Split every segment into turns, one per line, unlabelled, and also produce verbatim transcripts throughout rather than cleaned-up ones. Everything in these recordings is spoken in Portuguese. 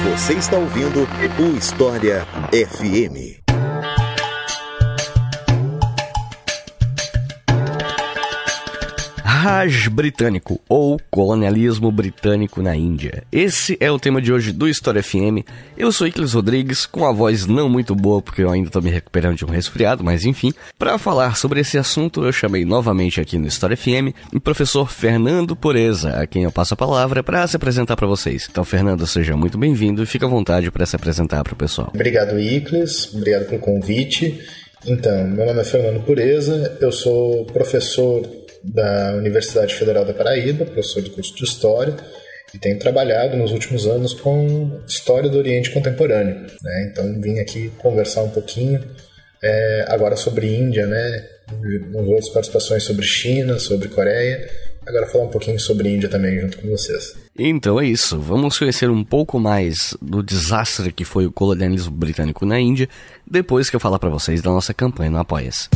Você está ouvindo o História F M.
Raj britânico, ou colonialismo britânico na Índia. Esse é o tema de hoje do História F M. Eu sou Iclis Rodrigues, com a voz não muito boa, porque eu ainda estou me recuperando de um resfriado, mas enfim. Para falar sobre esse assunto, eu chamei novamente aqui no História F M o professor Fernando Pureza, a quem eu passo a palavra para se apresentar para vocês. Então, Fernando, seja muito bem-vindo e fique à vontade para se apresentar para o pessoal.
Obrigado, Iclis. Obrigado pelo convite. Então, meu nome é Fernando Pureza, eu sou professor da Universidade Federal da Paraíba, professor do curso de História, e tenho trabalhado nos últimos anos com História do Oriente Contemporâneo, né? Então vim aqui conversar um pouquinho é, agora sobre Índia, né? Nas outras participações sobre China, sobre Coreia, agora falar um pouquinho sobre Índia também junto com vocês.
Então é isso, vamos conhecer um pouco mais do desastre que foi o colonialismo britânico na Índia, depois que eu falar para vocês da nossa campanha no Apoia-se.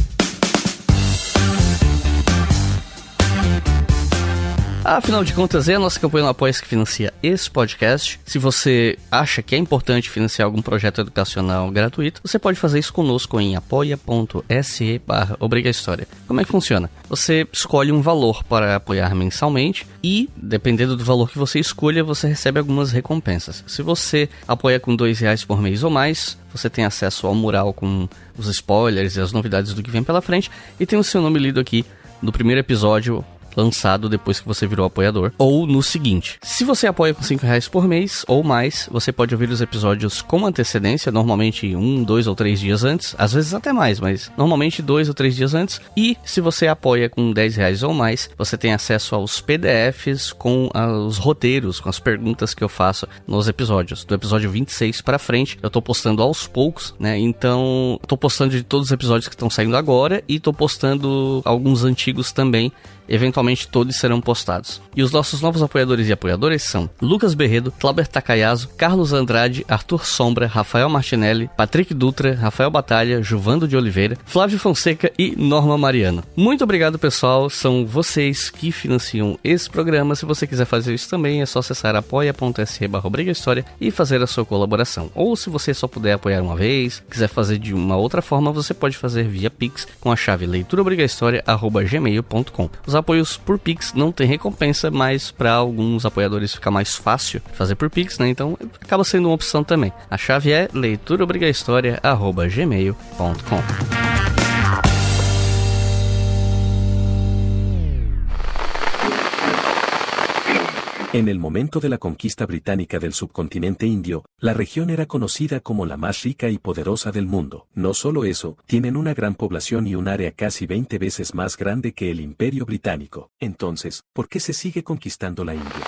Afinal de contas, é a nossa campanha no Apoia-se que financia esse podcast. Se você acha que é importante financiar algum projeto educacional gratuito, você pode fazer isso conosco em apoia.se barra obrigahistoria. Como é que funciona? Você escolhe um valor para apoiar mensalmente e, dependendo do valor que você escolha, você recebe algumas recompensas. Se você apoia com dois reais por mês ou mais, você tem acesso ao mural com os spoilers e as novidades do que vem pela frente e tem o seu nome lido aqui no primeiro episódio lançado depois que você virou apoiador, ou no seguinte: se você apoia com cinco reais por mês ou mais, você pode ouvir os episódios com antecedência, normalmente um, dois ou três dias antes, às vezes até mais, mas normalmente dois ou três dias antes. E se você apoia com dez reais ou mais, você tem acesso aos P D Fs com os roteiros, com as perguntas que eu faço nos episódios. Do episódio vinte e seis pra frente, eu tô postando aos poucos, né? Então, tô postando de todos os episódios que estão saindo agora e tô postando alguns antigos também. Eventualmente todos serão postados. E os nossos novos apoiadores e apoiadoras são Lucas Berredo, Clauber Takayasu, Carlos Andrade, Arthur Sombra, Rafael Martinelli, Patrick Dutra, Rafael Batalha, Juvando de Oliveira, Flávio Fonseca e Norma Mariano. Muito obrigado, pessoal, são vocês que financiam esse programa. Se você quiser fazer isso também, é só acessar apoia.se barra obrigahistoria e fazer a sua colaboração. Ou se você só puder apoiar uma vez, quiser fazer de uma outra forma, você pode fazer via Pix com a chave leituraobrigahistoria arroba gmail ponto com. Os apoios por Pix não tem recompensa, mas para alguns apoiadores fica mais fácil fazer por Pix, né? Então acaba sendo uma opção também. A chave é leituraobrigahistoria arroba gmail ponto com.
En el momento de la conquista británica del subcontinente indio, la región era conocida como la más rica y poderosa del mundo. No solo eso, tienen una gran población y un área casi veinte veces más grande que el Imperio Británico. Entonces, ¿por qué se sigue conquistando la India?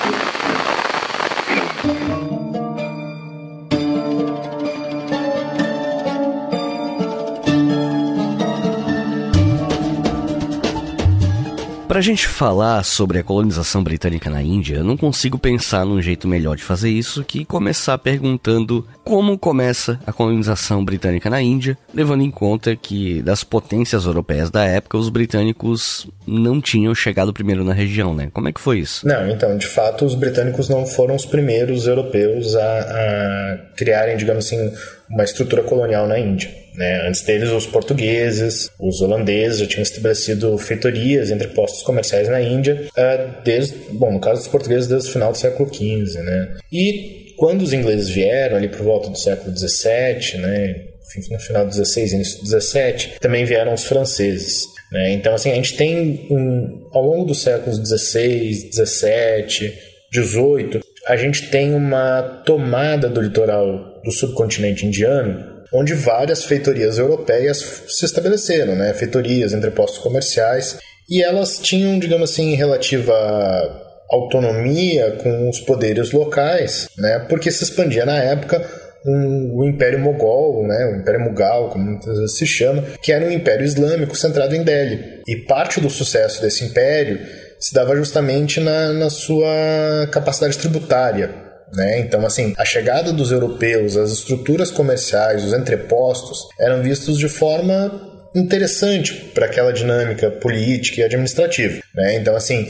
Pra gente falar sobre a colonização britânica na Índia, eu não consigo pensar num jeito melhor de fazer isso que começar perguntando como começa a colonização britânica na Índia, levando em conta que das potências europeias da época, os britânicos não tinham chegado primeiro na região, né? Como é que foi isso?
Não, então, de fato, os britânicos não foram os primeiros europeus a, a criarem, digamos assim, uma estrutura colonial na Índia, né? Antes deles, os portugueses, os holandeses já tinham estabelecido feitorias entre postos comerciais na Índia, uh, desde, bom, no caso dos portugueses, desde o final do século quinze, né? E quando os ingleses vieram, ali por volta do século dezessete, né? No final do dezesseis, início do dezessete, também vieram os franceses, né? Então, assim, a gente tem, um, ao longo dos séculos dezesseis, dezessete, dezoito, a gente tem uma tomada do litoral do subcontinente indiano, onde várias feitorias europeias se estabeleceram, né? Feitorias entre postos comerciais, e elas tinham, digamos assim, relativa autonomia com os poderes locais, né? Porque se expandia na época um, o Império Mogol, né? O Império Mughal, como muitas vezes se chama, que era um império islâmico centrado em Delhi. E parte do sucesso desse império se dava justamente na, na sua capacidade tributária, né? Então, assim, a chegada dos europeus, as estruturas comerciais, os entrepostos, eram vistos de forma interessante para aquela dinâmica política e administrativa, né? Então, assim,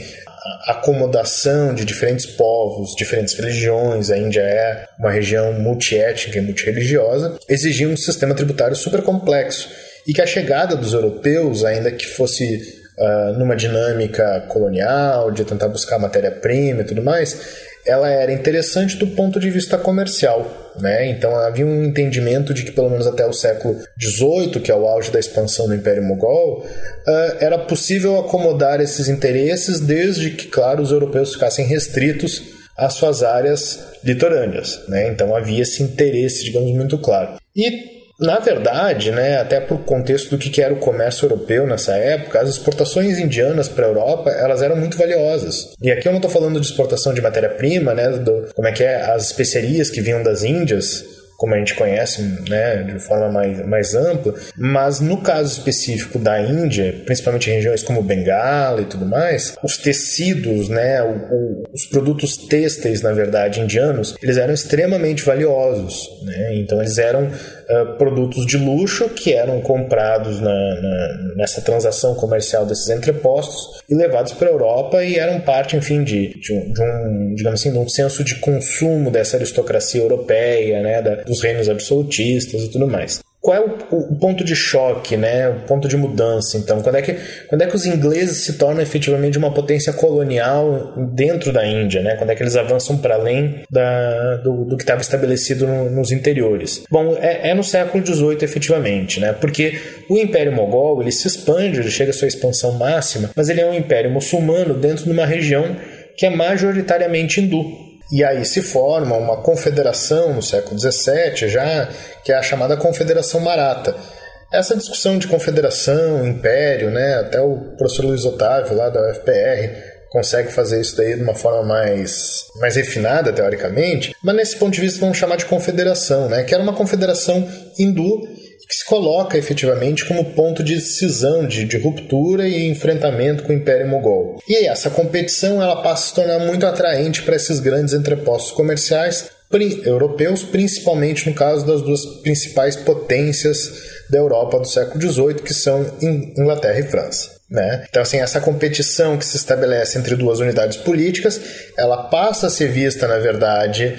a acomodação de diferentes povos, diferentes religiões, a Índia é uma região multiétnica e multirreligiosa, exigia um sistema tributário super complexo, e que a chegada dos europeus, ainda que fosse uh, numa dinâmica colonial, de tentar buscar matéria-prima e tudo mais, ela era interessante do ponto de vista comercial, né? Então havia um entendimento de que pelo menos até o século dezoito, que é o auge da expansão do Império Mogol, uh, era possível acomodar esses interesses desde que, claro, os europeus ficassem restritos às suas áreas litorâneas, né? Então havia esse interesse, digamos, muito claro. E na verdade, né, até para o contexto do que era o comércio europeu nessa época, as exportações indianas para a Europa, elas eram muito valiosas. E aqui eu não estou falando de exportação de matéria-prima, né, do, como é que é, as especiarias que vinham das Índias, como a gente conhece, né, de forma mais, mais ampla, mas no caso específico da Índia, principalmente em regiões como Bengala e tudo mais, os tecidos, né, o, o, os produtos têxteis, na verdade, indianos, eles eram extremamente valiosos, né, então eles eram uh, produtos de luxo que eram comprados na, na, nessa transação comercial desses entrepostos e levados para a Europa e eram parte, enfim, de, de, um, de um, digamos assim, de um senso de consumo dessa aristocracia europeia, né, da, dos reinos absolutistas e tudo mais. Qual é o, o ponto de choque, né? O ponto de mudança, então? Quando é, que, quando é que os ingleses se tornam efetivamente uma potência colonial dentro da Índia, né? Quando é que eles avançam para além da, do, do que estava estabelecido no, nos interiores? Bom, é, é no século dezoito, efetivamente, né? Porque o Império Mogol, ele se expande, ele chega à sua expansão máxima, mas ele é um império muçulmano dentro de uma região que é majoritariamente hindu. E aí se forma uma confederação no século dezessete, já, que é a chamada Confederação Maratha. Essa discussão de confederação, império, né, até o professor Luiz Otávio, lá da U F P R, consegue fazer isso daí de uma forma mais, mais refinada, teoricamente, mas nesse ponto de vista vamos chamar de confederação, né, que era uma confederação hindu que se coloca efetivamente como ponto de cisão, de, de ruptura e enfrentamento com o Império Mogol. E essa competição ela passa a se tornar muito atraente para esses grandes entrepostos comerciais europeus, principalmente no caso das duas principais potências da Europa do século dezoito, que são Inglaterra e França. Né? Então, assim, essa competição que se estabelece entre duas unidades políticas, ela passa a ser vista, na verdade,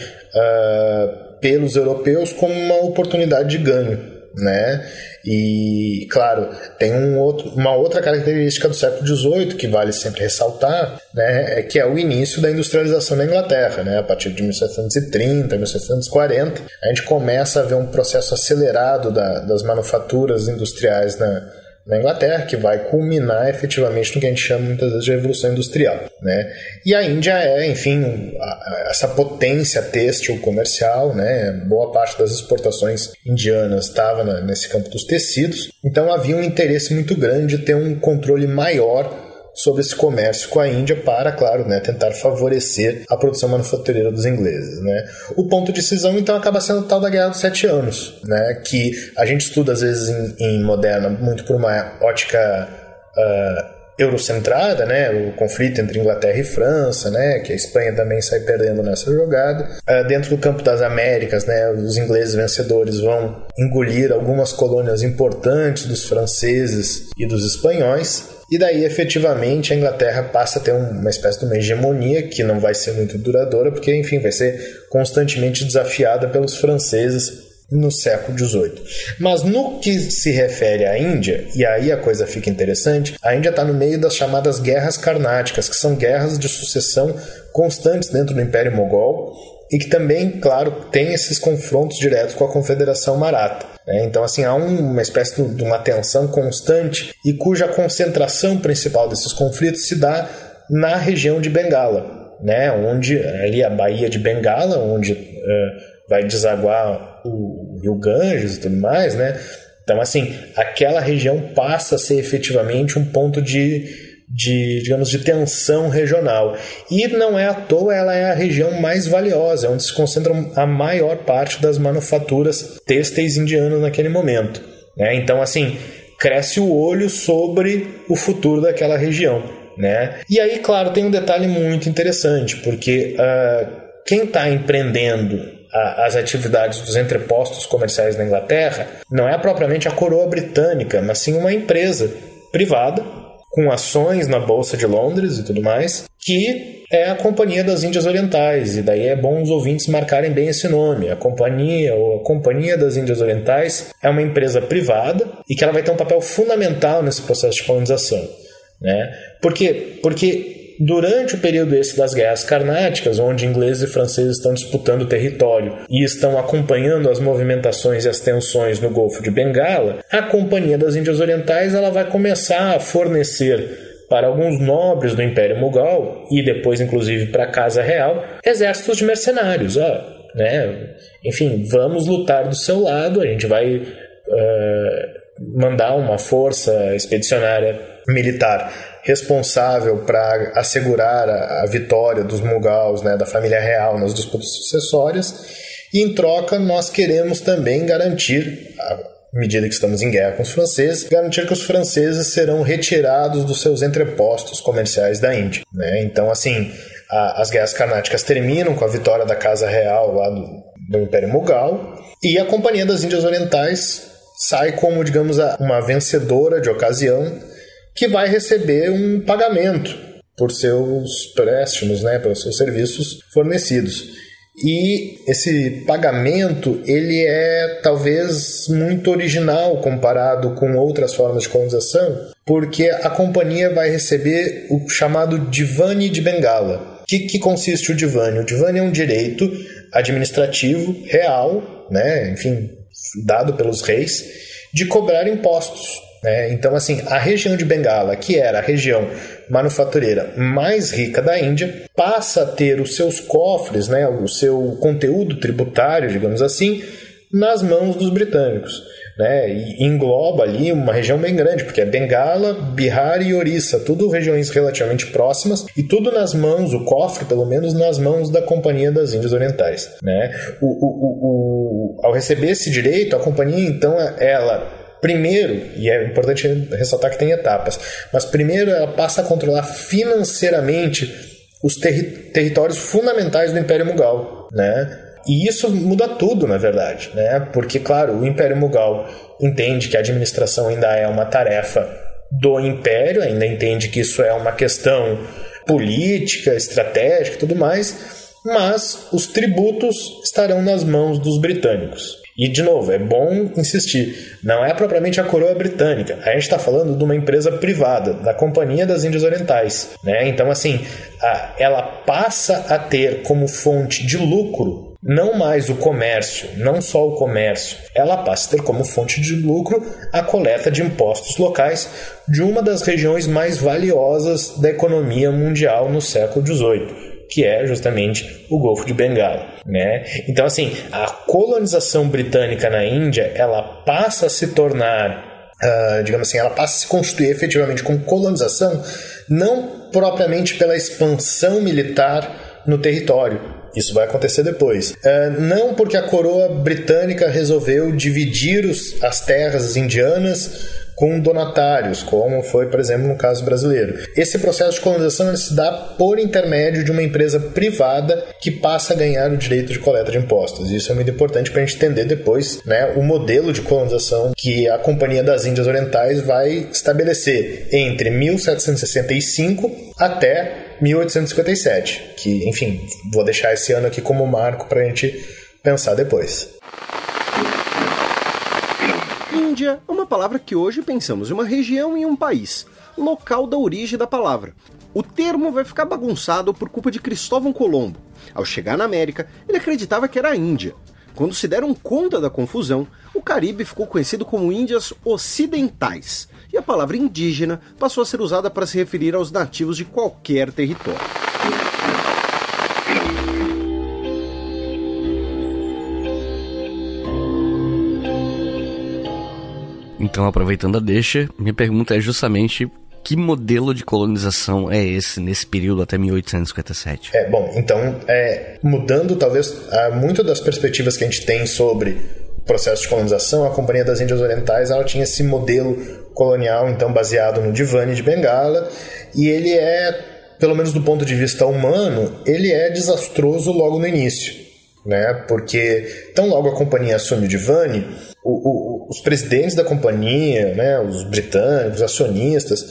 uh, pelos europeus como uma oportunidade de ganho. Né? E, claro, tem um outro, uma outra característica do século dezoito que vale sempre ressaltar, né? É que é o início da industrialização na Inglaterra, né? A partir de mil setecentos e trinta, mil setecentos e quarenta, a gente começa a ver um processo acelerado da, das manufaturas industriais na na Inglaterra, que vai culminar efetivamente no que a gente chama muitas vezes de Revolução Industrial, né? E a Índia é, enfim, a, a, essa potência têxtil comercial, né? Boa parte das exportações indianas estava na, nesse campo dos tecidos, então havia um interesse muito grande de ter um controle maior sobre esse comércio com a Índia para, claro, né, tentar favorecer a produção manufatureira dos ingleses, né? O ponto de cisão, então, acaba sendo o tal da Guerra dos Sete Anos, né, que a gente estuda, às vezes, em, em moderna, muito por uma ótica uh, eurocentrada, né, o conflito entre Inglaterra e França, né, que a Espanha também sai perdendo nessa jogada. Uh, dentro do campo das Américas, né, os ingleses vencedores vão engolir algumas colônias importantes dos franceses e dos espanhóis. E daí, efetivamente, a Inglaterra passa a ter uma espécie de uma hegemonia que não vai ser muito duradoura, porque, enfim, vai ser constantemente desafiada pelos franceses no século dezoito. Mas no que se refere à Índia, e aí a coisa fica interessante, a Índia está no meio das chamadas guerras carnáticas, que são guerras de sucessão constantes dentro do Império Mogol, e que também, claro, tem esses confrontos diretos com a Confederação Maratha. Né? Então, assim, há uma espécie de uma tensão constante e cuja concentração principal desses conflitos se dá na região de Bengala, né? Onde ali a Baía de Bengala, onde uh, vai desaguar o rio Ganges e tudo mais, né? Então, assim, aquela região passa a ser efetivamente um ponto de de, digamos, de tensão regional. E não é à toa, ela é a região mais valiosa, onde se concentra a maior parte das manufaturas têxteis indianas naquele momento. Né? Então, assim, cresce o olho sobre o futuro daquela região. Né? E aí, claro, tem um detalhe muito interessante, porque uh, quem está empreendendo a, as atividades dos entrepostos comerciais na Inglaterra não é propriamente a coroa britânica, mas sim uma empresa privada, com ações na Bolsa de Londres e tudo mais, que é a Companhia das Índias Orientais, e daí é bom os ouvintes marcarem bem esse nome. A Companhia, ou a Companhia das Índias Orientais, é uma empresa privada e que ela vai ter um papel fundamental nesse processo de colonização, né? Por quê? Porque durante o período esse das guerras carnáticas, onde ingleses e franceses estão disputando o território e estão acompanhando as movimentações e as tensões no Golfo de Bengala, a Companhia das Índias Orientais ela vai começar a fornecer para alguns nobres do Império Mughal e depois inclusive para a Casa Real exércitos de mercenários. Ó, né? Enfim, vamos lutar do seu lado, a gente vai uh, mandar uma força expedicionária militar responsável para assegurar a, a vitória dos Mughals, né, da família real nas disputas sucessórias, e em troca nós queremos também garantir, à medida que estamos em guerra com os franceses, garantir que os franceses serão retirados dos seus entrepostos comerciais da Índia, né? Então, assim, a, as guerras carnáticas terminam com a vitória da Casa Real lá do, do Império Mughal, e a Companhia das Índias Orientais sai como, digamos, uma vencedora de ocasião, que vai receber um pagamento por seus préstimos, né, pelos seus serviços fornecidos. E esse pagamento ele é talvez muito original comparado com outras formas de colonização, porque a companhia vai receber o chamado Divani de Bengala. O que, que consiste o Divani? O Divani é um direito administrativo real, né, enfim, dado pelos reis, de cobrar impostos. É, então, assim, a região de Bengala, que era a região manufatureira mais rica da Índia, passa a ter os seus cofres, né, o seu conteúdo tributário, digamos assim, nas mãos dos britânicos, né, e engloba ali uma região bem grande, porque é Bengala, Bihar e Orissa, tudo regiões relativamente próximas, e tudo nas mãos, o cofre, pelo menos, nas mãos da Companhia das Índias Orientais, né. O, o, o, o, ao receber esse direito, a companhia, então, ela... Primeiro, e é importante ressaltar que tem etapas, mas primeiro ela passa a controlar financeiramente os terri- territórios fundamentais do Império Mughal, né? E isso muda tudo, na verdade, né? Porque, claro, o Império Mughal entende que a administração ainda é uma tarefa do Império, ainda entende que isso é uma questão política, estratégica e tudo mais, mas os tributos estarão nas mãos dos britânicos. E, de novo, é bom insistir, não é propriamente a coroa britânica, a gente está falando de uma empresa privada, da Companhia das Índias Orientais, né? Então, assim, a, ela passa a ter como fonte de lucro não mais o comércio, não só o comércio, ela passa a ter como fonte de lucro a coleta de impostos locais de uma das regiões mais valiosas da economia mundial no século dezoito. Que é justamente o Golfo de Bengala, né? Então, assim, a colonização britânica na Índia, ela passa a se tornar, uh, digamos assim, ela passa a se constituir efetivamente como colonização, não propriamente pela expansão militar no território. Isso vai acontecer depois. Uh, não porque a coroa britânica resolveu dividir os, as terras indianas com donatários, como foi, por exemplo, no caso brasileiro. Esse processo de colonização ele se dá por intermédio de uma empresa privada que passa a ganhar o direito de coleta de impostos. Isso é muito importante para a gente entender depois, né, o modelo de colonização que a Companhia das Índias Orientais vai estabelecer entre mil setecentos e sessenta e cinco até mil oitocentos e cinquenta e sete, que, enfim, vou deixar esse ano aqui como marco para a gente pensar depois.
Índia é uma palavra que hoje pensamos em uma região e um país, local da origem da palavra. O termo vai ficar bagunçado por culpa de Cristóvão Colombo. Ao chegar na América, ele acreditava que era a Índia. Quando se deram conta da confusão, o Caribe ficou conhecido como Índias Ocidentais, e a palavra indígena passou a ser usada para se referir aos nativos de qualquer território.
Então, aproveitando a deixa, minha pergunta é justamente que modelo de colonização é esse nesse período até mil oitocentos e cinquenta e sete?
É, bom, então, é, mudando talvez muito das perspectivas que a gente tem sobre o processo de colonização, a Companhia das Índias Orientais ela tinha esse modelo colonial, então, baseado no Divani de Bengala, e ele é, pelo menos do ponto de vista humano, ele é desastroso logo no início, né? Porque tão logo a companhia assume o Divani, o, o, os presidentes da companhia, né, os britânicos, os acionistas,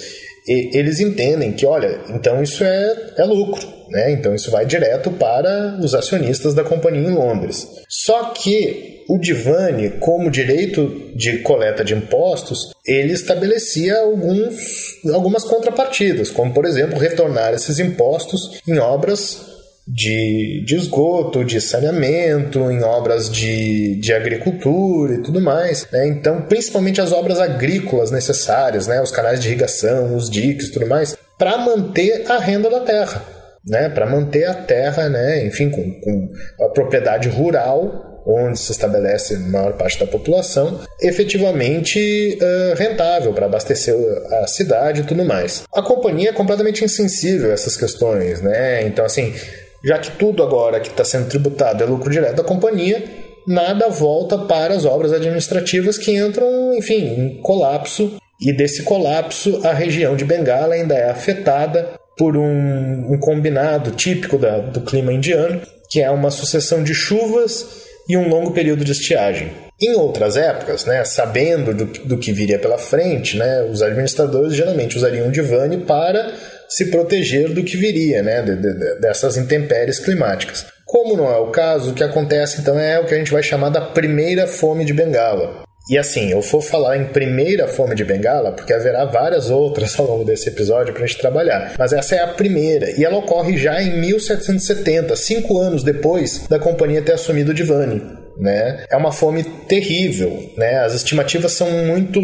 e, eles entendem que, olha, então isso é, é lucro, né? Então isso vai direto para os acionistas da companhia em Londres. Só que o Divani, como direito de coleta de impostos, ele estabelecia alguns, algumas contrapartidas, como, por exemplo, retornar esses impostos em obras de, de esgoto, de saneamento, em obras de, de agricultura e tudo mais, né? Então, principalmente as obras agrícolas necessárias, né? Os canais de irrigação, os diques e tudo mais, para manter a renda da terra, né? Para manter a terra, né? Enfim, com, com a propriedade rural, onde se estabelece a maior parte da população, efetivamente uh, rentável para abastecer a cidade e tudo mais. A companhia é completamente insensível a essas questões, né? Então, assim, já que tudo agora que está sendo tributado é lucro direto da companhia, nada volta para as obras administrativas que entram, enfim, em colapso, e desse colapso a região de Bengala ainda é afetada por um, um combinado típico da, do clima indiano, que é uma sucessão de chuvas e um longo período de estiagem. Em outras épocas, né, sabendo do, do que viria pela frente, né, os administradores geralmente usariam o Divani para se proteger do que viria, né, de, de, dessas intempéries climáticas. Como não é o caso, o que acontece então é o que a gente vai chamar da primeira fome de Bengala. E assim, eu vou falar em primeira fome de Bengala, porque haverá várias outras ao longo desse episódio para a gente trabalhar. Mas essa é a primeira, e ela ocorre já em mil setecentos e setenta, cinco anos depois da companhia ter assumido o Divani, né? É uma fome terrível, né? As estimativas são muito...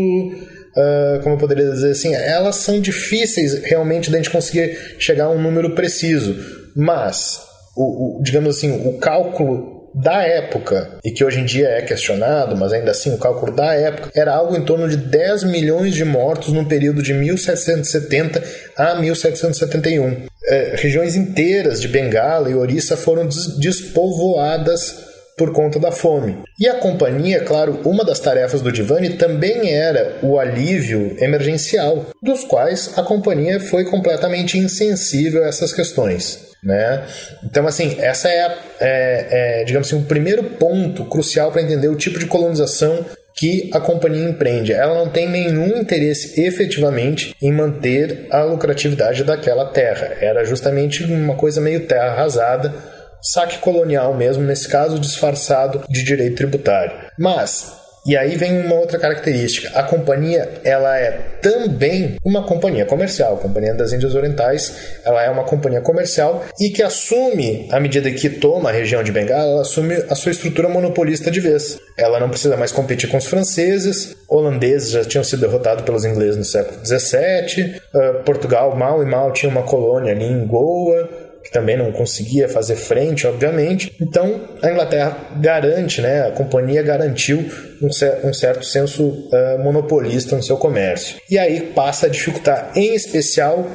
Uh, como eu poderia dizer assim, elas são difíceis realmente de a gente conseguir chegar a um número preciso, mas, o, o, digamos assim, o cálculo da época, e que hoje em dia é questionado, mas ainda assim o cálculo da época, era algo em torno de dez milhões de mortos no período de mil setecentos e setenta a mil setecentos e setenta e um. É, regiões inteiras de Bengala e Orissa foram des- despovoadas por conta da fome. E a companhia, claro, uma das tarefas do Divani também era o alívio emergencial, dos quais a companhia foi completamente insensível a essas questões, né? Então, assim, essa é, a, é, é digamos assim, o primeiro ponto crucial para entender o tipo de colonização que a companhia empreende. Ela não tem nenhum interesse efetivamente em manter a lucratividade daquela terra. Era justamente uma coisa meio terra arrasada, saque colonial mesmo, nesse caso disfarçado de direito tributário. Mas, e aí vem uma outra característica, a companhia ela é também uma companhia comercial. A Companhia das Índias Orientais, ela é uma companhia comercial e que assume, à medida que toma a região de Bengala, ela assume a sua estrutura monopolista de vez. Ela não precisa mais competir com os franceses, holandeses já tinham sido derrotados pelos ingleses no século dezessete, uh, Portugal mal e mal tinha uma colônia ali em Goa, que também não conseguia fazer frente, obviamente. Então, a Inglaterra garante, né, a companhia garantiu um, cer- um certo senso uh, monopolista no seu comércio. E aí passa a dificultar, em especial,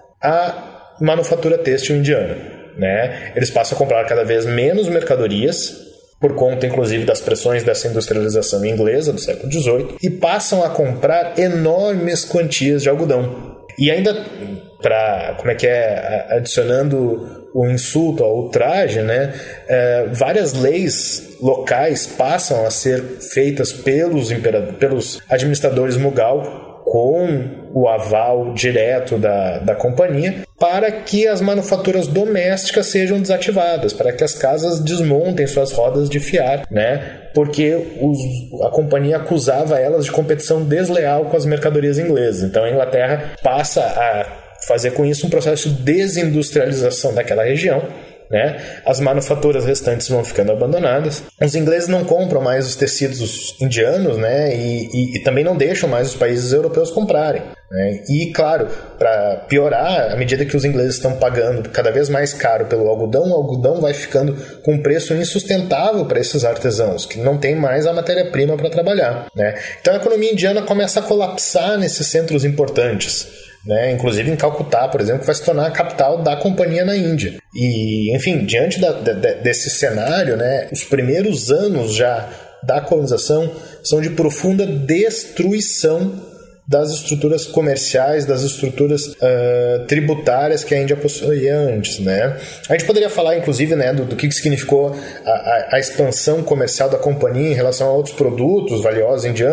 a manufatura têxtil indiana, né? Eles passam a comprar cada vez menos mercadorias, por conta, inclusive, das pressões dessa industrialização inglesa do século dezoito, e passam a comprar enormes quantias de algodão. E ainda, para, como é que é, adicionando o insulto ao ultraje, né, é, várias leis locais passam a ser feitas pelos, imperadores, pelos administradores Mughal, com o aval direto da, da companhia, para que as manufaturas domésticas sejam desativadas, para que as casas desmontem suas rodas de fiar, né? Porque os, a companhia acusava elas de competição desleal com as mercadorias inglesas. Então a Inglaterra passa a fazer com isso um processo de desindustrialização daquela região, né? As manufaturas restantes vão ficando abandonadas. Os ingleses não compram mais os tecidos indianos, né? E, e, e também não deixam mais os países europeus comprarem, né? E, claro, para piorar, à medida que os ingleses estão pagando cada vez mais caro pelo algodão, o algodão vai ficando com um preço insustentável para esses artesãos, que não tem mais a matéria-prima para trabalhar, né? Então a economia indiana começa a colapsar nesses centros importantes, né? Inclusive em Calcutá, por exemplo, que vai se tornar a capital da companhia na Índia. E, enfim, diante da, de, desse cenário, né, os primeiros anos já da colonização são de profunda destruição das estruturas comerciais, das estruturas uh, tributárias que a Índia possuía antes, né? A gente poderia falar, inclusive, né, do, do que significou a, a, a expansão comercial da companhia em relação a outros produtos valiosos indianos,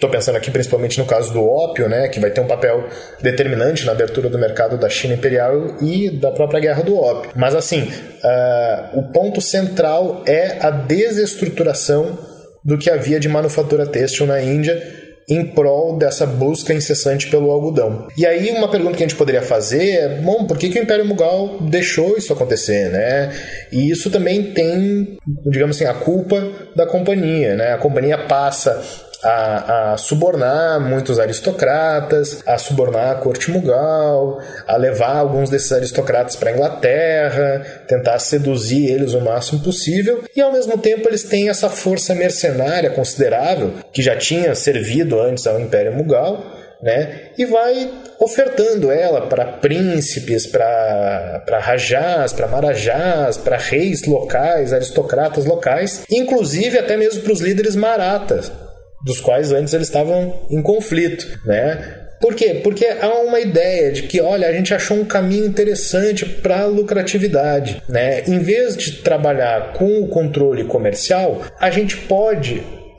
Estou pensando aqui principalmente no caso do ópio, né, que vai ter um papel determinante na abertura do mercado da China imperial e da própria guerra do ópio. Mas assim, uh, o ponto central é a desestruturação do que havia de manufatura têxtil na Índia em prol dessa busca incessante pelo algodão. E aí uma pergunta que a gente poderia fazer é, bom, por que, que o Império Mughal deixou isso acontecer, né? E isso também tem, digamos assim, a culpa da companhia, né? A companhia passa A, a subornar muitos aristocratas, a subornar a corte Mughal, a levar alguns desses aristocratas para a Inglaterra, tentar seduzir eles o máximo possível, e ao mesmo tempo eles têm essa força mercenária considerável, que já tinha servido antes ao Império Mughal, né? E vai ofertando ela para príncipes, para para rajás, para marajás, para reis locais, aristocratas locais, inclusive até mesmo para os líderes marathas, dos quais antes eles estavam em conflito, né? Por quê? Porque há uma ideia de que, olha, a gente achou um caminho interessante para a lucratividade, né? Em vez de trabalhar com o controle comercial, a gente pode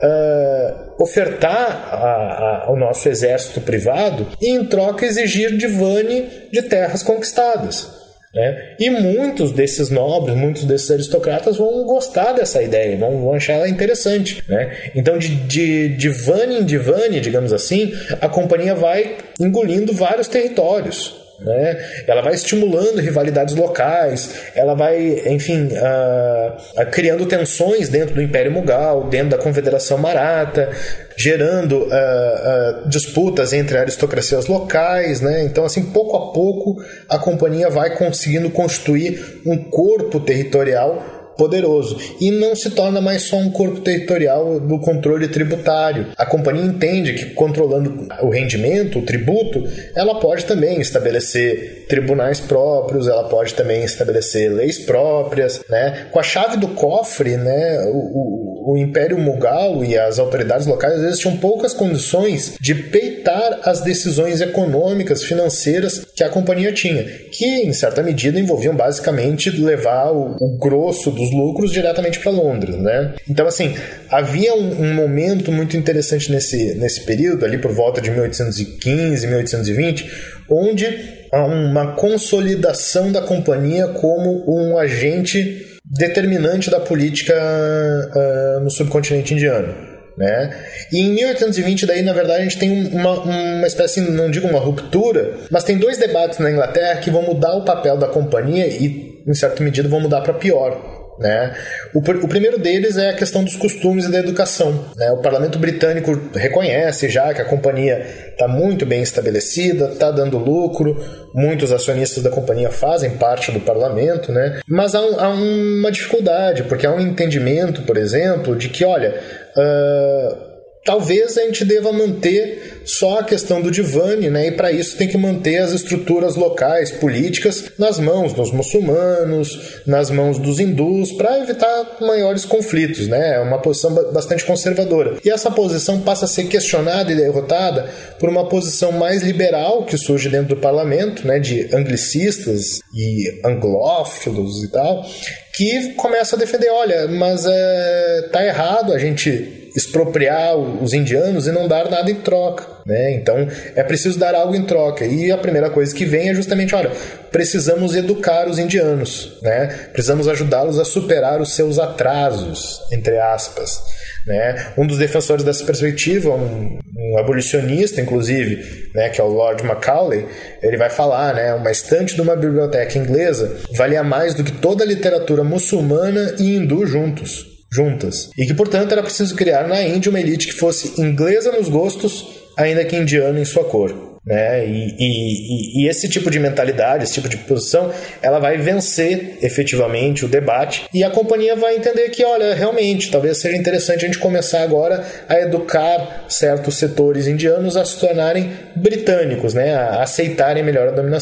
uh, ofertar a, a, ao nosso exército privado e, em troca, exigir divane de terras conquistadas. Né? E muitos desses nobres, muitos desses aristocratas vão gostar dessa ideia, vão, vão achar ela interessante, né? Então de, de, de vane em divane, digamos assim, a companhia vai engolindo vários territórios, né? Ela vai estimulando rivalidades locais, ela vai, enfim, uh, uh, criando tensões dentro do Império Mughal, dentro da Confederação Maratha, gerando uh, uh, disputas entre aristocracias locais, né? Então, assim, pouco a pouco a companhia vai conseguindo construir um corpo territorial poderoso, e não se torna mais só um corpo territorial do controle tributário. A companhia entende que, controlando o rendimento, o tributo, ela pode também estabelecer tribunais próprios, ela pode também estabelecer leis próprias, né? Com a chave do cofre, né, o, o, o Império Mughal e as autoridades locais às vezes tinham poucas condições de peitar as decisões econômicas, financeiras que a companhia tinha, que em certa medida envolviam basicamente levar o, o grosso dos lucros diretamente para Londres, né? Então, assim, havia um, um momento muito interessante nesse, nesse período, ali por volta de mil oitocentos e quinze, mil oitocentos e vinte, onde há uma consolidação da companhia como um agente determinante da política uh, no subcontinente indiano, né? E em mil oitocentos e vinte, daí, na verdade, a gente tem uma, uma espécie, não digo uma ruptura, mas tem dois debates na Inglaterra que vão mudar o papel da companhia e, em certa medida, vão mudar para pior. Né? O, o primeiro deles é a questão dos costumes e da educação, né? O parlamento britânico reconhece já que a companhia está muito bem estabelecida, está dando lucro, muitos acionistas da companhia fazem parte do parlamento, né? Mas há, um, há uma dificuldade, porque há um entendimento, por exemplo, de que, olha, uh, talvez a gente deva manter só a questão do divane, né? E para isso tem que manter as estruturas locais, políticas, nas mãos dos muçulmanos, nas mãos dos hindus, para evitar maiores conflitos, né? É uma posição bastante conservadora. E essa posição passa a ser questionada e derrotada por uma posição mais liberal que surge dentro do parlamento, né? De anglicistas e anglófilos e tal, que começa a defender, olha, mas é, tá errado a gente expropriar os indianos e não dar nada em troca, né? Então é preciso dar algo em troca, e a primeira coisa que vem é justamente, olha, precisamos educar os indianos, né? Precisamos ajudá-los a superar os seus atrasos, entre aspas, né? Um dos defensores dessa perspectiva, um, um abolicionista inclusive, né, que é o Lord Macaulay, ele vai falar, né, uma estante de uma biblioteca inglesa valia mais do que toda a literatura muçulmana e hindu juntos juntas, e que, portanto, era preciso criar na Índia uma elite que fosse inglesa nos gostos, ainda que indiana em sua cor, né? E, e, e esse tipo de mentalidade, esse tipo de posição, ela vai vencer efetivamente o debate, e a companhia vai entender que, olha, realmente, talvez seja interessante a gente começar agora a educar certos setores indianos a se tornarem britânicos, né? A aceitarem melhor a dominação.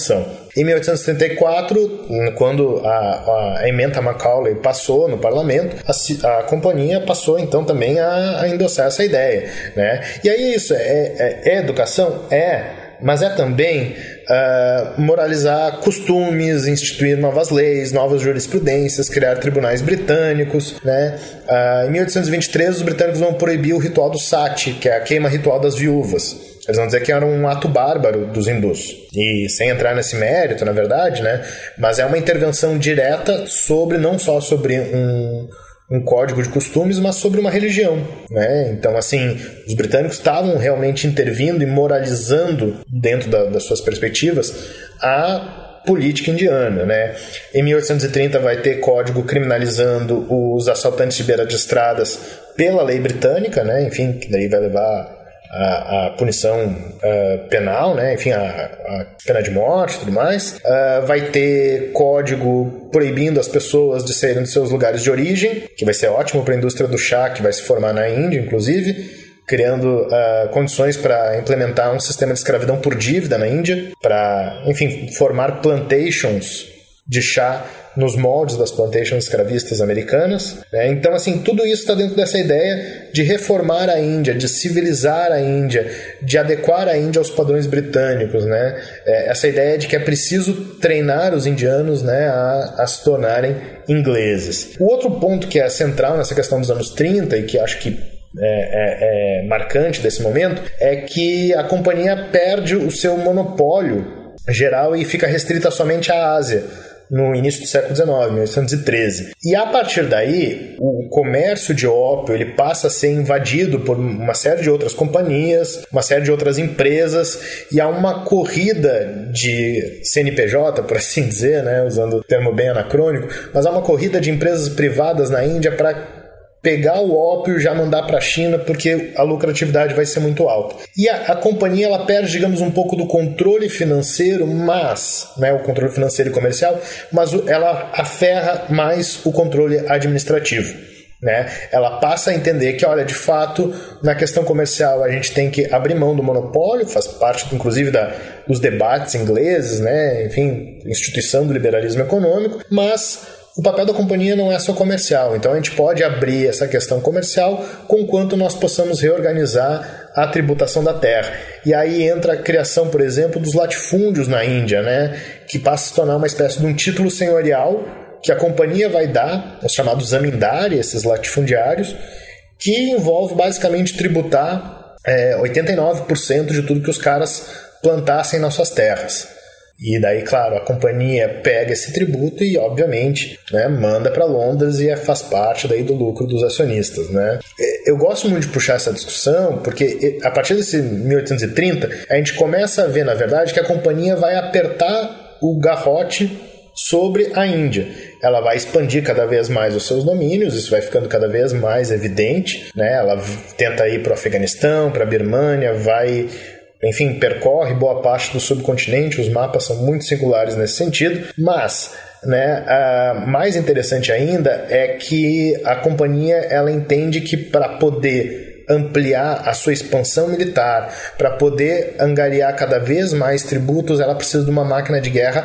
Em mil oitocentos e trinta e quatro, quando a, a ementa Macaulay passou no parlamento, a, a companhia passou então também a, a endossar essa ideia, né? E aí isso é, é, é educação? É, mas é também uh, moralizar costumes, instituir novas leis, novas jurisprudências, criar tribunais britânicos, né? Uh, em mil oitocentos e vinte e três, os britânicos vão proibir o ritual do sati, que é a queima ritual das viúvas. Eles vão dizer que era um ato bárbaro dos hindus. E sem entrar nesse mérito, na verdade, né? Mas é uma intervenção direta sobre, não só sobre um... um código de costumes, mas sobre uma religião, né? Então, assim, os britânicos estavam realmente intervindo e moralizando, dentro da, das suas perspectivas, a política indiana, né? Em mil oitocentos e trinta vai ter código criminalizando os assaltantes de beira de estradas pela lei britânica, né? Enfim, que daí vai levar a, a punição uh, penal, né? Enfim, a, a pena de morte e tudo mais. Uh, vai ter código proibindo as pessoas de saírem dos seus lugares de origem, que vai ser ótimo para a indústria do chá, que vai se formar na Índia, inclusive, criando uh, condições para implementar um sistema de escravidão por dívida na Índia, para, enfim, formar plantations de chá nos moldes das plantations escravistas americanas, né? Então, assim, tudo isso está dentro dessa ideia de reformar a Índia, de civilizar a Índia, de adequar a Índia aos padrões britânicos, né? É, essa ideia de que é preciso treinar os indianos, né, a, a se tornarem ingleses. O outro ponto que é central nessa questão dos anos trinta e que acho que é, é, é marcante desse momento é que a companhia perde o seu monopólio geral e fica restrita somente à Ásia, no início do século dezenove, mil oitocentos e treze. E a partir daí, o comércio de ópio ele passa a ser invadido por uma série de outras companhias, uma série de outras empresas, e há uma corrida de C N P J, por assim dizer, né, usando o termo bem anacrônico, mas há uma corrida de empresas privadas na Índia para pegar o ópio e já mandar para a China, porque a lucratividade vai ser muito alta. E a, a companhia ela perde, digamos, um pouco do controle financeiro, mas, né, o controle financeiro e comercial, mas ela aferra mais o controle administrativo, né? Ela passa a entender que, olha, de fato, na questão comercial a gente tem que abrir mão do monopólio, faz parte, inclusive, da, dos debates ingleses, né? Enfim, instituição do liberalismo econômico, mas o papel da companhia não é só comercial, então a gente pode abrir essa questão comercial conquanto nós possamos reorganizar a tributação da terra. E aí entra a criação, por exemplo, dos latifúndios na Índia, né, que passa a se tornar uma espécie de um título senhorial que a companhia vai dar, os chamados zamindari, esses latifundiários, que envolve basicamente tributar é, oitenta e nove por cento de tudo que os caras plantassem nas suas terras. E daí, claro, a companhia pega esse tributo e, obviamente, né, manda para Londres e faz parte daí do lucro dos acionistas, né? Eu gosto muito de puxar essa discussão porque, a partir desse mil oitocentos e trinta, a gente começa a ver, na verdade, que a companhia vai apertar o garrote sobre a Índia. Ela vai expandir cada vez mais os seus domínios, isso vai ficando cada vez mais evidente, né? Ela tenta ir para o Afeganistão, para a Birmânia, vai... enfim, percorre boa parte do subcontinente, os mapas são muito singulares nesse sentido, mas, né, a mais interessante ainda é que a companhia ela entende que para poder ampliar a sua expansão militar, para poder angariar cada vez mais tributos, ela precisa de uma máquina de guerra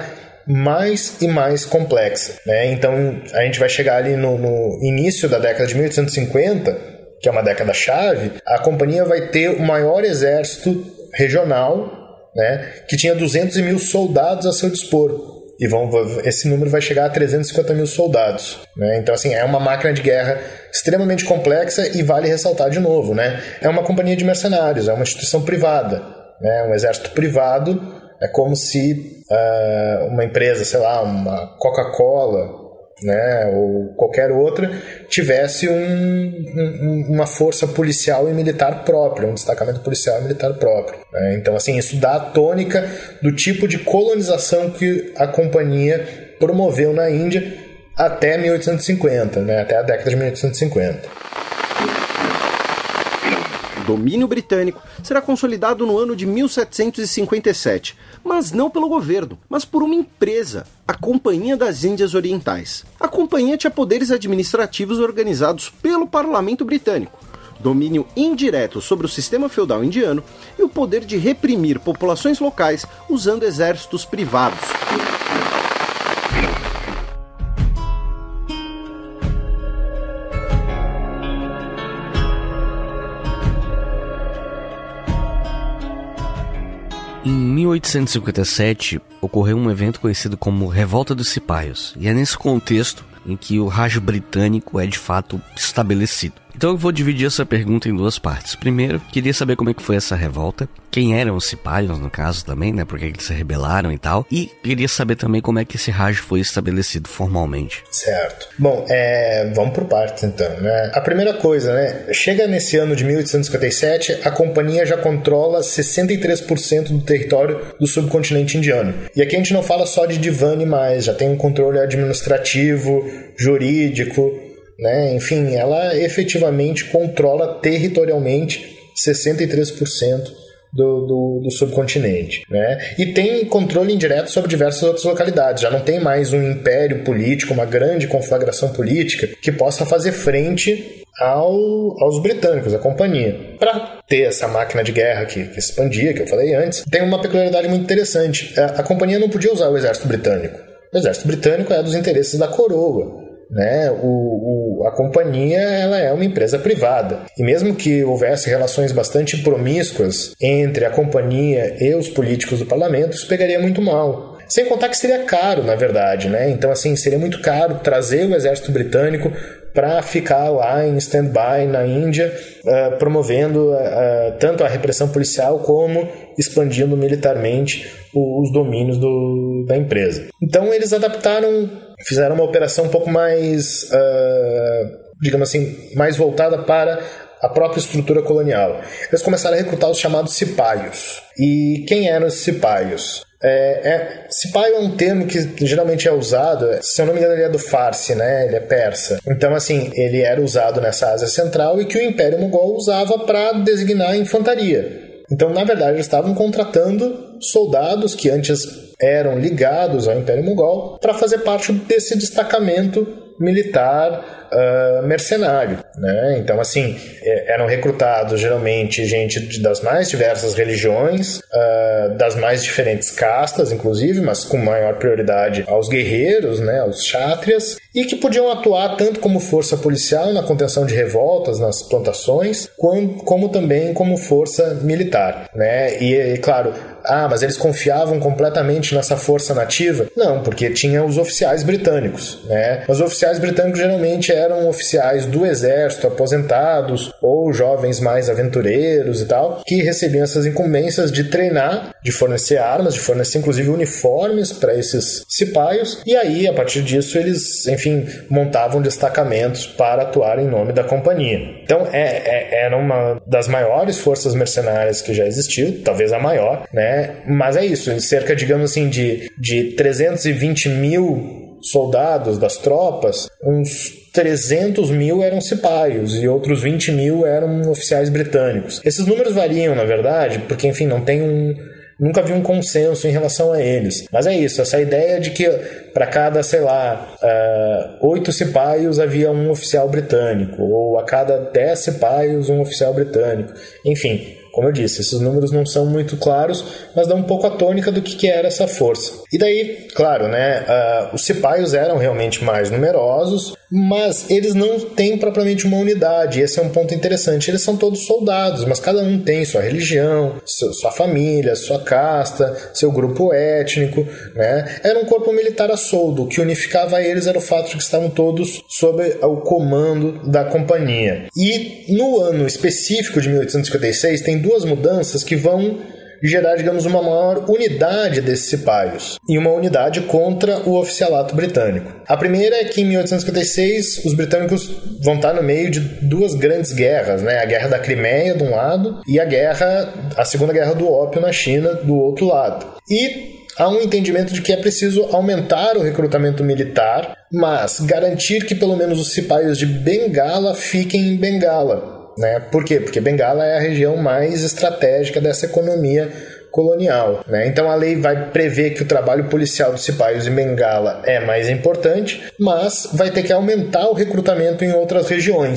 mais e mais complexa, né? Então a gente vai chegar ali no, no início da década de mil oitocentos e cinquenta, que é uma década chave, a companhia vai ter o maior exército regional, né, que tinha duzentos mil soldados a seu dispor. E vão, esse número vai chegar a trezentos e cinquenta mil soldados, né? Então, assim, é uma máquina de guerra extremamente complexa e vale ressaltar de novo, né? É uma companhia de mercenários, é uma instituição privada, né? Um exército privado. É como se uh, uma empresa, sei lá, uma Coca-Cola, né, ou qualquer outra, tivesse um, um, uma força policial e militar própria, um destacamento policial e militar próprio, né? Então, assim, isso dá a tônica do tipo de colonização que a companhia promoveu na Índia até mil oitocentos e cinquenta, né, até a década de mil oitocentos e cinquenta.
O domínio britânico será consolidado no ano de mil setecentos e cinquenta e sete, mas não pelo governo, mas por uma empresa, a Companhia das Índias Orientais. A companhia tinha poderes administrativos organizados pelo parlamento britânico. domínio indireto sobre o sistema feudal indiano e o poder de reprimir populações locais usando exércitos privados.
Em mil oitocentos e cinquenta e sete, ocorreu um evento conhecido como Revolta dos Cipaios, e é nesse contexto em que o Raj britânico é de fato estabelecido. Então eu vou dividir essa pergunta em duas partes. Primeiro, queria saber como é que foi essa revolta, quem eram os Cipaios no caso também, né, porque eles se rebelaram e tal, e queria saber também como é que esse Raj foi estabelecido formalmente.
Certo. Bom, é, vamos por partes então, né? A primeira coisa, né, chega nesse ano de mil oitocentos e cinquenta e sete, a companhia já controla sessenta e três por cento do território do subcontinente indiano. E aqui a gente não fala só de Divani mais, já tem um controle administrativo, jurídico, né? Enfim, ela efetivamente controla territorialmente sessenta e três por cento do, do, do subcontinente, né? E tem controle indireto sobre diversas outras localidades. Já não tem mais um império político, uma grande conflagração política que possa fazer frente ao, aos britânicos, à companhia. Para ter essa máquina de guerra que, que expandia, que eu falei antes, tem uma peculiaridade muito interessante. A, a companhia não podia usar o exército britânico. O exército britânico é dos interesses da coroa, né? O, o, a companhia ela é uma empresa privada, e mesmo que houvesse relações bastante promíscuas entre a companhia e os políticos do parlamento, isso pegaria muito mal. Sem contar que seria caro, na verdade, né? Então, assim, seria muito caro trazer o exército britânico para ficar lá em stand-by na Índia, uh, promovendo uh, tanto a repressão policial como expandindo militarmente os domínios do, da empresa. Então eles adaptaram, fizeram uma operação um pouco mais, uh, digamos assim, mais voltada para a própria estrutura colonial. Eles começaram a recrutar os chamados cipaios. E quem eram os cipaios? É, é, cipaio é um termo que geralmente é usado, se eu não me engano ele é do Farsi, né? Ele é persa. Então assim, ele era usado nessa Ásia Central e que o Império Mogol usava para designar a infantaria. Então na verdade eles estavam contratando soldados que antes eram ligados ao Império Mogol para fazer parte desse destacamento militar uh, mercenário, né? Então assim, eram recrutados geralmente gente das mais diversas religiões, uh, das mais diferentes castas inclusive, mas com maior prioridade aos guerreiros, né, aos kshatriyas, e que podiam atuar tanto como força policial na contenção de revoltas nas plantações, como, como também como força militar, né? E, e claro, ah, mas eles confiavam completamente nessa força nativa? Não, porque tinha os oficiais britânicos, né? Os oficiais britânicos geralmente eram oficiais do exército, aposentados, ou jovens mais aventureiros e tal, que recebiam essas incumbências de treinar, de fornecer armas, de fornecer inclusive uniformes para esses cipaios, e aí, a partir disso, eles, enfim, montavam destacamentos para atuar em nome da companhia. Então, é, é, era uma das maiores forças mercenárias que já existiu, talvez a maior, né? Mas é isso, cerca, digamos assim, de, de trezentos e vinte mil soldados das tropas, uns trezentos mil eram cipaios e outros vinte mil eram oficiais britânicos. Esses números variam, na verdade, porque, enfim, não tem um... Nunca vi um consenso em relação a eles. Mas é isso, essa ideia de que para cada, sei lá, uh, oito cipaios havia um oficial britânico, ou a cada dez cipaios um oficial britânico. Enfim, como eu disse, esses números não são muito claros, mas dão um pouco a tônica do que, que era essa força. E daí, claro, né, uh, os cipaios eram realmente mais numerosos, mas eles não têm propriamente uma unidade. Esse é um ponto interessante. Eles são todos soldados, mas cada um tem sua religião, sua família, sua casta, seu grupo étnico, né? Era um corpo militar a soldo. O que unificava eles era o fato de que estavam todos sob o comando da companhia. E no ano específico de mil oitocentos e cinquenta e seis tem duas mudanças que vão gerar, digamos, uma maior unidade desses cipaios e uma unidade contra o oficialato britânico. A primeira é que em mil oitocentos e cinquenta e seis os britânicos vão estar no meio de duas grandes guerras, né? A Guerra da Crimeia de um lado e a guerra, a Segunda Guerra do Ópio na China do outro lado. E há um entendimento de que é preciso aumentar o recrutamento militar, mas garantir que pelo menos os cipaios de Bengala fiquem em Bengala. Né? Por quê? Porque Bengala é a região mais estratégica dessa economia colonial, né? Então a lei vai prever que o trabalho policial dos cipaios em Bengala é mais importante, mas vai ter que aumentar o recrutamento em outras regiões.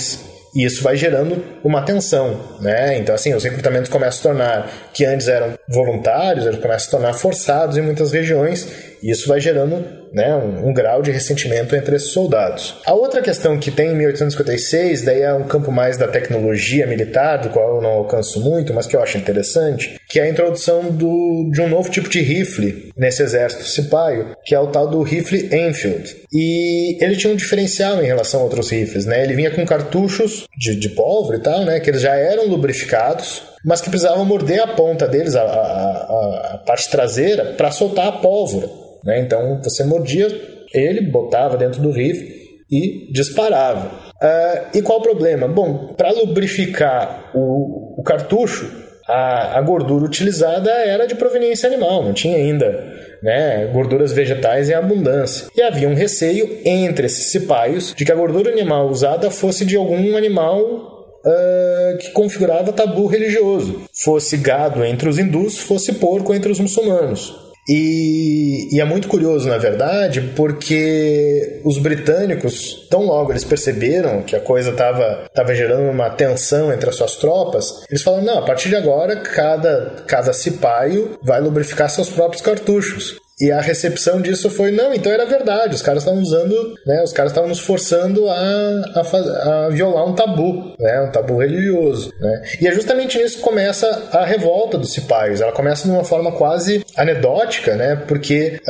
E isso vai gerando uma tensão, né? Então, assim, os recrutamentos começam a se tornar, que antes eram voluntários, eles começam a se tornar forçados em muitas regiões, e isso vai gerando, né, um, um grau de ressentimento entre esses soldados. A outra questão que tem em mil oitocentos e cinquenta e seis, daí é um campo mais da tecnologia militar, do qual eu não alcanço muito, mas que eu acho interessante, que é a introdução do, de um novo tipo de rifle nesse exército cipaio, que é o tal do rifle Enfield. E ele tinha um diferencial em relação a outros rifles, né? Ele vinha com cartuchos de, de pólvora e tal, né, que eles já eram lubrificados, mas que precisavam morder a ponta deles, a, a, a, a parte traseira, para soltar a pólvora, né? Então você mordia ele, botava dentro do rifle e disparava. Uh, e qual o problema? Bom, para lubrificar o, o cartucho, a, a gordura utilizada era de proveniência animal, não tinha ainda, né, gorduras vegetais em abundância. E havia um receio entre esses cipaios de que a gordura animal usada fosse de algum animal Uh, que configurava tabu religioso, fosse gado entre os hindus, fosse porco entre os muçulmanos. E, e é muito curioso, na verdade, porque os britânicos, tão logo eles perceberam que a coisa estava tava gerando uma tensão entre as suas tropas, eles falaram, não, a partir de agora cada, cada cipaio vai lubrificar seus próprios cartuchos. E a recepção disso foi, não, então era verdade, os caras estavam usando, né, os caras estavam nos forçando a, a, faz, a violar um tabu, né, um tabu religioso, né. E é justamente nisso que começa a revolta dos cipaios. Ela começa de uma forma quase anedótica, né, porque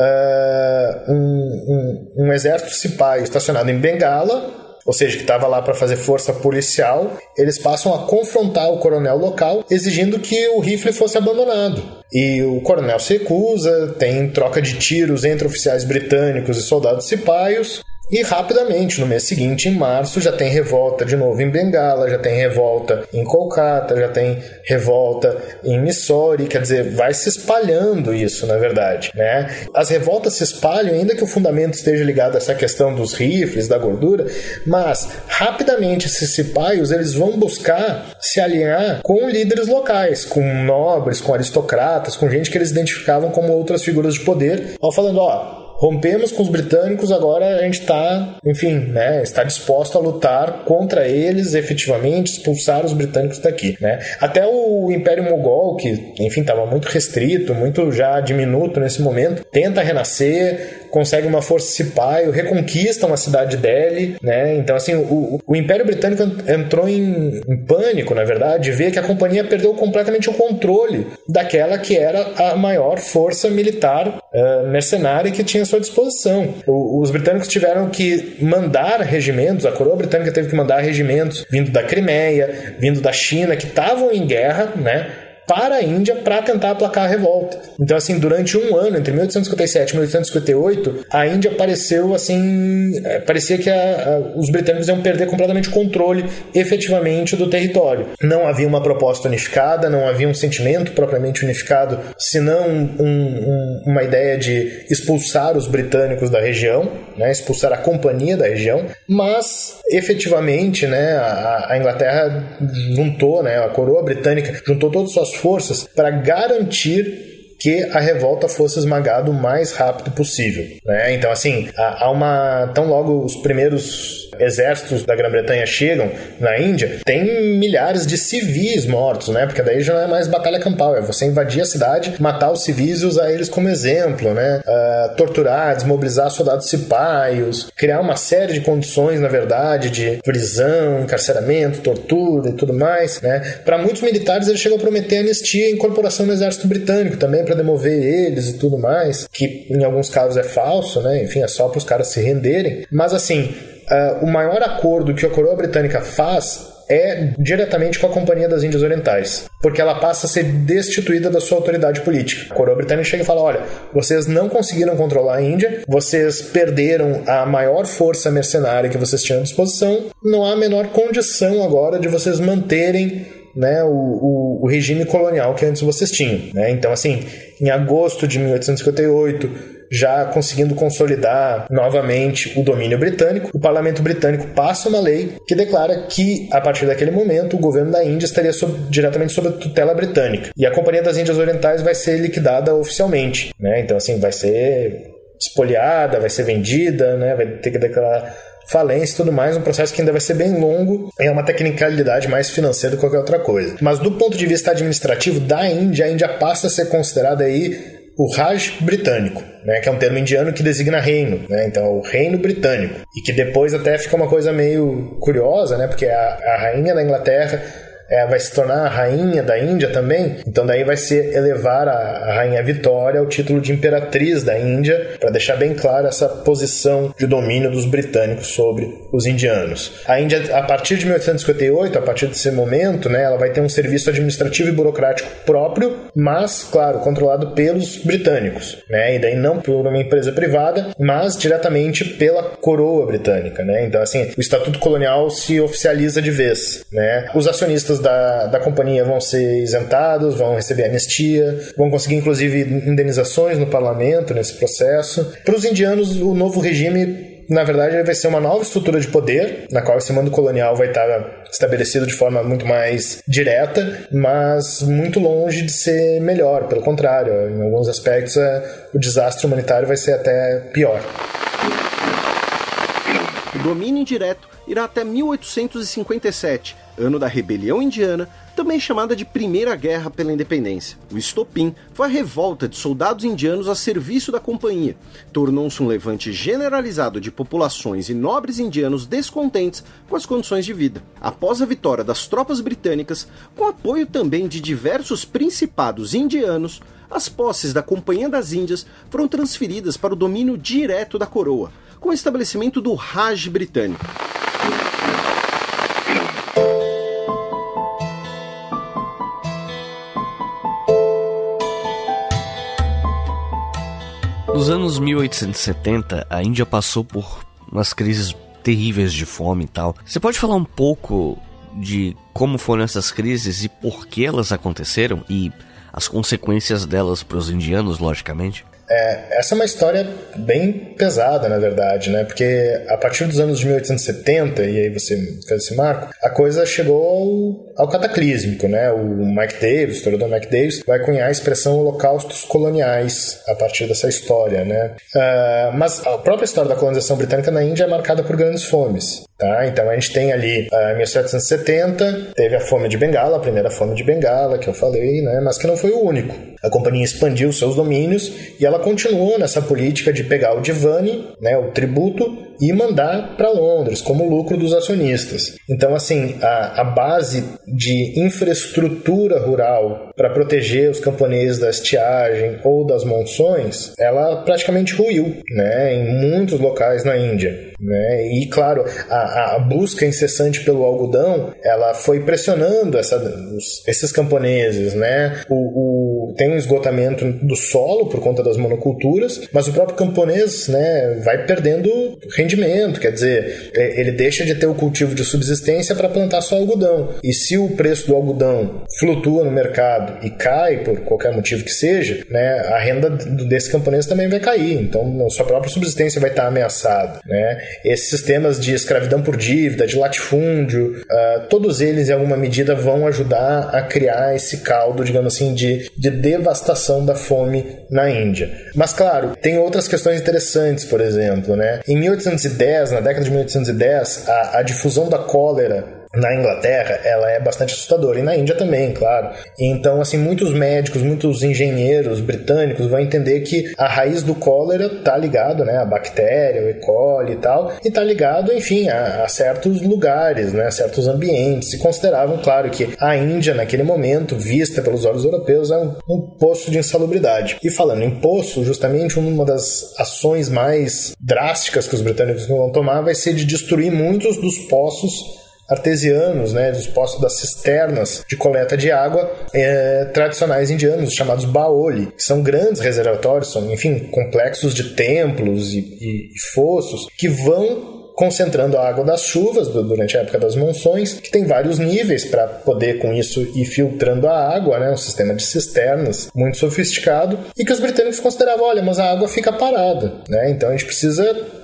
uh, um, um, um exército cipaio estacionado em Bengala, ou seja, que estava lá para fazer força policial, eles passam a confrontar o coronel local, exigindo que o rifle fosse abandonado. E o coronel se recusa, tem troca de tiros entre oficiais britânicos e soldados cipaios, e rapidamente, no mês seguinte, em março, já tem revolta de novo em Bengala, já tem revolta em Kolkata, já tem revolta em Mysore, quer dizer, vai se espalhando isso, na verdade, né? As revoltas se espalham, ainda que o fundamento esteja ligado a essa questão dos rifles, da gordura, mas rapidamente esses cipaios, eles vão buscar se alinhar com líderes locais, com nobres, com aristocratas, com gente que eles identificavam como outras figuras de poder, ao falando, ó, rompemos com os britânicos, agora a gente está, enfim, né, está disposto a lutar contra eles, efetivamente, expulsar os britânicos daqui, né? Até o Império Mogol, que, enfim, estava muito restrito, muito já diminuto nesse momento, tenta renascer, consegue uma força cipaio, reconquista uma cidade de Delhi, né? Então, assim, o, o Império Britânico entrou em, em pânico, na verdade, vê que a companhia perdeu completamente o controle daquela que era a maior força militar uh, mercenária que tinha à sua disposição. O, os britânicos tiveram que mandar regimentos, a coroa britânica teve que mandar regimentos vindo da Crimeia, vindo da China, que estavam em guerra, né, para a Índia para tentar aplacar a revolta. Então, assim, durante um ano, entre mil oitocentos e cinquenta e sete e mil oitocentos e cinquenta e oito, a Índia pareceu, assim, parecia que a, a, os britânicos iam perder completamente o controle, efetivamente, do território. Não havia uma proposta unificada, não havia um sentimento propriamente unificado, senão um, um, uma ideia de expulsar os britânicos da região, né, expulsar a companhia da região, mas, efetivamente, né, a, a Inglaterra juntou, né, a coroa britânica juntou todas as suas forças para garantir que a revolta fosse esmagada o mais rápido possível, né? Então, assim, há uma... Tão logo os primeiros exércitos da Grã-Bretanha chegam na Índia, tem milhares de civis mortos, né? Porque daí já não é mais batalha campal, é você invadir a cidade, matar os civis e usar eles como exemplo, né? Uh, torturar, desmobilizar soldados cipaios, criar uma série de condições, na verdade, de prisão, encarceramento, tortura e tudo mais, né? Para muitos militares, eles chegam a prometer anistia e incorporação no exército britânico também, para demover eles e tudo mais, que em alguns casos é falso, né? Enfim, é só para os caras se renderem. Mas, assim, uh, o maior acordo que a coroa britânica faz é diretamente com a Companhia das Índias Orientais, porque ela passa a ser destituída da sua autoridade política. A coroa britânica chega e fala, olha, vocês não conseguiram controlar a Índia, vocês perderam a maior força mercenária que vocês tinham à disposição, não há a menor condição agora de vocês manterem, né, o, o, o regime colonial que antes vocês tinham, né? Então, assim, em agosto de mil oitocentos e cinquenta e oito, já conseguindo consolidar novamente o domínio britânico, o parlamento britânico passa uma lei que declara que, a partir daquele momento, o governo da Índia estaria sob, diretamente sob a tutela britânica. E a Companhia das Índias Orientais vai ser liquidada oficialmente, né? Então, assim, vai ser espoliada, vai ser vendida, né? Vai ter que declarar falência e tudo mais, um processo que ainda vai ser bem longo, é uma tecnicalidade mais financeira do que qualquer outra coisa. Mas do ponto de vista administrativo da Índia, a Índia passa a ser considerada aí o Raj britânico, né, que é um termo indiano que designa reino, né, então é o reino britânico, e que depois até fica uma coisa meio curiosa, né, porque a, a rainha da Inglaterra É, vai se tornar a rainha da Índia também, então daí vai se elevar a, a rainha Vitória ao título de imperatriz da Índia, para deixar bem clara essa posição de domínio dos britânicos sobre os indianos. A Índia, a partir de mil oitocentos e cinquenta e oito, a partir desse momento, né, ela vai ter um serviço administrativo e burocrático próprio, mas, claro, controlado pelos britânicos, né, e daí não por uma empresa privada, mas diretamente pela coroa britânica, né, então assim, o Estatuto Colonial se oficializa de vez, né, os acionistas Da, da companhia vão ser isentados, vão receber anistia, vão conseguir inclusive indenizações no parlamento nesse processo. Para os indianos, o novo regime, na verdade, vai ser uma nova estrutura de poder, na qual esse mando colonial vai estar estabelecido de forma muito mais direta, mas muito longe de ser melhor, pelo contrário, em alguns aspectos o desastre humanitário vai ser até pior.
O domínio indireto irá até mil oitocentos e cinquenta e sete, ano da rebelião indiana, também chamada de Primeira Guerra pela Independência. O estopim foi a revolta de soldados indianos a serviço da companhia. Tornou-se um levante generalizado de populações e nobres indianos descontentes com as condições de vida. Após a vitória das tropas britânicas, com apoio também de diversos principados indianos, as posses da Companhia das Índias foram transferidas para o domínio direto da coroa, com o estabelecimento do Raj britânico.
Nos anos mil oitocentos e setenta, a Índia passou por umas crises terríveis de fome e tal. Você pode falar um pouco de como foram essas crises e por que elas aconteceram e as consequências delas para os indianos, logicamente?
É, essa é uma história bem pesada, na verdade, né? Porque a partir dos anos de mil oitocentos e setenta, e aí você fez esse marco, a coisa chegou ao, ao cataclísmico, né? O Mike Davis, o historiador Mike Davis, vai cunhar a expressão holocaustos coloniais a partir dessa história, né? Uh, mas a própria história da colonização britânica na Índia é marcada por grandes fomes. Tá? Então a gente tem ali, em uh, mil setecentos e setenta, teve a fome de Bengala, a primeira fome de Bengala, que eu falei, né? Mas que não foi o único. A companhia expandiu seus domínios e ela continuou nessa política de pegar o divane, né, o tributo, e mandar para Londres como lucro dos acionistas. Então, assim, a, a base de infraestrutura rural para proteger os camponeses da estiagem ou das monções, ela praticamente ruiu, né, em muitos locais na Índia. Né? E, claro, a, a busca incessante pelo algodão, ela foi pressionando essa, os, esses camponeses, né? O, o, tem um esgotamento do solo por conta das monoculturas, mas o próprio camponês, né, vai perdendo rendimento, quer dizer, ele deixa de ter o cultivo de subsistência para plantar só algodão. E se o preço do algodão flutua no mercado e cai por qualquer motivo que seja, né, a renda desse camponês também vai cair, então a sua própria subsistência vai estar ameaçada, né? Esses sistemas de escravidão por dívida, de latifúndio, uh, todos eles em alguma medida vão ajudar a criar esse caldo, digamos assim, de, de devastação da fome na Índia. Mas claro, tem outras questões interessantes, por exemplo, né? Em mil oitocentos e dez, na década de mil oitocentos e dez, a, a difusão da cólera na Inglaterra, ela é bastante assustadora, e na Índia também, claro. Então, assim, muitos médicos, muitos engenheiros britânicos vão entender que a raiz do cólera está ligado, né, a bactéria, o E. coli e tal, e está ligado, enfim, a, a certos lugares, né, a certos ambientes, e consideravam, claro, que a Índia, naquele momento, vista pelos olhos europeus, é um, um poço de insalubridade. E falando em poço, justamente uma das ações mais drásticas que os britânicos vão tomar vai ser de destruir muitos dos poços artesianos, né, dos poços das cisternas de coleta de água é, tradicionais indianos, chamados baoli, que são grandes reservatórios, são, enfim, complexos de templos e, e, e fossos que vão concentrando a água das chuvas durante a época das monções, que tem vários níveis para poder, com isso, ir filtrando a água, né? Um sistema de cisternas muito sofisticado, e que os britânicos consideravam, olha, mas a água fica parada, né? Então a gente precisa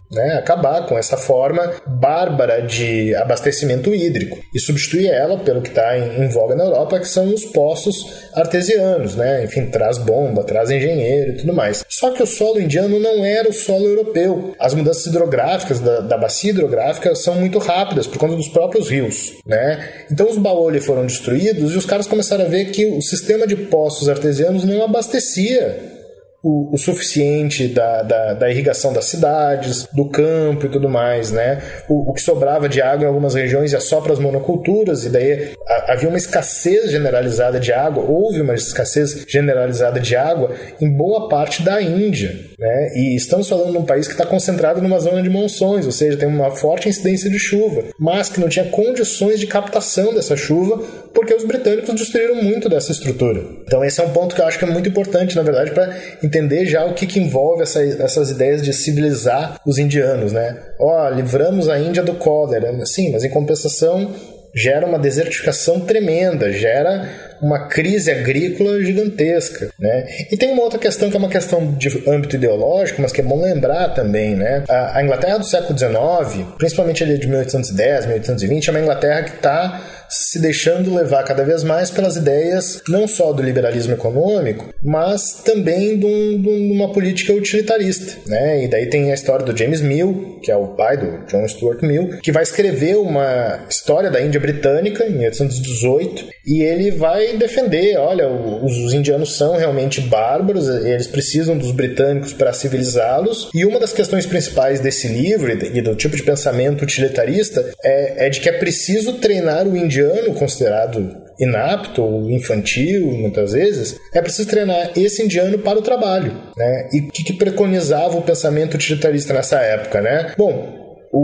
né? Acabar com essa forma bárbara de abastecimento hídrico e substituir ela pelo que está em, em voga na Europa, que são os poços artesianos, né? Enfim, traz bomba, traz engenheiro e tudo mais. Só que o solo indiano não era o solo europeu. As mudanças hidrográficas da, da bacia hidrográfica são muito rápidas por conta dos próprios rios, né? Então os Baoli foram destruídos e os caras começaram a ver que o sistema de poços artesianos não abastecia O, o suficiente da, da, da irrigação das cidades, do campo e tudo mais, né? O, o que sobrava de água em algumas regiões ia só para as monoculturas, e daí a, havia uma escassez generalizada de água, houve uma escassez generalizada de água em boa parte da Índia, né? E estamos falando de um país que está concentrado numa zona de monções, ou seja, tem uma forte incidência de chuva, mas que não tinha condições de captação dessa chuva, porque os britânicos destruíram muito dessa estrutura. Então esse é um ponto que eu acho que é muito importante, na verdade, para entender já o que, que envolve essa, essas ideias de civilizar os indianos, né? Ó, livramos a Índia do cólera. Sim, mas em compensação gera uma desertificação tremenda, gera uma crise agrícola gigantesca, né? E tem uma outra questão que é uma questão de âmbito ideológico, mas que é bom lembrar também, né? A, a Inglaterra do século dezenove, principalmente ali de mil oitocentos e dez, mil oitocentos e vinte, é uma Inglaterra que está se deixando levar cada vez mais pelas ideias não só do liberalismo econômico, mas também de, um, de uma política utilitarista, né? E daí tem a história do James Mill, que é o pai do John Stuart Mill, que vai escrever uma história da Índia britânica em mil oitocentos e dezoito, e ele vai defender, olha, os, os indianos são realmente bárbaros, eles precisam dos britânicos para civilizá-los, e uma das questões principais desse livro e do tipo de pensamento utilitarista é, é de que é preciso treinar o indiano considerado inapto ou infantil, muitas vezes, é preciso treinar esse indiano para o trabalho, né? E o que, que preconizava o pensamento utilitarista nessa época, né? Bom,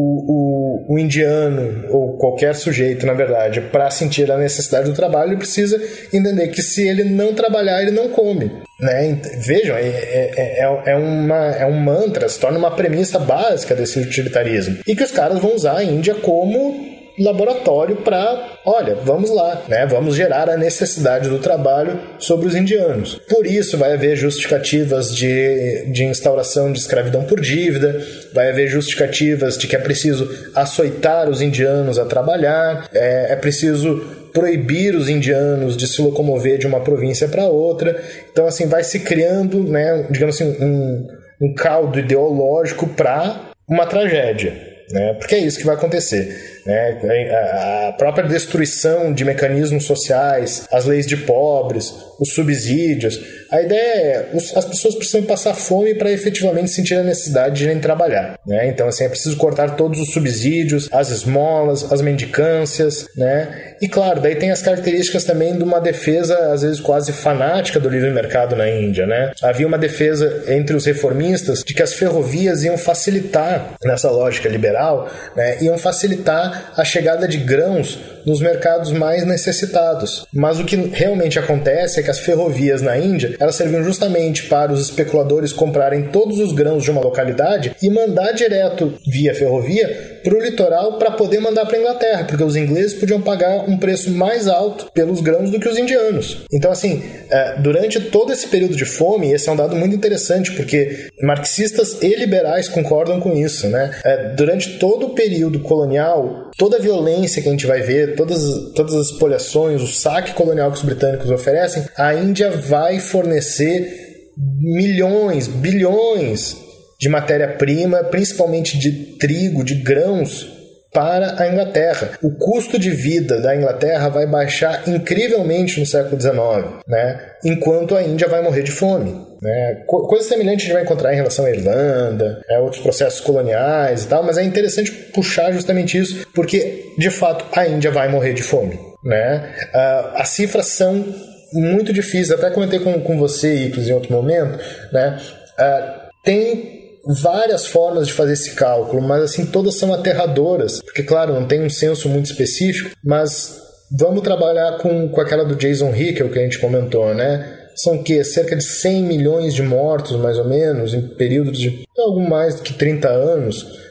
o, o, o indiano, ou qualquer sujeito, na verdade, para sentir a necessidade do trabalho, ele precisa entender que se ele não trabalhar, ele não come, né? Vejam, é, é, é, é, uma, é um mantra, se torna uma premissa básica desse utilitarismo, e que os caras vão usar a Índia como laboratório para, olha, vamos lá, né? Vamos gerar a necessidade do trabalho sobre os indianos. Por isso vai haver justificativas de, de instauração de escravidão por dívida, vai haver justificativas de que é preciso açoitar os indianos a trabalhar, é, é preciso proibir os indianos de se locomover de uma província para outra. Então, assim, vai se criando, né, digamos assim, um, um caldo ideológico para uma tragédia, né? Porque é isso que vai acontecer, né? A própria destruição de mecanismos sociais, as leis de pobres, os subsídios. A ideia é as pessoas precisam passar fome para efetivamente sentir a necessidade de irem trabalhar, né? Então, assim, é preciso cortar todos os subsídios, as esmolas, as mendicâncias, né? E claro, daí tem as características também de uma defesa, às vezes quase fanática, do livre mercado na Índia, né? Havia uma defesa entre os reformistas de que as ferrovias iam facilitar, nessa lógica liberal, né? Iam facilitar a chegada de grãos nos mercados mais necessitados. Mas o que realmente acontece é que as ferrovias na Índia, elas serviam justamente para os especuladores comprarem todos os grãos de uma localidade e mandar direto via ferrovia para o litoral para poder mandar para a Inglaterra, porque os ingleses podiam pagar um preço mais alto pelos grãos do que os indianos. Então, assim, durante todo esse período de fome, esse é um dado muito interessante, porque marxistas e liberais concordam com isso, né? Durante todo o período colonial, toda a violência que a gente vai ver, todas, todas as espoliações, o saque colonial que os britânicos oferecem, a Índia vai fornecer milhões, bilhões de matéria-prima, principalmente de trigo, de grãos, para a Inglaterra. O custo de vida da Inglaterra vai baixar incrivelmente no século dezenove, né? Enquanto a Índia vai morrer de fome, né? Coisa semelhante a gente vai encontrar em relação à Irlanda, é, outros processos coloniais e tal, mas é interessante puxar justamente isso, porque, de fato, a Índia vai morrer de fome, né? Uh, as cifras são muito difíceis, até comentei com, com você, Iclis, em outro momento, né? Uh, tem várias formas de fazer esse cálculo, mas assim, todas são aterradoras, porque claro, não tem um censo muito específico, mas vamos trabalhar com, com aquela do Jason Hickel que a gente comentou, né? São o quê? Cerca de cem milhões de mortos, mais ou menos, em períodos de algo mais do que trinta anos,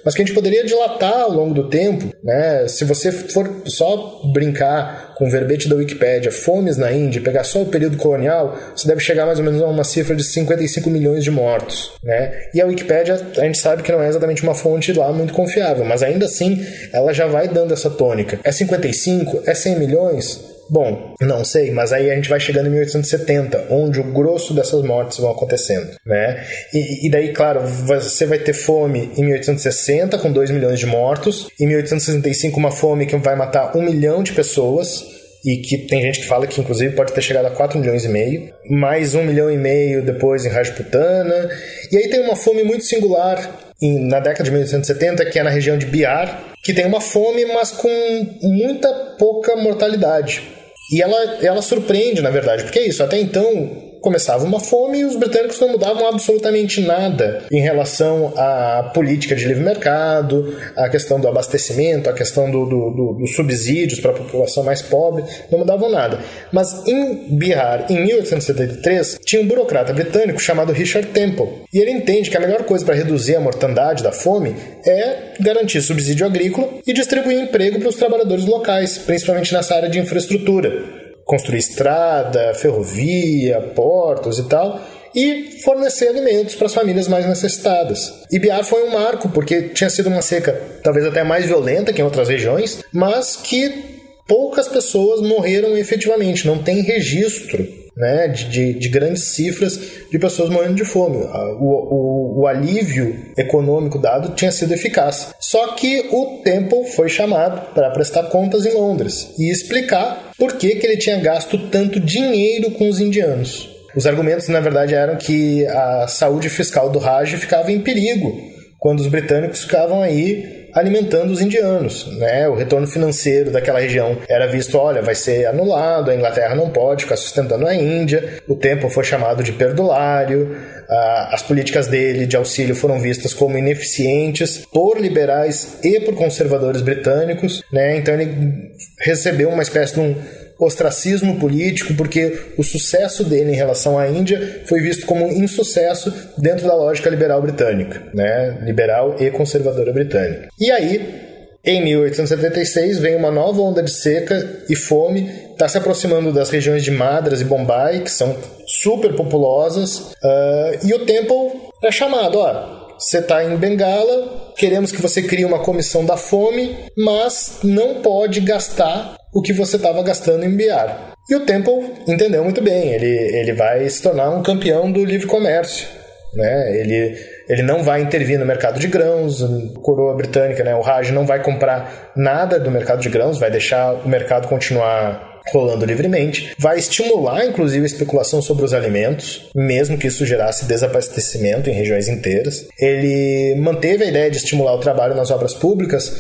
mas que a gente poderia dilatar ao longo do tempo, né? Se você for só brincar com o verbete da Wikipédia, fomes na Índia, pegar só o período colonial, você deve chegar mais ou menos a uma cifra de cinquenta e cinco milhões de mortos, né? E a Wikipédia, a gente sabe que não é exatamente uma fonte lá muito confiável, mas ainda assim, ela já vai dando essa tônica. É cinquenta e cinco? É cem milhões? Bom, não sei, mas aí a gente vai chegando em mil oitocentos e setenta, onde o grosso dessas mortes vão acontecendo, né? E, e daí, claro, você vai ter fome em mil oitocentos e sessenta, com dois milhões de mortos, em mil oitocentos e sessenta e cinco uma fome que vai matar um milhão de pessoas, e que tem gente que fala que inclusive pode ter chegado a quatro milhões e meio, mais um milhão e meio depois em Rajputana, e aí tem uma fome muito singular em, na década de mil oitocentos e setenta, que é na região de Bihar, que tem uma fome, mas com muita pouca mortalidade. E ela, ela surpreende, na verdade, porque é isso, até então começava uma fome e os britânicos não mudavam absolutamente nada em relação à política de livre mercado, à questão do abastecimento, à questão do, do, do, dos subsídios para a população mais pobre, não mudavam nada. Mas em Bihar, em mil oitocentos e setenta e três, tinha um burocrata britânico chamado Richard Temple, e ele entende que a melhor coisa para reduzir a mortandade da fome é garantir subsídio agrícola e distribuir emprego para os trabalhadores locais, principalmente nessa área de infraestrutura. Construir estrada, ferrovia, portos e tal, e fornecer alimentos para as famílias mais necessitadas. E Bihar foi um marco, porque tinha sido uma seca talvez até mais violenta que em outras regiões, mas que poucas pessoas morreram efetivamente, não tem registro, né, de, de, de grandes cifras de pessoas morrendo de fome. O, o, o alívio econômico dado tinha sido eficaz. Só que o Temple foi chamado para prestar contas em Londres e explicar por que, que ele tinha gasto tanto dinheiro com os indianos. Os argumentos, na verdade, eram que a saúde fiscal do Raj ficava em perigo quando os britânicos ficavam aí alimentando os indianos, né? O retorno financeiro daquela região era visto, olha, vai ser anulado, a Inglaterra não pode ficar sustentando a Índia, o Temple foi chamado de perdulário, as políticas dele de auxílio foram vistas como ineficientes por liberais e por conservadores britânicos, né? Então ele recebeu uma espécie de um ostracismo político, porque o sucesso dele em relação à Índia foi visto como um insucesso dentro da lógica liberal britânica, né? Liberal e conservadora britânica. E aí, em mil oitocentos e setenta e seis, vem uma nova onda de seca e fome, está se aproximando das regiões de Madras e Bombay, que são super populosas, uh, e o Temple é chamado, ó, você está em Bengala, queremos que você crie uma comissão da fome, mas não pode gastar o que você estava gastando em Bihar. E o Temple entendeu muito bem, ele, ele vai se tornar um campeão do livre comércio, né? Ele, ele não vai intervir no mercado de grãos, a coroa britânica, né? O Raj não vai comprar nada do mercado de grãos, vai deixar o mercado continuar rolando livremente, vai estimular inclusive a especulação sobre os alimentos, mesmo que isso gerasse desabastecimento em regiões inteiras. Ele manteve a ideia de estimular o trabalho nas obras públicas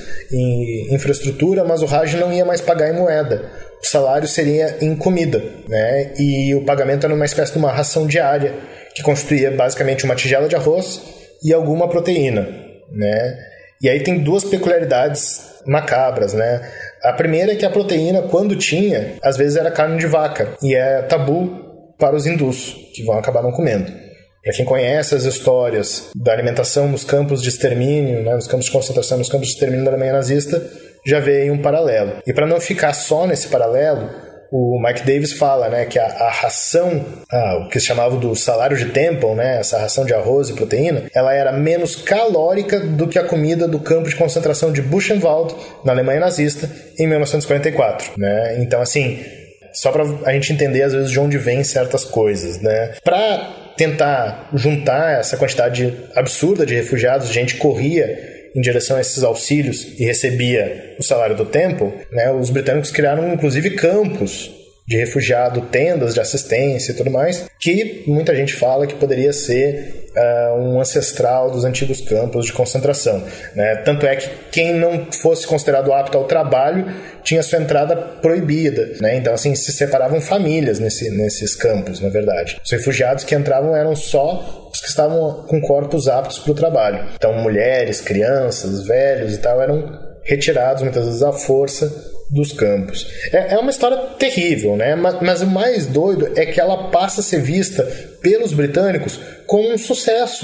e infraestrutura, mas o Raj não ia mais pagar em moeda. O salário seria em comida, né? E o pagamento era uma espécie de uma ração diária, que constituía basicamente uma tigela de arroz e alguma proteína, né? E aí tem duas peculiaridades macabras, né? A primeira é que a proteína, quando tinha, às vezes era carne de vaca, e é tabu para os hindus, que vão acabar não comendo. Para quem conhece as histórias da alimentação nos campos de extermínio, né, nos campos de concentração, nos campos de extermínio da Alemanha nazista, já vê aí um paralelo. E para não ficar só nesse paralelo, o Mike Davis fala, né, que a, a ração, ah, o que se chamava do salário de Temple, né, essa ração de arroz e proteína, ela era menos calórica do que a comida do campo de concentração de Buchenwald, na Alemanha nazista, em mil novecentos e quarenta e quatro. Né? Então, assim, só para a gente entender, às vezes, de onde vêm certas coisas. Né? Para tentar juntar essa quantidade absurda de refugiados, a gente corria em direção a esses auxílios e recebia o salário do Temple, né, os britânicos criaram inclusive campos de refugiado, tendas de assistência e tudo mais, que muita gente fala que poderia ser uh, um ancestral dos antigos campos de concentração. Né? Tanto é que quem não fosse considerado apto ao trabalho tinha sua entrada proibida. Né? Então, assim, se separavam famílias nesse, nesses campos, na verdade. Os refugiados que entravam eram só os que estavam com corpos aptos para o trabalho. Então, mulheres, crianças, velhos e tal eram retirados, muitas vezes à força, dos campos. É, é uma história terrível, né? Mas, mas o mais doido é que ela passa a ser vista pelos britânicos como um sucesso.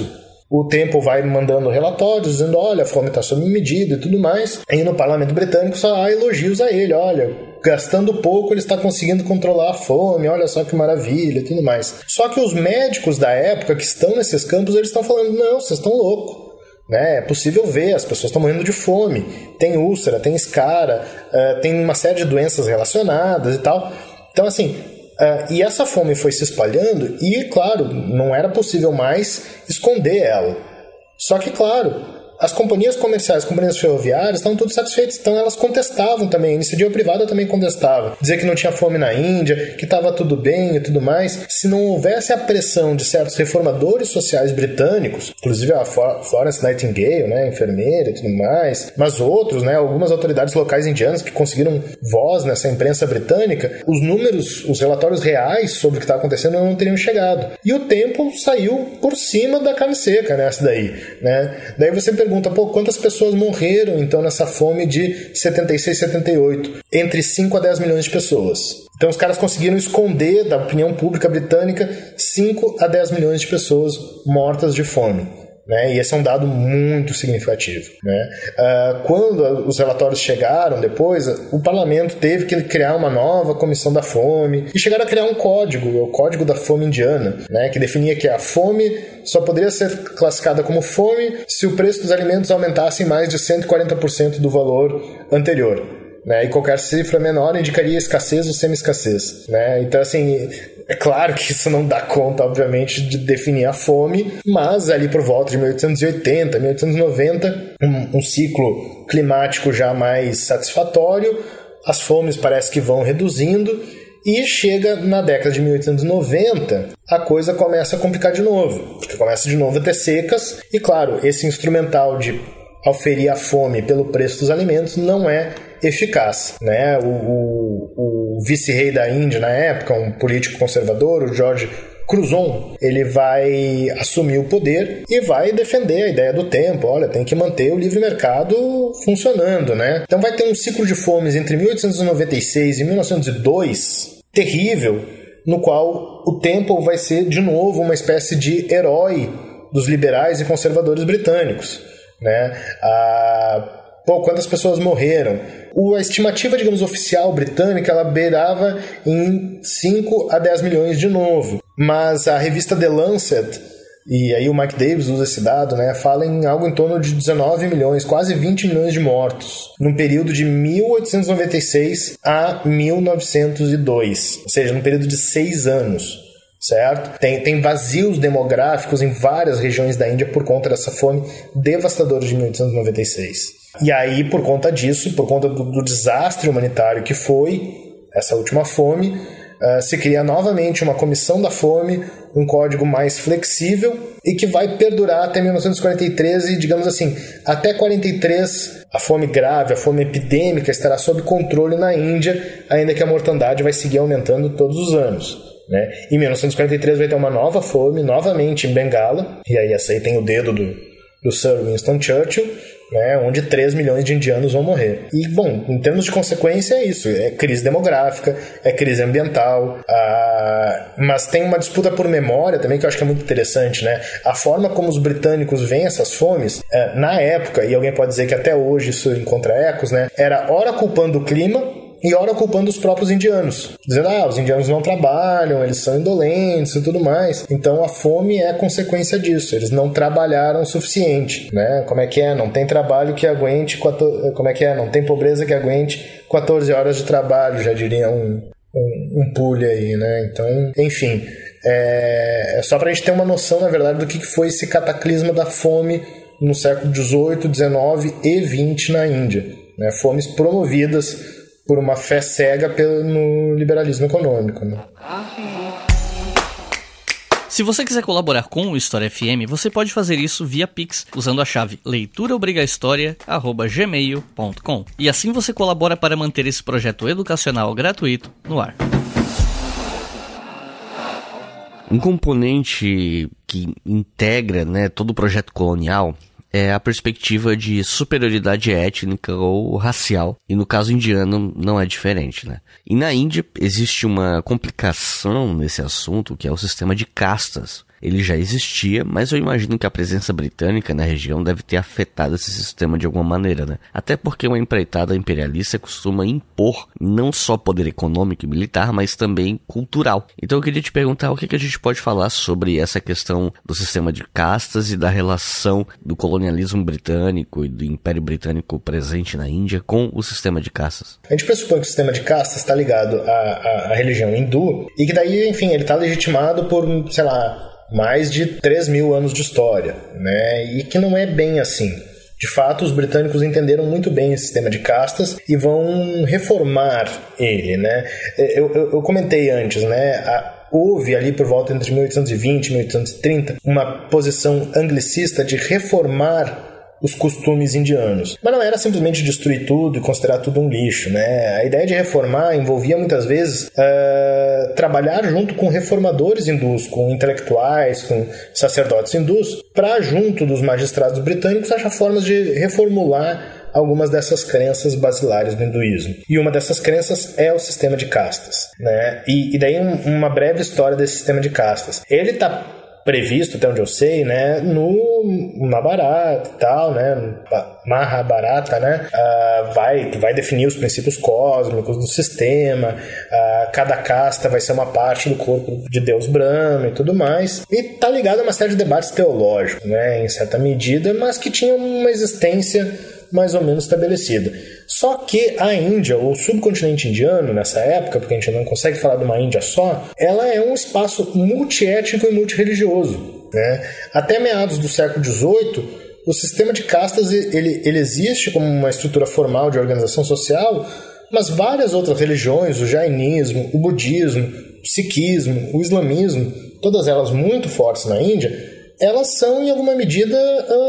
O Temple vai mandando relatórios, dizendo, olha, a fome está sob medida e tudo mais. E no parlamento britânico só há elogios a ele, olha, gastando pouco ele está conseguindo controlar a fome, olha só que maravilha e tudo mais. Só que os médicos da época que estão nesses campos, eles estão falando, não, vocês estão loucos. Né? É possível ver, as pessoas estão morrendo de fome, tem úlcera, tem escara, uh, tem uma série de doenças relacionadas e tal. Então, assim, uh, e essa fome foi se espalhando e, claro, não era possível mais esconder ela. Só que, claro, as companhias comerciais, as companhias ferroviárias estavam todas satisfeitas, então elas contestavam também, a iniciativa privada também contestava, dizia que não tinha fome na Índia, que estava tudo bem e tudo mais. Se não houvesse a pressão de certos reformadores sociais britânicos, inclusive a Florence Nightingale, né, enfermeira e tudo mais, mas outros, né, algumas autoridades locais indianas que conseguiram voz nessa imprensa britânica, os números, os relatórios reais sobre o que estava acontecendo não teriam chegado. E o Temple saiu por cima da carne seca nessa daí, né? Daí você pergunta, pô, quantas pessoas morreram então nessa fome de setenta e seis, setenta e oito? Entre cinco a dez milhões de pessoas. Então os caras conseguiram esconder da opinião pública britânica cinco a dez milhões de pessoas mortas de fome. Né? E esse é um dado muito significativo. Né? Uh, quando os relatórios chegaram depois, o parlamento teve que criar uma nova comissão da fome e chegaram a criar um código, o Código da Fome Indiana, né? Que definia que a fome só poderia ser classificada como fome se o preço dos alimentos aumentasse em mais de cento e quarenta por cento do valor anterior. Né? E qualquer cifra menor indicaria escassez ou semi-escassez. Né? Então, assim, é claro que isso não dá conta, obviamente, de definir a fome, mas ali por volta de mil oitocentos e oitenta, mil oitocentos e noventa, um, um ciclo climático já mais satisfatório, as fomes parece que vão reduzindo, e chega na década de mil oitocentos e noventa, a coisa começa a complicar de novo, porque começa de novo a ter secas, e claro, esse instrumental de auferir a fome pelo preço dos alimentos não é eficaz. Né? O, o, o vice-rei da Índia na época, um político conservador, o George Curzon, ele vai assumir o poder e vai defender a ideia do tempo. Olha, tem que manter o livre mercado funcionando. Né? Então vai ter um ciclo de fomes entre mil oitocentos e noventa e seis e mil novecentos e dois terrível, no qual o Temple vai ser de novo uma espécie de herói dos liberais e conservadores britânicos. Né? A... Pô, quantas pessoas morreram? O, a estimativa, digamos, oficial britânica, ela beirava em cinco a dez milhões de novo. Mas a revista The Lancet, e aí o Mike Davis usa esse dado, né, fala em algo em torno de dezenove milhões, quase vinte milhões de mortos, num período de mil oitocentos e noventa e seis a mil novecentos e dois, ou seja, num período de seis anos. Certo? Tem, tem vazios demográficos em várias regiões da Índia por conta dessa fome devastadora de mil oitocentos e noventa e seis. E aí, por conta disso, por conta do, do desastre humanitário que foi essa última fome, uh, se cria novamente uma comissão da fome, um código mais flexível e que vai perdurar até mil novecentos e quarenta e três e, digamos assim, até quarenta e três a fome grave, a fome epidêmica estará sob controle na Índia, ainda que a mortandade vai seguir aumentando todos os anos. Né? Em mil novecentos e quarenta e três vai ter uma nova fome, novamente em Bengala, e aí essa aí tem o dedo do, do Sir Winston Churchill, né? Onde três milhões de indianos vão morrer. E, bom, em termos de consequência é isso, é crise demográfica, é crise ambiental, ah, mas tem uma disputa por memória também que eu acho que é muito interessante, né? A forma como os britânicos veem essas fomes, eh, na época, e alguém pode dizer que até hoje isso encontra ecos, né? Era ora culpando o clima, e ora culpando os próprios indianos, dizendo, ah, os indianos não trabalham, eles são indolentes e tudo mais. Então a fome é consequência disso, eles não trabalharam o suficiente, né? Como é que é? Não tem trabalho que aguente, quatorze... como é que é? Não tem pobreza que aguente quatorze horas de trabalho, já diria um, um, um pulha aí, né? Então, enfim, é, é só pra gente ter uma noção, na verdade, do que foi esse cataclisma da fome no século dezoito, dezenove e vinte na Índia, né? Fomes promovidas por uma fé cega no liberalismo econômico. Né?
Se você quiser colaborar com o História F M, você pode fazer isso via Pix, usando a chave leitura obriga história arroba gmail ponto com. E assim você colabora para manter esse projeto educacional gratuito no ar.
Um componente que integra, né, todo o projeto colonial é a perspectiva de superioridade étnica ou racial, e no caso indiano não é diferente, né? E na Índia existe uma complicação nesse assunto, que é o sistema de castas, ele já existia, mas eu imagino que a presença britânica na região deve ter afetado esse sistema de alguma maneira, né? Até porque uma empreitada imperialista costuma impor não só poder econômico e militar, mas também cultural. Então eu queria te perguntar o que, que a gente pode falar sobre essa questão do sistema de castas e da relação do colonialismo britânico e do Império Britânico presente na Índia com o sistema de castas.
A gente pressupõe que o sistema de castas está ligado à, à, à religião hindu e que daí, enfim, ele está legitimado por, sei lá, mais de três mil anos de história, né? E que não é bem assim. De fato, os britânicos entenderam muito bem esse sistema de castas e vão reformar ele, né? Eu, eu, eu comentei antes, né? A, houve ali por volta entre mil oitocentos e vinte e mil oitocentos e trinta uma posição anglicista de reformar os costumes indianos. Mas não era simplesmente destruir tudo e considerar tudo um lixo, né? A ideia de reformar envolvia muitas vezes uh, trabalhar junto com reformadores hindus, com intelectuais, com sacerdotes hindus, para junto dos magistrados britânicos achar formas de reformular algumas dessas crenças basilares do hinduísmo. E uma dessas crenças é o sistema de castas, né? E, e daí um, uma breve história desse sistema de castas. Ele está previsto, até onde eu sei, né, no Mahabharata e tal, né, Mahabharata, né, uh, vai, vai definir os princípios cósmicos do sistema, uh, cada casta vai ser uma parte do corpo de Deus Brahma e tudo mais, e tá ligado a uma série de debates teológicos, né, em certa medida, mas que tinham uma existência mais ou menos estabelecida. Só que a Índia, ou o subcontinente indiano, nessa época, porque a gente não consegue falar de uma Índia só, ela é um espaço multiétnico e multirreligioso, né? Até meados do século dezoito, o sistema de castas ele, ele existe como uma estrutura formal de organização social, mas várias outras religiões, o jainismo, o budismo, o sikhismo, o islamismo, todas elas muito fortes na Índia, elas são em alguma medida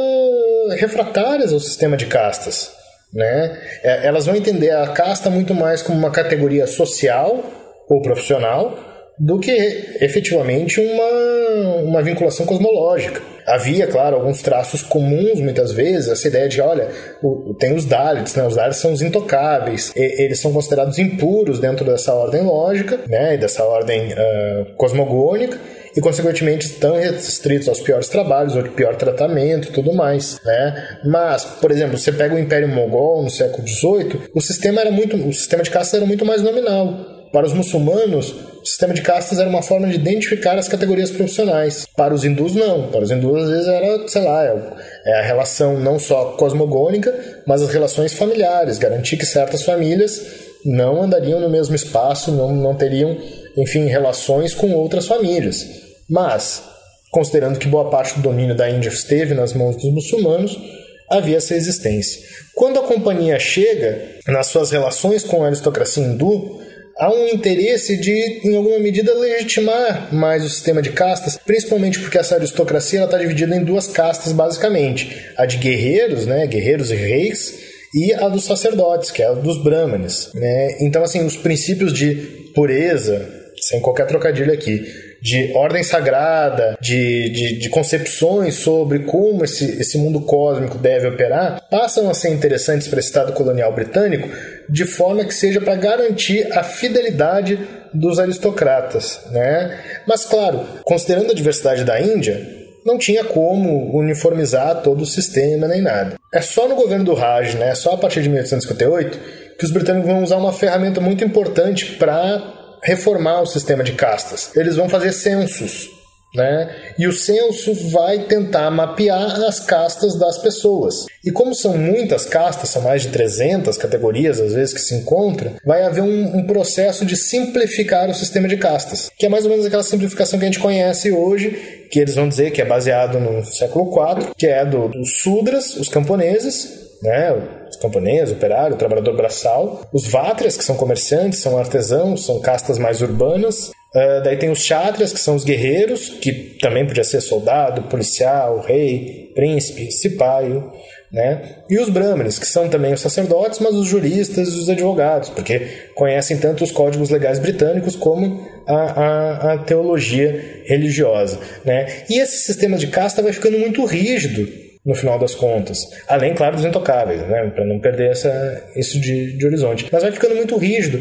uh, refratárias ao sistema de castas, né? Elas vão entender a casta muito mais como uma categoria social ou profissional do que efetivamente uma, uma vinculação cosmológica. Havia, claro, alguns traços comuns, muitas vezes, essa ideia de, olha, o, tem os Dalits, né? Os Dalits são os intocáveis, e, eles são considerados impuros dentro dessa ordem lógica, né? E dessa ordem uh, cosmogônica, e, consequentemente, estão restritos aos piores trabalhos, ao pior tratamento e tudo mais, né? Mas, por exemplo, você pega o Império Mogol no século dezoito, o sistema, era muito, o sistema de castas era muito mais nominal. Para os muçulmanos, o sistema de castas era uma forma de identificar as categorias profissionais. Para os hindus, não. Para os hindus, às vezes, era, sei lá, é a relação não só cosmogônica, mas as relações familiares. Garantir que certas famílias não andariam no mesmo espaço, não, não teriam, enfim, relações com outras famílias. Mas, considerando que boa parte do domínio da Índia esteve nas mãos dos muçulmanos, havia essa existência. Quando a companhia chega, nas suas relações com a aristocracia hindu, há um interesse de, em alguma medida, legitimar mais o sistema de castas, principalmente porque essa aristocracia está dividida em duas castas, basicamente. A de guerreiros, né, guerreiros e reis, e a dos sacerdotes, que é a dos brahmanes, né? Então, assim, os princípios de pureza, sem qualquer trocadilho aqui, de ordem sagrada, de, de, de concepções sobre como esse, esse mundo cósmico deve operar, passam a ser interessantes para esse Estado colonial britânico, de forma que seja para garantir a fidelidade dos aristocratas, né? Mas, claro, considerando a diversidade da Índia, não tinha como uniformizar todo o sistema nem nada. É só no governo do Raj, né? Só a partir de mil oitocentos e cinquenta e oito, que os britânicos vão usar uma ferramenta muito importante para reformar o sistema de castas. Eles vão fazer censos, né? E o censo vai tentar mapear as castas das pessoas. E como são muitas castas, são mais de trezentas categorias às vezes que se encontram, vai haver um, um processo de simplificar o sistema de castas, que é mais ou menos aquela simplificação que a gente conhece hoje, que eles vão dizer que é baseado no século quatro, que é do, dos Sudras, os camponeses, né, os camponeses, operário, o trabalhador braçal, os Vátrias, que são comerciantes, são artesãos, são castas mais urbanas, uh, daí tem os Kshatriyas, que são os guerreiros, que também podia ser soldado, policial, rei, príncipe, cipaio, né, e os Brahmanes, que são também os sacerdotes, mas os juristas e os advogados, porque conhecem tanto os códigos legais britânicos como a, a, a teologia religiosa, né, e esse sistema de casta vai ficando muito rígido no final das contas, além, claro, dos intocáveis, né, para não perder essa, isso de, de horizonte. Mas vai ficando muito rígido,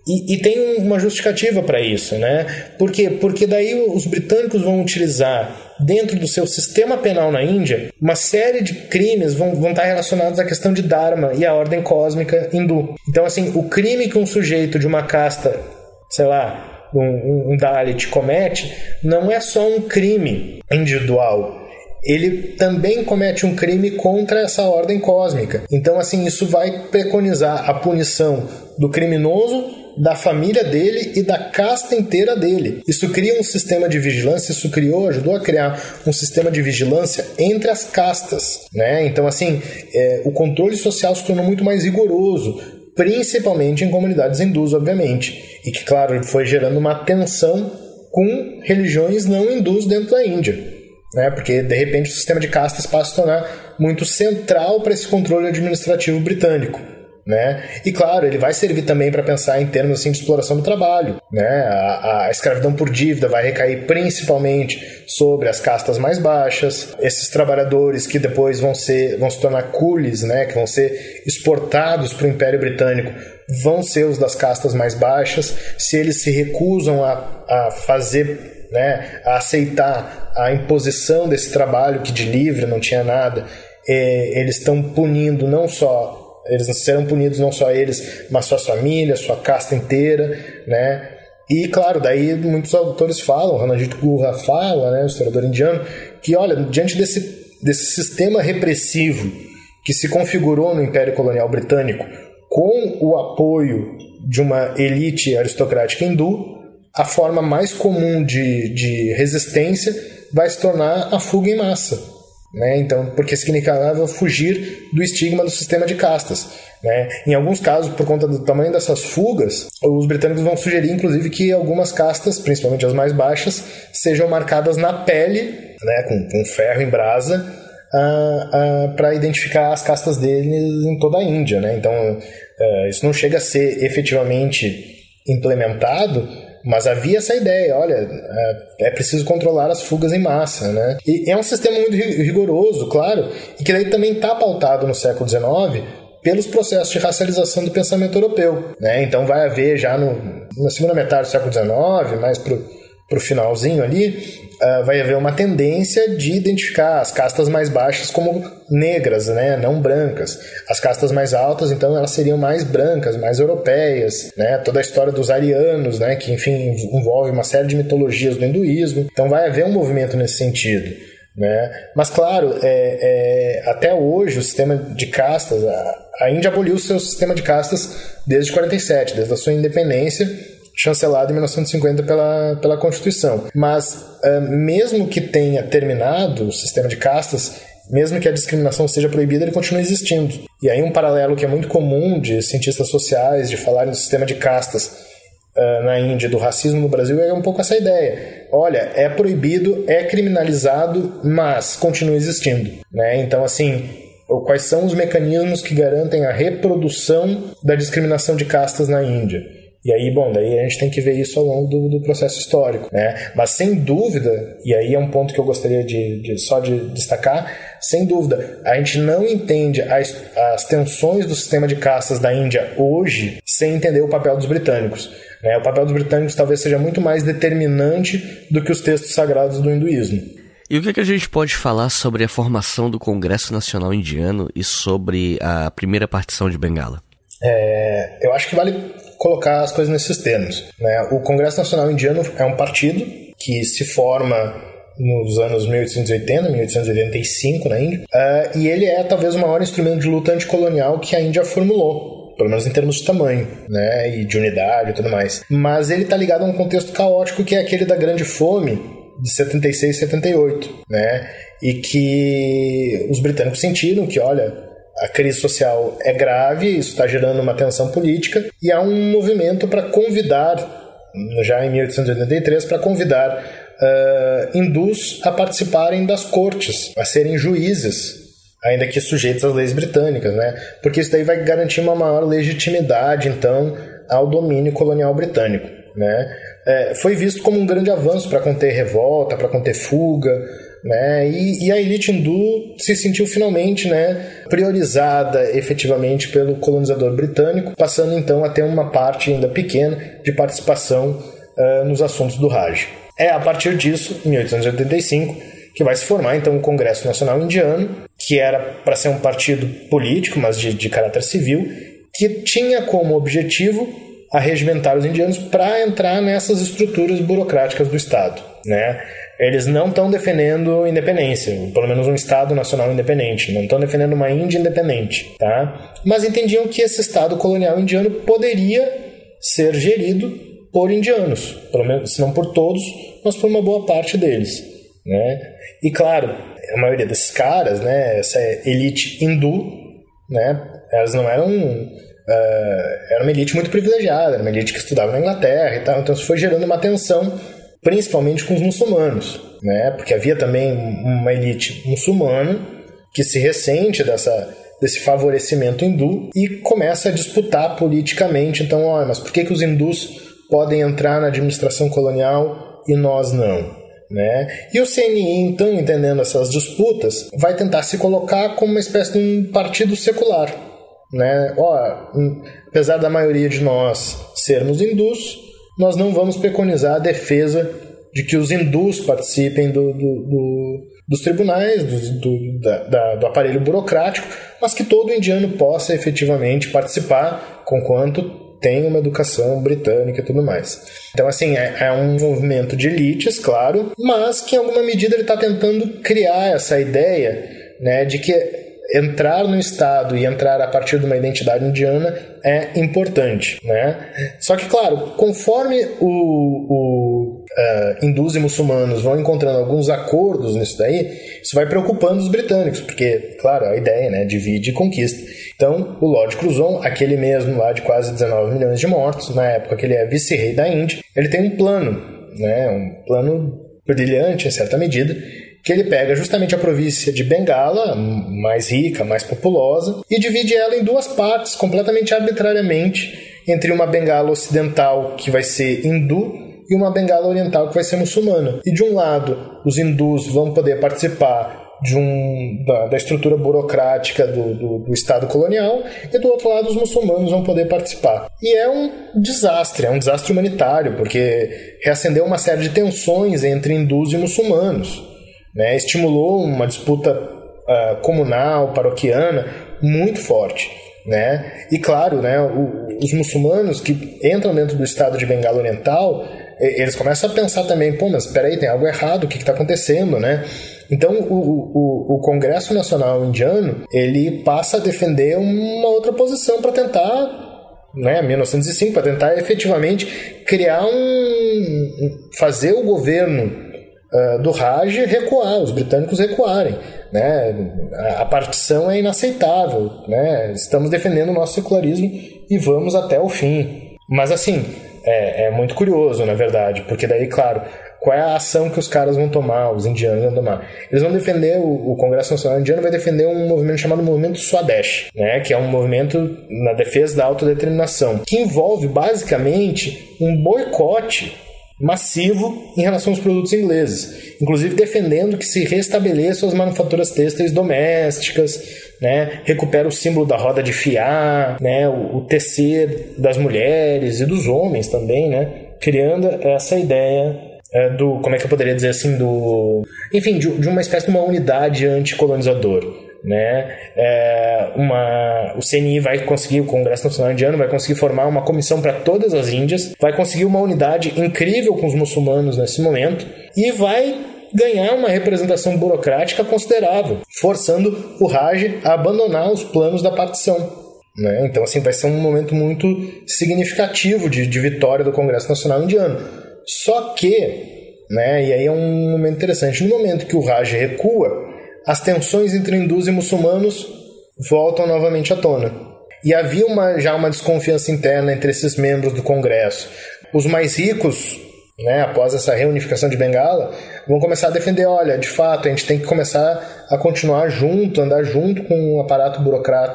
E, e tem uma justificativa para isso, né? Por quê? Porque daí os britânicos vão utilizar, dentro do seu sistema penal na Índia, uma série de crimes vão, vão estar relacionados à questão de Dharma e à ordem cósmica hindu. Então, assim, o crime que um sujeito de uma casta, sei lá, um, um Dalit comete, não é só um crime individual. Ele também comete um crime contra essa ordem cósmica. Então, assim, isso vai preconizar a punição do criminoso, da família dele e da casta inteira dele. Isso cria um sistema de vigilância, isso criou, ajudou a criar um sistema de vigilância entre as castas, né? Então, assim, é, o controle social se tornou muito mais rigoroso, principalmente em comunidades hindus, obviamente, e que, claro, foi gerando uma tensão com religiões não hindus dentro da Índia, né? Porque, de repente, o sistema de castas passa a se tornar muito central para esse controle administrativo britânico, né? E claro, ele vai servir também para pensar em termos assim, de exploração do trabalho, né? a, a escravidão por dívida vai recair principalmente sobre as castas mais baixas, esses trabalhadores que depois vão, ser, vão se tornar coolies, né? Que vão ser exportados para o Império Britânico, vão ser os das castas mais baixas. Se eles se recusam a, a fazer, né, a aceitar a imposição desse trabalho que de livre não tinha nada, é, eles estão punindo não só eles serão punidos não só eles, mas suas famílias, sua casta inteira, né? E claro, daí muitos autores falam, Ranajit Gurra fala, né, o historiador indiano, que olha, diante desse, desse sistema repressivo que se configurou no Império Colonial Britânico com o apoio de uma elite aristocrática hindu, a forma mais comum de, de resistência vai se tornar a fuga em massa. Né? Então, porque significava fugir do estigma do sistema de castas, né? Em alguns casos, por conta do tamanho dessas fugas, os britânicos vão sugerir, inclusive, que algumas castas, principalmente as mais baixas, sejam marcadas na pele, né? com, com ferro em brasa, uh, uh, para identificar as castas deles em toda a Índia, né? Então, uh, isso não chega a ser efetivamente implementado, mas havia essa ideia, olha, é preciso controlar as fugas em massa, né? E é um sistema muito rigoroso, claro, e que daí também está pautado no século dezenove pelos processos de racialização do pensamento europeu, né? Então vai haver já no, na segunda metade do século dezenove, mais pro, pro finalzinho ali, uh, vai haver uma tendência de identificar as castas mais baixas como negras, né? Não brancas. As castas mais altas, então, elas seriam mais brancas, mais europeias, né? Toda a história dos arianos, né? Que, enfim, envolve uma série de mitologias do hinduísmo. Então vai haver um movimento nesse sentido, né? Mas, claro, é, é, até hoje o sistema de castas, a, a Índia aboliu o seu sistema de castas desde quarenta e sete, desde a sua independência, chancelado em mil novecentos e cinquenta pela, pela Constituição. Mas, uh, mesmo que tenha terminado o sistema de castas, mesmo que a discriminação seja proibida, ele continua existindo. E aí um paralelo que é muito comum de cientistas sociais, de falarem do sistema de castas uh, na Índia, do racismo no Brasil, é um pouco essa ideia. Olha, é proibido, é criminalizado, mas continua existindo, né? Então, assim, quais são os mecanismos que garantem a reprodução da discriminação de castas na Índia? E aí, bom, daí a gente tem que ver isso ao longo do, do processo histórico, né? Mas sem dúvida, e aí é um ponto que eu gostaria de, de só de destacar, sem dúvida, a gente não entende as, as tensões do sistema de castas da Índia hoje sem entender o papel dos britânicos, né? O papel dos britânicos talvez seja muito mais determinante do que os textos sagrados do hinduísmo.
E o que, é que a gente pode falar sobre a formação do Congresso Nacional Indiano e sobre a primeira partição de Bengala?
É, eu acho que vale colocar as coisas nesses termos, né? O Congresso Nacional Indiano é um partido que se forma nos anos mil oitocentos e oitenta, mil oitocentos e oitenta e cinco na Índia, uh, e ele é talvez o maior instrumento de luta anticolonial que a Índia formulou, pelo menos em termos de tamanho, né, e de unidade e tudo mais. Mas ele está ligado a um contexto caótico que é aquele da Grande Fome de setenta e seis e setenta e oito, né, e que os britânicos sentiram que, olha, a crise social é grave, isso está gerando uma tensão política, e há um movimento para convidar, já em mil oitocentos e oitenta e três, para convidar uh, hindus a participarem das cortes, a serem juízes, ainda que sujeitos às leis britânicas, né? Porque isso daí vai garantir uma maior legitimidade, então, ao domínio colonial britânico, né? É, foi visto como um grande avanço para conter revolta, para conter fuga, né? E, e a elite hindu se sentiu finalmente, né, priorizada efetivamente pelo colonizador britânico, passando então a ter uma parte ainda pequena de participação uh, nos assuntos do Raj. É a partir disso, em mil oitocentos e oitenta e cinco, que vai se formar então o Congresso Nacional Indiano, que era para ser um partido político, mas de, de caráter civil, que tinha como objetivo arregimentar os indianos para entrar nessas estruturas burocráticas do Estado, né? Eles não estão defendendo independência, pelo menos um Estado nacional independente, não estão defendendo uma Índia independente, tá? Mas entendiam que esse Estado colonial indiano poderia ser gerido por indianos, pelo menos, se não por todos, mas por uma boa parte deles, né? E claro, a maioria desses caras, né, essa elite hindu, né, elas não eram... Uh, era uma elite muito privilegiada, era uma elite que estudava na Inglaterra e tal, então isso foi gerando uma tensão principalmente com os muçulmanos, né? Porque havia também uma elite muçulmana que se ressente dessa, desse favorecimento hindu e começa a disputar politicamente, então, olha, mas por que, que os hindus podem entrar na administração colonial e nós não? Né? E o C N I, então, entendendo essas disputas, vai tentar se colocar como uma espécie de um partido secular, né? Ó, apesar da maioria de nós sermos hindus, nós não vamos preconizar a defesa de que os hindus participem do, do, do, dos tribunais, do, do, da, da, do aparelho burocrático, mas que todo indiano possa efetivamente participar, conquanto tem uma educação britânica e tudo mais. Então, assim, é, é um movimento de elites, claro, mas que em alguma medida ele está tentando criar essa ideia, né, de que entrar no Estado e entrar a partir de uma identidade indiana é importante, né? Só que, claro, conforme o, o uh, hindus e muçulmanos vão encontrando alguns acordos nisso daí, isso vai preocupando os britânicos, porque, claro, a ideia, né, divide e conquista. Então, o Lord Curzon, aquele mesmo lá de quase dezenove milhões de mortos, na época que ele é vice-rei da Índia, ele tem um plano, né, um plano brilhante, em certa medida, que ele pega justamente a província de Bengala, mais rica, mais populosa, e divide ela em duas partes, completamente arbitrariamente, entre uma Bengala ocidental, que vai ser hindu, e uma Bengala oriental, que vai ser muçulmana. E de um lado, os hindus vão poder participar de um, da, da estrutura burocrática do, do, do Estado colonial, e do outro lado, os muçulmanos vão poder participar. E é um desastre, é um desastre humanitário, porque reacendeu uma série de tensões entre hindus e muçulmanos, né, estimulou uma disputa uh, comunal, paroquiana, muito forte, né? E claro, né, o, os muçulmanos que entram dentro do Estado de Bengala Oriental, eles começam a pensar também, pô, mas espera aí, tem algo errado, o que está acontecendo, né? Então o, o, o Congresso Nacional Indiano, ele passa a defender uma outra posição para tentar, né, mil novecentos e cinco, para tentar efetivamente criar um... fazer o governo Uh, do Raj recuar, os britânicos recuarem, né? A, a partição é inaceitável, né? Estamos defendendo o nosso secularismo e vamos até o fim. Mas assim, é, é muito curioso, na verdade, porque daí, claro, qual é a ação que os caras vão tomar, os indianos vão tomar? Eles vão defender, o, o Congresso Nacional Indiano vai defender um movimento chamado Movimento Swadesh, né? Que é um movimento na defesa da autodeterminação, que envolve basicamente um boicote massivo em relação aos produtos ingleses, inclusive defendendo que se restabeleçam as manufaturas têxteis domésticas, né, recupera o símbolo da roda de fiar, né, o, o tecer das mulheres e dos homens também, né, criando essa ideia é, do, como é que eu poderia dizer assim, do, enfim, de, de uma espécie de uma unidade anticolonizadora. Né? É, uma, o C N I vai conseguir, o Congresso Nacional Indiano vai conseguir formar uma comissão para todas as Índias, vai conseguir uma unidade incrível com os muçulmanos nesse momento e vai ganhar uma representação burocrática considerável, forçando o Raj a abandonar os planos da partição, né? Então assim, vai ser um momento muito significativo de, de vitória do Congresso Nacional Indiano. Só que, né, e aí é um momento interessante, no momento que o Raj recua, as tensões entre hindus e muçulmanos voltam novamente à tona. E havia uma, já uma desconfiança interna entre esses membros do Congresso. Os mais ricos, né, após essa reunificação de Bengala, vão começar a defender, olha, de fato, a gente tem que começar a continuar junto, andar junto com o aparato burocrata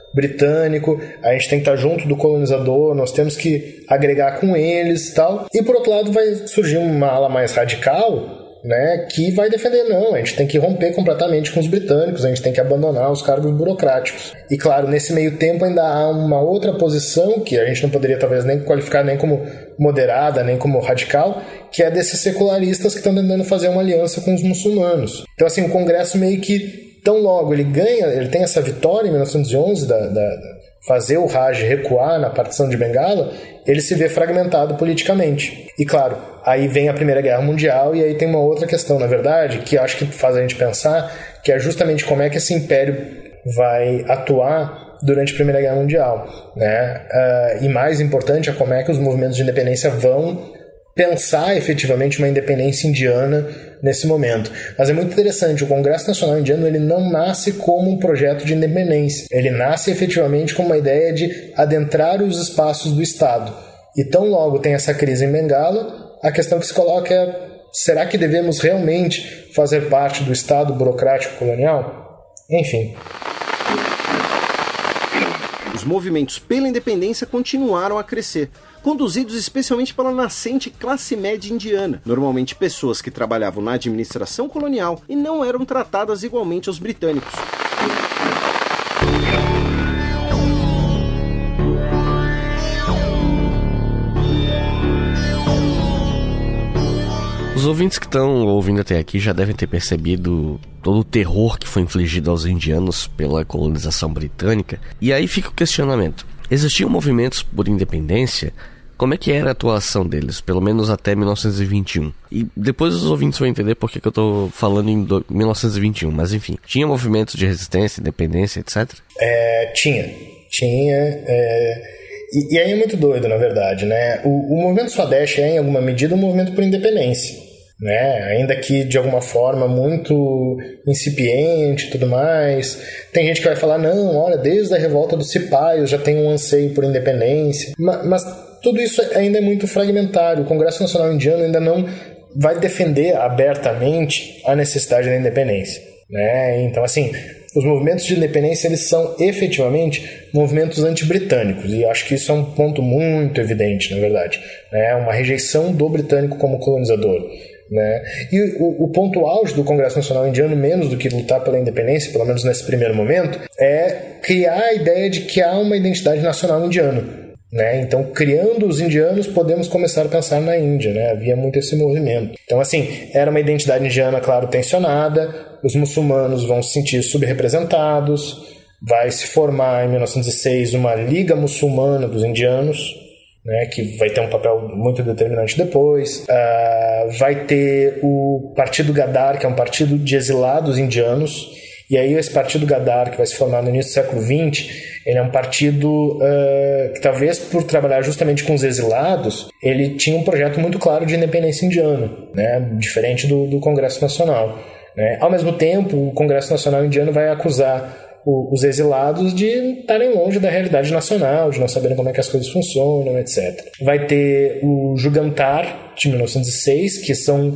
britânico, a gente tem que estar junto do colonizador, nós temos que agregar com eles e tal. E por outro lado vai surgir uma ala mais radical, né, que vai defender, não, a gente tem que romper completamente com os britânicos, a gente tem que abandonar os cargos burocráticos. E claro, nesse meio tempo ainda há uma outra posição, que a gente não poderia talvez nem qualificar nem como moderada, nem como radical, que é desses secularistas que estão tentando fazer uma aliança com os muçulmanos. Então assim, o Congresso meio que, tão logo ele ganha, ele tem essa vitória em mil novecentos e onze da, da, da fazer o Raj recuar na partição de Bengala, ele se vê fragmentado politicamente. E claro, aí vem a Primeira Guerra Mundial e aí tem uma outra questão, na verdade, que acho que faz a gente pensar, que é justamente como é que esse império vai atuar durante a Primeira Guerra Mundial, né? Uh, e mais importante é como é que os movimentos de independência vão pensar efetivamente uma independência indiana nesse momento. Mas é muito interessante, o Congresso Nacional Indiano ele não nasce como um projeto de independência, ele nasce efetivamente como uma ideia de adentrar os espaços do Estado. E tão logo tem essa crise em Bengala, a questão que se coloca é, será que devemos realmente fazer parte do Estado burocrático colonial? Enfim.
Os movimentos pela independência continuaram a crescer, conduzidos especialmente pela nascente classe média indiana, normalmente pessoas que trabalhavam na administração colonial e não eram tratadas igualmente aos britânicos.
Os ouvintes que estão ouvindo até aqui já devem ter percebido todo o terror que foi infligido aos indianos pela colonização britânica. E aí fica o questionamento. Existiam movimentos por independência? Como é que era a atuação deles, pelo menos até mil novecentos e vinte e um? E depois os ouvintes vão entender por que eu estou falando em mil novecentos e vinte e um, mas enfim. Tinha movimentos de resistência, independência, etcétera?
É, tinha. Tinha... É... E, e aí é muito doido, na verdade, né? O, o movimento Swadeshi é, em alguma medida, um movimento por independência, né? Ainda que, de alguma forma, muito incipiente e tudo mais. Tem gente que vai falar, não, olha, desde a revolta dos cipaios já tem um anseio por independência. Mas, mas tudo isso ainda é muito fragmentário. O Congresso Nacional Indiano ainda não vai defender abertamente a necessidade da independência, né? Então, assim... Os movimentos de independência eles são efetivamente movimentos anti-britânicos, e acho que isso é um ponto muito evidente, na verdade, né? Uma rejeição do britânico como colonizador, né? E o, o ponto auge do Congresso Nacional Indiano, menos do que lutar pela independência, pelo menos nesse primeiro momento, é criar a ideia de que há uma identidade nacional indiana, né? Então, criando os indianos, podemos começar a pensar na Índia, né? Havia muito esse movimento. Então, assim, era uma identidade indiana, claro, tensionada. Os muçulmanos vão se sentir subrepresentados. Vai se formar, em mil novecentos e seis, uma Liga Muçulmana dos Indianos, né? Que vai ter um papel muito determinante depois. Uh, vai ter o Partido Ghadar, que é um partido de exilados indianos. E aí esse partido Ghadar, que vai se formar no início do século vinte, ele é um partido uh, que talvez por trabalhar justamente com os exilados, ele tinha um projeto muito claro de independência indiana, né? Diferente do, do Congresso Nacional, né? Ao mesmo tempo, o Congresso Nacional Indiano vai acusar o, os exilados de estarem longe da realidade nacional, de não saberem como é que as coisas funcionam, etcétera. Vai ter o Jugantar, de mil novecentos e seis, que são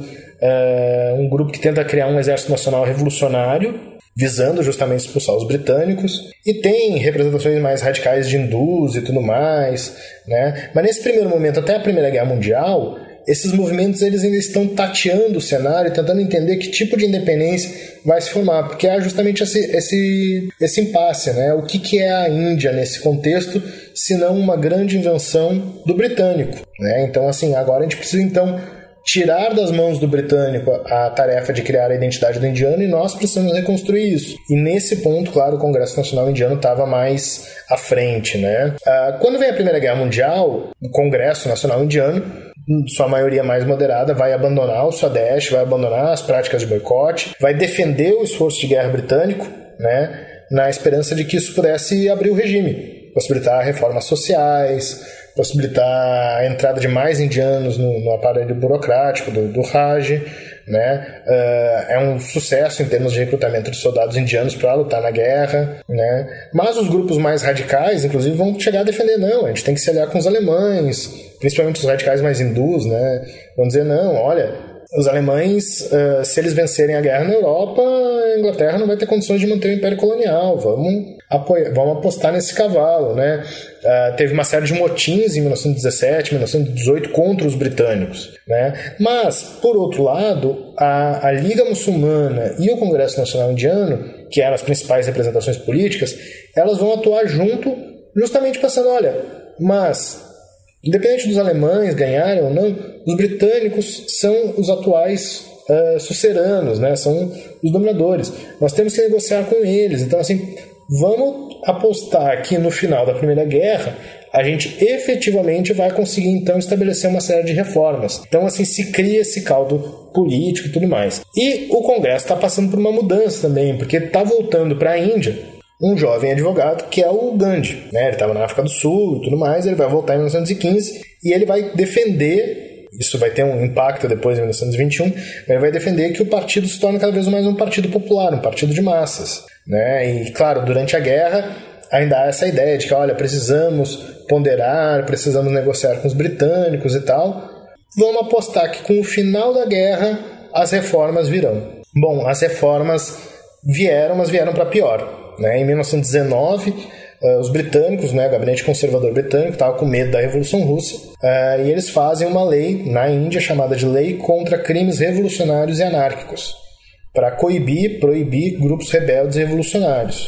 uh, um grupo que tenta criar um exército nacional revolucionário, visando justamente expulsar os britânicos, e tem representações mais radicais de hindus e tudo mais, né? Mas nesse primeiro momento, até a Primeira Guerra Mundial, esses movimentos eles ainda estão tateando o cenário, tentando entender que tipo de independência vai se formar, porque há justamente esse, esse, esse impasse, né? O que, que é a Índia nesse contexto, se não uma grande invenção do britânico, né? Então, assim, agora a gente precisa, então, tirar das mãos do britânico a tarefa de criar a identidade do indiano, e nós precisamos reconstruir isso. E nesse ponto, claro, o Congresso Nacional Indiano estava mais à frente, né? Ah, quando vem a Primeira Guerra Mundial, o Congresso Nacional Indiano, sua maioria mais moderada, vai abandonar o Swadesh, vai abandonar as práticas de boicote, vai defender o esforço de guerra britânico, né? Na esperança de que isso pudesse abrir o regime, possibilitar reformas sociais, possibilitar a entrada de mais indianos no, no aparelho burocrático do, do Raj, né? Uh, é um sucesso em termos de recrutamento de soldados indianos para lutar na guerra, né? Mas os grupos mais radicais, inclusive, vão chegar a defender, não, a gente tem que se aliar com os alemães, principalmente os radicais mais hindus, né? Vão dizer, não, olha, os alemães, uh, se eles vencerem a guerra na Europa, a Inglaterra não vai ter condições de manter o Império Colonial, vamos apoia, vamos apostar nesse cavalo, né? Uh, teve uma série de motins em mil novecentos e dezessete, mil novecentos e dezoito contra os britânicos, né? Mas, por outro lado, a, a Liga Muçulmana e o Congresso Nacional Indiano, que eram as principais representações políticas, elas vão atuar junto, justamente pensando, olha, mas independente dos alemães ganharem ou não, os britânicos são os atuais uh, suceranos, né? São os dominadores. Nós temos que negociar com eles. Então, assim, vamos apostar que no final da Primeira Guerra a gente efetivamente vai conseguir então estabelecer uma série de reformas. Então, assim, se cria esse caldo político e tudo mais. E o Congresso está passando por uma mudança também, porque está voltando para a Índia um jovem advogado que é o Gandhi, né? Ele estava na África do Sul e tudo mais, ele vai voltar em mil novecentos e quinze e ele vai defender, isso vai ter um impacto depois em mil novecentos e vinte e um, mas ele vai defender que o partido se torne cada vez mais um partido popular, um partido de massas, né? E claro, durante a guerra ainda há essa ideia de que, olha, precisamos ponderar, precisamos negociar com os britânicos e tal. Vamos apostar que com o final da guerra as reformas virão. Bom, as reformas vieram, mas vieram para pior. Né? Em mil novecentos e dezenove, uh, os britânicos, né, o gabinete conservador britânico, estava com medo da Revolução Russa, uh, e eles fazem uma lei na Índia chamada de Lei contra Crimes Revolucionários e Anárquicos, para coibir, proibir grupos rebeldes e revolucionários.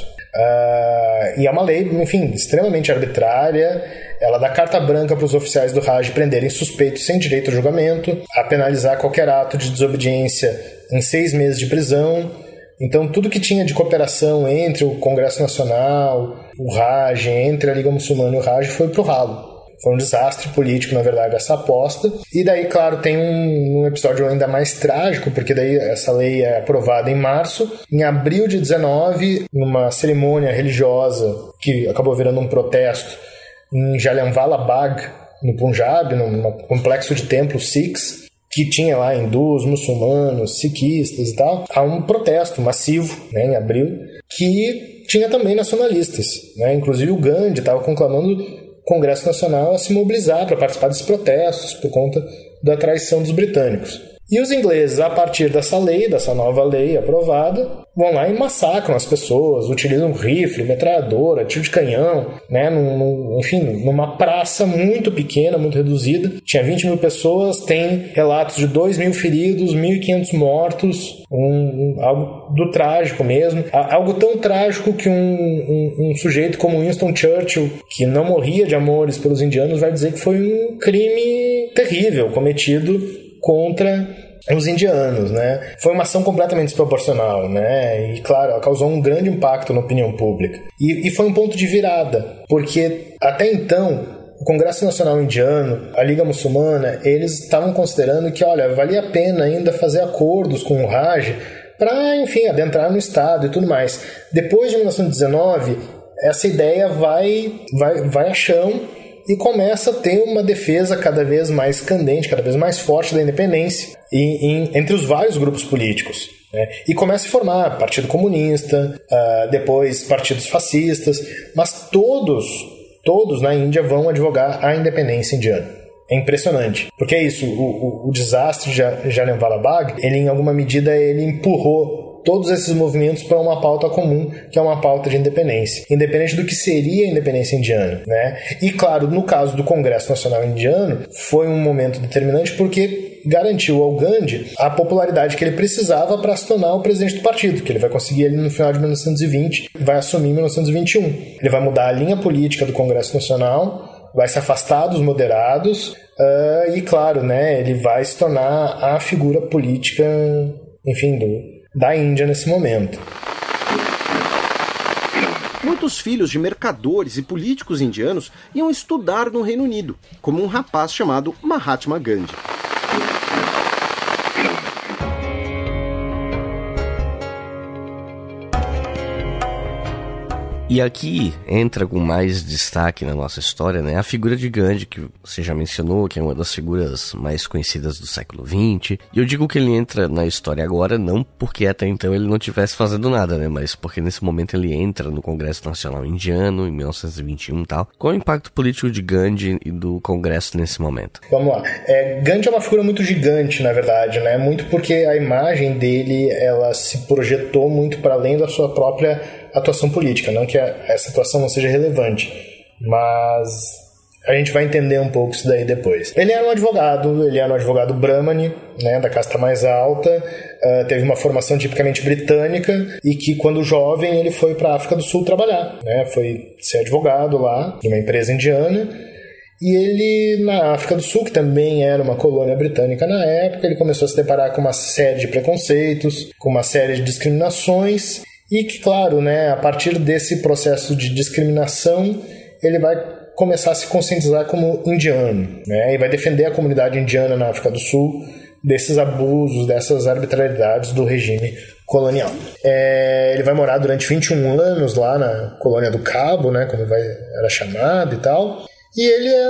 Uh, e é uma lei, enfim, extremamente arbitrária. Ela dá carta branca para os oficiais do Raj prenderem suspeitos sem direito a julgamento, a penalizar qualquer ato de desobediência em seis meses de prisão. Então, tudo que tinha de cooperação entre o Congresso Nacional, o Raj, entre a Liga Muçulmana e o Raj, foi pro ralo. Foi um desastre político, na verdade, essa aposta. E daí, claro, tem um, um episódio ainda mais trágico, porque daí essa lei é aprovada em março. Em abril de dezenove, numa cerimônia religiosa que acabou virando um protesto em Jallianwala Bagh, no Punjab, num complexo de templos sikhs, que tinha lá hindus, muçulmanos, sikhistas e tal, há um protesto massivo, né, em abril, que tinha também nacionalistas, né? Inclusive o Gandhi estava conclamando o Congresso Nacional a se mobilizar para participar desses protestos por conta da traição dos britânicos. E os ingleses, a partir dessa lei, dessa nova lei aprovada, vão lá e massacram as pessoas, utilizam rifle, metralhadora, tiro de canhão, né, num, num, enfim, numa praça muito pequena, muito reduzida. Tinha vinte mil pessoas, tem relatos de dois mil feridos, mil e quinhentos mortos, um, um, algo do trágico mesmo. Algo tão trágico que um, um, um sujeito como Winston Churchill, que não morria de amores pelos indianos, vai dizer que foi um crime terrível cometido contra os indianos, né? Foi uma ação completamente desproporcional, né? E, claro, ela causou um grande impacto na opinião pública. E, e foi um ponto de virada, porque até então o Congresso Nacional Indiano, a Liga Muçulmana, eles estavam considerando que, olha, valia a pena ainda fazer acordos com o Raj para, enfim, adentrar no Estado e tudo mais. Depois de mil novecentos e dezenove, essa ideia vai, vai, vai a chão e começa a ter uma defesa cada vez mais candente, cada vez mais forte da independência em, em, entre os vários grupos políticos, né? E começa a formar Partido Comunista, uh, depois partidos fascistas, mas todos, todos na Índia vão advogar a independência indiana. É impressionante, porque é isso, o, o, o desastre de Jallianwala Bagh, ele em alguma medida ele empurrou todos esses movimentos para uma pauta comum, que é uma pauta de independência, independente do que seria a independência indiana, né? E claro, no caso do Congresso Nacional Indiano, foi um momento determinante porque garantiu ao Gandhi a popularidade que ele precisava para se tornar o presidente do partido, que ele vai conseguir ali no final de mil novecentos e vinte, vai assumir em mil novecentos e vinte e um. Ele vai mudar a linha política do Congresso Nacional, vai se afastar dos moderados uh, e, claro, né, ele vai se tornar a figura política, enfim, do da Índia nesse momento.
Muitos filhos de mercadores e políticos indianos iam estudar no Reino Unido, como um rapaz chamado Mahatma Gandhi.
E aqui entra com mais destaque na nossa história, né, a figura de Gandhi, que você já mencionou, que é uma das figuras mais conhecidas do século vinte. E eu digo que ele entra na história agora, não porque até então ele não estivesse fazendo nada, né, mas porque nesse momento ele entra no Congresso Nacional Indiano, em mil novecentos e vinte e um e tal. Qual é o impacto político de Gandhi e do Congresso nesse momento?
Vamos lá. É, Gandhi é uma figura muito gigante, na verdade, né, muito porque a imagem dele, ela se projetou muito para além da sua própria atuação política, não que a, essa atuação não seja relevante, mas a gente vai entender um pouco isso daí depois. Ele era um advogado, ele era um advogado brahmane, né, da casta mais alta, uh, teve uma formação tipicamente britânica e que quando jovem ele foi para a África do Sul trabalhar, né, foi ser advogado lá de uma empresa indiana. E ele, na África do Sul, que também era uma colônia britânica na época, ele começou a se deparar com uma série de preconceitos, com uma série de discriminações, e que, claro, né, a partir desse processo de discriminação, ele vai começar a se conscientizar como indiano, né, e vai defender a comunidade indiana na África do Sul desses abusos, dessas arbitrariedades do regime colonial. É, ele vai morar durante vinte e um anos lá na colônia do Cabo, né, como vai, era chamado e tal. E ele é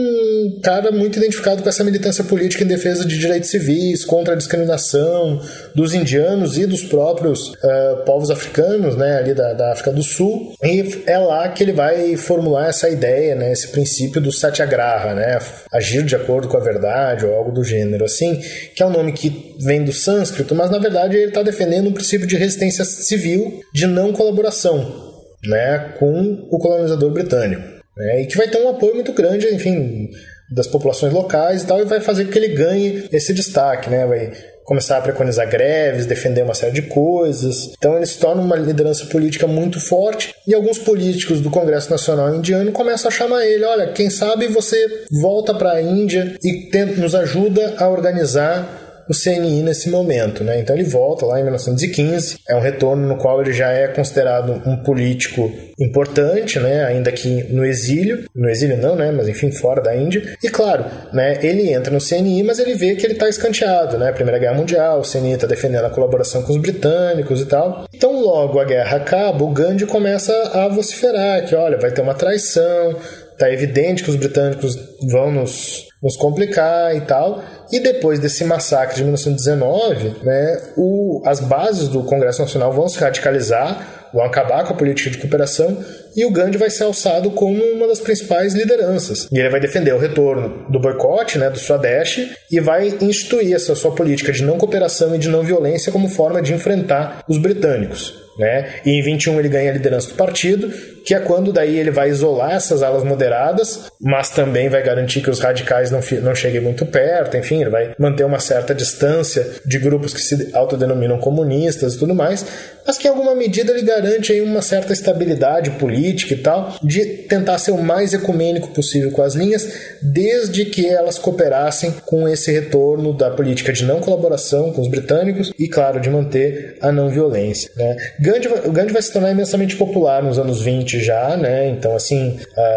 um cara muito identificado com essa militância política em defesa de direitos civis, contra a discriminação dos indianos e dos próprios uh, povos africanos, né, ali da, da África do Sul. E é lá que ele vai formular essa ideia, né, esse princípio do satyagraha, né, agir de acordo com a verdade ou algo do gênero, assim, que é um nome que vem do sânscrito, mas na verdade ele está defendendo um princípio de resistência civil, de não colaboração, né, com o colonizador britânico. É, e que vai ter um apoio muito grande, enfim, das populações locais e tal, e vai fazer com que ele ganhe esse destaque, né? Vai começar a preconizar greves, defender uma série de coisas. Então ele se torna uma liderança política muito forte, e alguns políticos do Congresso Nacional Indiano começam a chamar ele: olha, quem sabe você volta para a Índia e tenta, nos ajuda a organizar o C N I nesse momento, né? Então ele volta lá em mil novecentos e quinze, é um retorno no qual ele já é considerado um político importante, né? Ainda que no exílio, no exílio não, né? Mas enfim, fora da Índia. E claro, né? Ele entra no C N I, mas ele vê que ele está escanteado, né? Primeira Guerra Mundial, o C N I está defendendo a colaboração com os britânicos e tal. Então logo a guerra acaba, o Gandhi começa a vociferar que, olha, vai ter uma traição, tá evidente que os britânicos vão nos, nos complicar e tal. E depois desse massacre de mil novecentos e dezenove, né, o, as bases do Congresso Nacional vão se radicalizar, vão acabar com a política de cooperação, e o Gandhi vai ser alçado como uma das principais lideranças. E ele vai defender o retorno do boicote, né, do Swadeshi, e vai instituir essa sua política de não cooperação e de não violência como forma de enfrentar os britânicos. Né? E em vinte e um ele ganha a liderança do partido, que é quando daí ele vai isolar essas alas moderadas, mas também vai garantir que os radicais não, não cheguem muito perto, enfim, ele vai manter uma certa distância de grupos que se autodenominam comunistas e tudo mais, mas que em alguma medida ele garante aí uma certa estabilidade política e tal, de tentar ser o mais ecumênico possível com as linhas, desde que elas cooperassem com esse retorno da política de não colaboração com os britânicos e, claro, de manter a não violência, né? Gandhi, o Gandhi vai se tornar imensamente popular nos anos vinte já, né? Então, assim,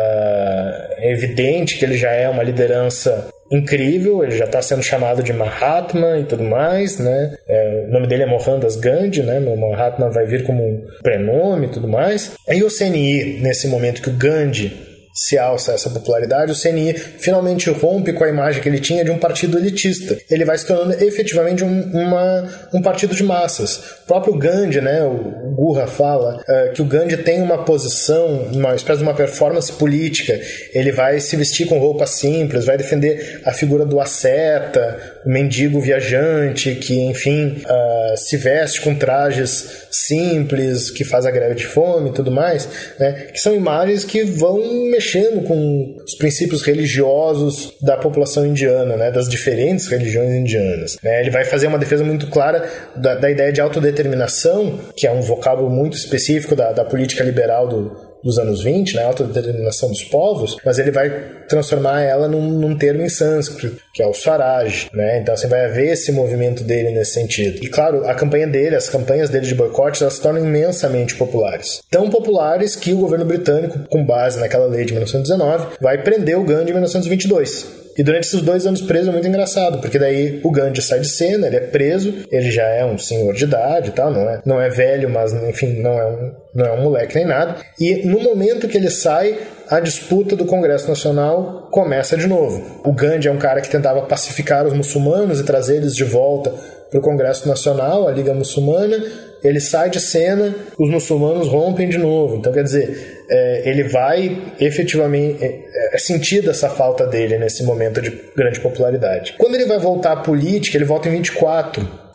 uh, é evidente que ele já é uma liderança incrível, ele já está sendo chamado de Mahatma e tudo mais, né? É, o nome dele é Mohandas Gandhi, né? Mahatma vai vir como um prenome e tudo mais. Aí o C N I, nesse momento que o Gandhi se alça essa popularidade, o C N I finalmente rompe com a imagem que ele tinha de um partido elitista. Ele vai se tornando efetivamente um, uma, um partido de massas. O próprio Gandhi, né, o Gurra fala uh, que o Gandhi tem uma posição, uma espécie de uma performance política. Ele vai se vestir com roupas simples, vai defender a figura do asceta, o mendigo viajante, que, enfim, uh, se veste com trajes simples, que faz a greve de fome e tudo mais, né, que são imagens que vão mexer mexendo com os princípios religiosos da população indiana, né, das diferentes religiões indianas. Né? Ele vai fazer uma defesa muito clara da, da ideia de autodeterminação, que é um vocábulo muito específico da, da política liberal do, dos anos vinte, né, a autodeterminação dos povos, mas ele vai transformar ela num, num termo em sânscrito, que é o Swaraj, né? Então assim, vai haver esse movimento dele nesse sentido. E claro, a campanha dele, as campanhas dele de boicote, elas se tornam imensamente populares. Tão populares que o governo britânico, com base naquela lei de mil novecentos e dezenove, vai prender o Gandhi em mil novecentos e vinte e dois. E durante esses dois anos preso é muito engraçado, porque daí o Gandhi sai de cena, ele é preso, ele já é um senhor de idade e tal, não é, não é velho, mas enfim, não é, um, não é um moleque nem nada. E no momento que ele sai, a disputa do Congresso Nacional começa de novo. O Gandhi é um cara que tentava pacificar os muçulmanos e trazer eles de volta para o Congresso Nacional, a Liga Muçulmana. Ele sai de cena, os muçulmanos rompem de novo. Então, quer dizer, é, ele vai efetivamente... É, é sentida essa falta dele nesse momento de grande popularidade. Quando ele vai voltar à política, ele volta em vinte e quatro.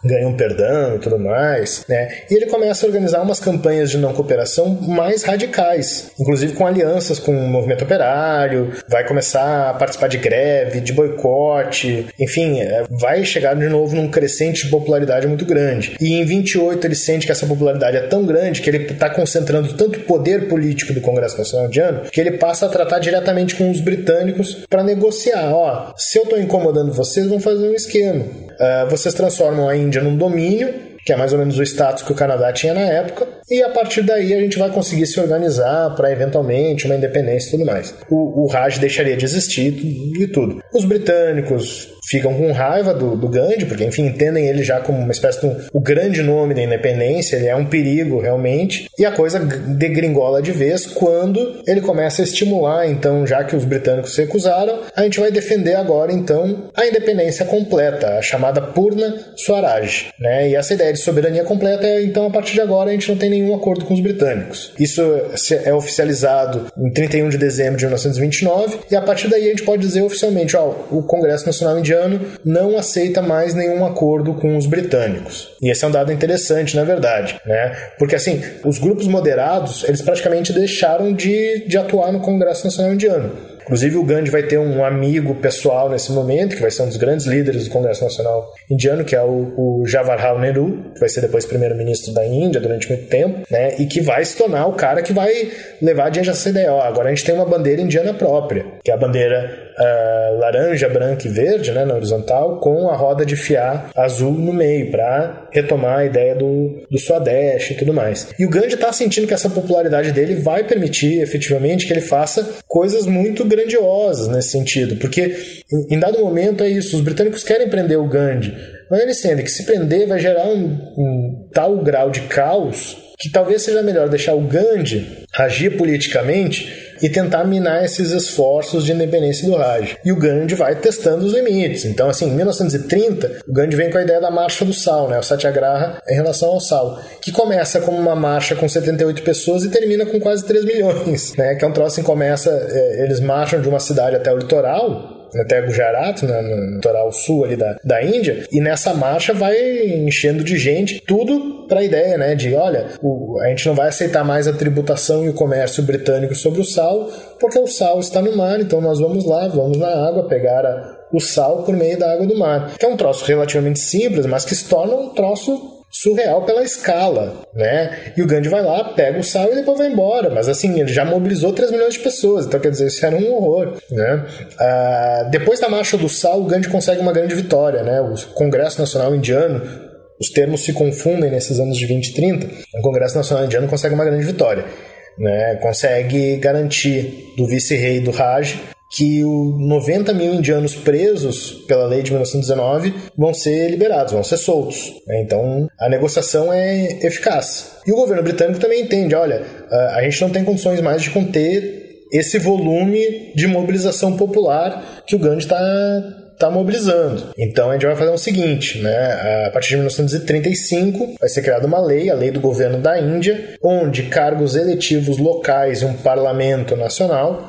ganham perdão e tudo mais, né? E ele começa a organizar umas campanhas de não cooperação mais radicais, inclusive com alianças com o movimento operário, vai começar a participar de greve, de boicote, enfim, vai chegar de novo num crescente de popularidade muito grande. E em vinte e oito ele sente que essa popularidade é tão grande que ele está concentrando tanto poder político do Congresso Nacional Indiano que ele passa a tratar diretamente com os britânicos para negociar. Ó, se eu estou incomodando vocês, vão fazer um esquema. Uh, vocês transformam a Índia num domínio, que é mais ou menos o status que o Canadá tinha na época, e a partir daí a gente vai conseguir se organizar para eventualmente uma independência e tudo mais. O, o Raj deixaria de existir e tudo. Os britânicos ficam com raiva do, do Gandhi, porque, enfim, entendem ele já como uma espécie de um, o grande nome da independência, ele é um perigo, realmente, e a coisa degringola de vez quando ele começa a estimular, então, já que os britânicos se recusaram, a gente vai defender agora, então, a independência completa, a chamada Purna Swaraj, né? E essa ideia de soberania completa é, então, a partir de agora, a gente não tem nenhum acordo com os britânicos. Isso é oficializado em trinta e um de dezembro de mil novecentos e vinte e nove, e a partir daí a gente pode dizer oficialmente, ó, o Congresso Nacional Indiano não aceita mais nenhum acordo com os britânicos. E esse é um dado interessante, na verdade, né? Porque, assim, os grupos moderados, eles praticamente deixaram de, de atuar no Congresso Nacional Indiano. Inclusive o Gandhi vai ter um amigo pessoal nesse momento, que vai ser um dos grandes líderes do Congresso Nacional Indiano, que é o, o Jawaharlal Nehru, que vai ser depois primeiro-ministro da Índia durante muito tempo, né? E que vai se tornar o cara que vai levar adiante essa ideia. Ó, agora a gente tem uma bandeira indiana própria, que é a bandeira uh, laranja, branca e verde, né, na horizontal, com a roda de fiar azul no meio, para retomar a ideia do, do Swadesh e tudo mais. E o Gandhi está sentindo que essa popularidade dele vai permitir, efetivamente, que ele faça coisas muito grandiosas nesse sentido, porque em, em dado momento é isso, os britânicos querem prender o Gandhi, mas eles sentem que se prender vai gerar um, um tal grau de caos que talvez seja melhor deixar o Gandhi agir politicamente e tentar minar esses esforços de independência do Raj. E o Gandhi vai testando os limites. Então, assim, em mil novecentos e trinta, o Gandhi vem com a ideia da Marcha do Sal, né? O Satyagraha em relação ao sal, que começa como uma marcha com setenta e oito pessoas e termina com quase três milhões, né? Que é um troço assim, começa, é, eles marcham de uma cidade até o litoral, até Gujarat, né, no litoral sul ali da, da Índia, e nessa marcha vai enchendo de gente, tudo para a ideia, né, de, olha, o, a gente não vai aceitar mais a tributação e o comércio britânico sobre o sal, porque o sal está no mar, então nós vamos lá, vamos na água pegar a, o sal por meio da água do mar. Que é um troço relativamente simples, mas que se torna um troço surreal pela escala, né? E o Gandhi vai lá, pega o sal e depois vai embora. Mas assim, ele já mobilizou três milhões de pessoas, então quer dizer, isso era um horror, né? Ah, depois da Marcha do Sal, o Gandhi consegue uma grande vitória, né? O Congresso Nacional Indiano, os termos se confundem nesses anos de vinte e trinta, o Congresso Nacional Indiano consegue uma grande vitória, né? Consegue garantir do vice-rei do Raj que os noventa mil indianos presos pela lei de mil novecentos e dezenove vão ser liberados, vão ser soltos. Então, a negociação é eficaz. E o governo britânico também entende, olha, a gente não tem condições mais de conter esse volume de mobilização popular que o Gandhi está tá mobilizando. Então, a gente vai fazer o seguinte, né? A partir de mil novecentos e trinta e cinco, vai ser criada uma lei, a Lei do Governo da Índia, onde cargos eletivos locais e um parlamento nacional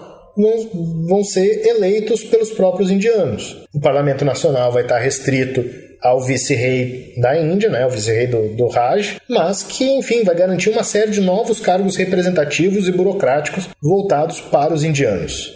vão ser eleitos pelos próprios indianos. O Parlamento Nacional vai estar restrito ao vice-rei da Índia, né, o vice-rei do, do Raj, mas que, enfim, vai garantir uma série de novos cargos representativos e burocráticos voltados para os indianos.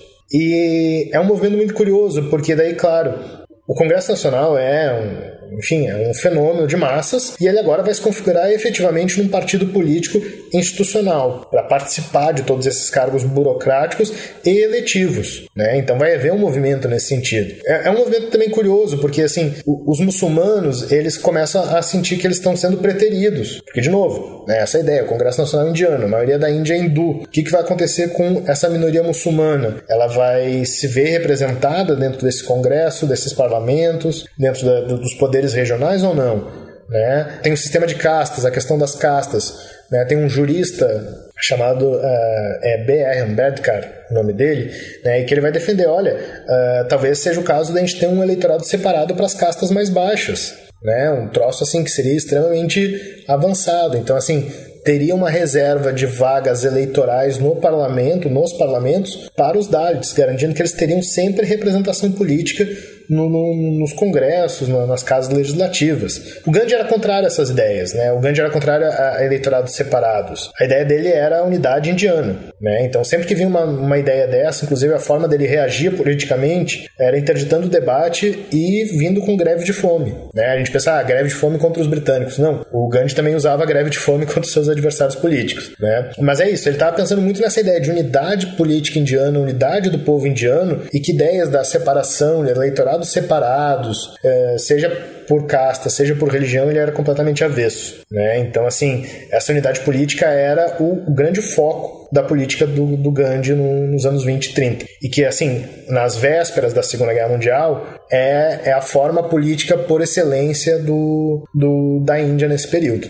E é um movimento muito curioso, porque daí, claro, o Congresso Nacional é um, enfim, é um fenômeno de massas, e ele agora vai se configurar efetivamente num partido político institucional para participar de todos esses cargos burocráticos e eletivos, né? Então vai haver um movimento nesse sentido. É, é um movimento também curioso, porque assim, o, os muçulmanos, eles começam a sentir que eles estão sendo preteridos, porque de novo, né, essa ideia, o Congresso Nacional Indiano, a maioria da Índia é hindu. O que, que vai acontecer com essa minoria muçulmana? Ela vai se ver representada dentro desse congresso, desses parlamentos, dentro da, dos poderes regionais ou não? Né? Tem o sistema de castas, a questão das castas, né? Tem um jurista chamado uh, é B R Ambedkar, o nome dele, né? E que ele vai defender, olha, uh, talvez seja o caso de a gente ter um eleitorado separado para as castas mais baixas, né? Um troço assim que seria extremamente avançado. Então, assim, teria uma reserva de vagas eleitorais no parlamento, nos parlamentos, para os Dalits, garantindo que eles teriam sempre representação política no, no, nos congressos, no, nas casas legislativas. O Gandhi era contrário a essas ideias, né? O Gandhi era contrário a eleitorados separados. A ideia dele era a unidade indiana, né? Então, sempre que vinha uma, uma ideia dessa, inclusive a forma dele reagir politicamente era interditando o debate e vindo com greve de fome, né? A gente pensa, ah, greve de fome contra os britânicos. Não, o Gandhi também usava a greve de fome contra os seus adversários políticos, né? Mas é isso, ele estava pensando muito nessa ideia de unidade política indiana, unidade do povo indiano, e que ideias da separação, de eleitorados separados, eh, seja por casta, seja por religião, ele era completamente avesso, né? Então, assim, essa unidade política era o, o grande foco da política do, do Gandhi no, nos anos vinte e trinta. E que, assim, nas vésperas da Segunda Guerra Mundial, é, é a forma política por excelência do, do, da Índia nesse período.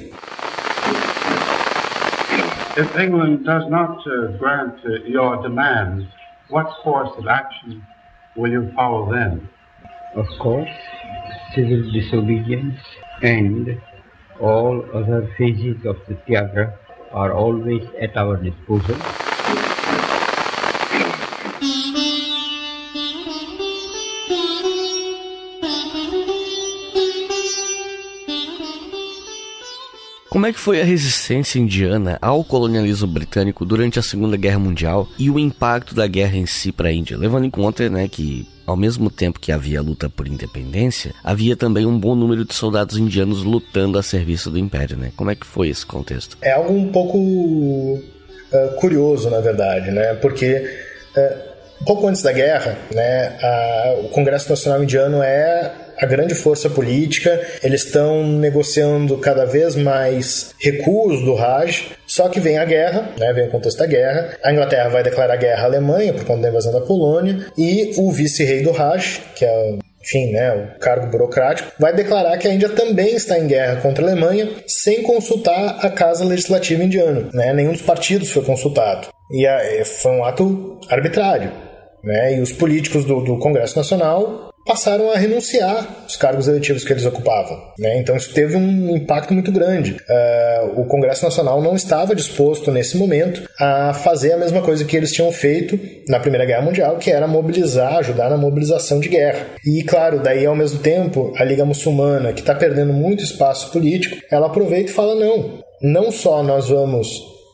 If England does not uh, grant uh, your demands, what course of action will you follow then?
Of course, civil disobedience and all other phases of the Tyaga are always at our disposal.
Como é que foi a resistência indiana ao colonialismo britânico durante a Segunda Guerra Mundial e o impacto da guerra em si para a Índia, levando em conta, né, que ao mesmo tempo que havia luta por independência, havia também um bom número de soldados indianos lutando a serviço do Império, né? Como é que foi esse contexto?
É algo um pouco uh, curioso, na verdade, né? Porque uh, um pouco antes da guerra, né, a, o Congresso Nacional Indiano é a grande força política, eles estão negociando cada vez mais recuos do Raj, só que vem a guerra, né, vem o contexto da guerra, a Inglaterra vai declarar guerra à Alemanha por conta da invasão da Polônia, e o vice-rei do Raj, que é, enfim, né, o cargo burocrático, vai declarar que a Índia também está em guerra contra a Alemanha, sem consultar a Casa Legislativa indiana, né, nenhum dos partidos foi consultado, e a, foi um ato arbitrário, né, e os políticos do, do Congresso Nacional passaram a renunciar aos cargos eletivos que eles ocupavam, né? Então isso teve um impacto muito grande. Uh, o Congresso Nacional não estava disposto nesse momento a fazer a mesma coisa que eles tinham feito na Primeira Guerra Mundial, que era mobilizar, ajudar na mobilização de guerra. E claro, daí ao mesmo tempo a Liga Muçulmana, que está perdendo muito espaço político, ela aproveita e fala não, não só nós vamos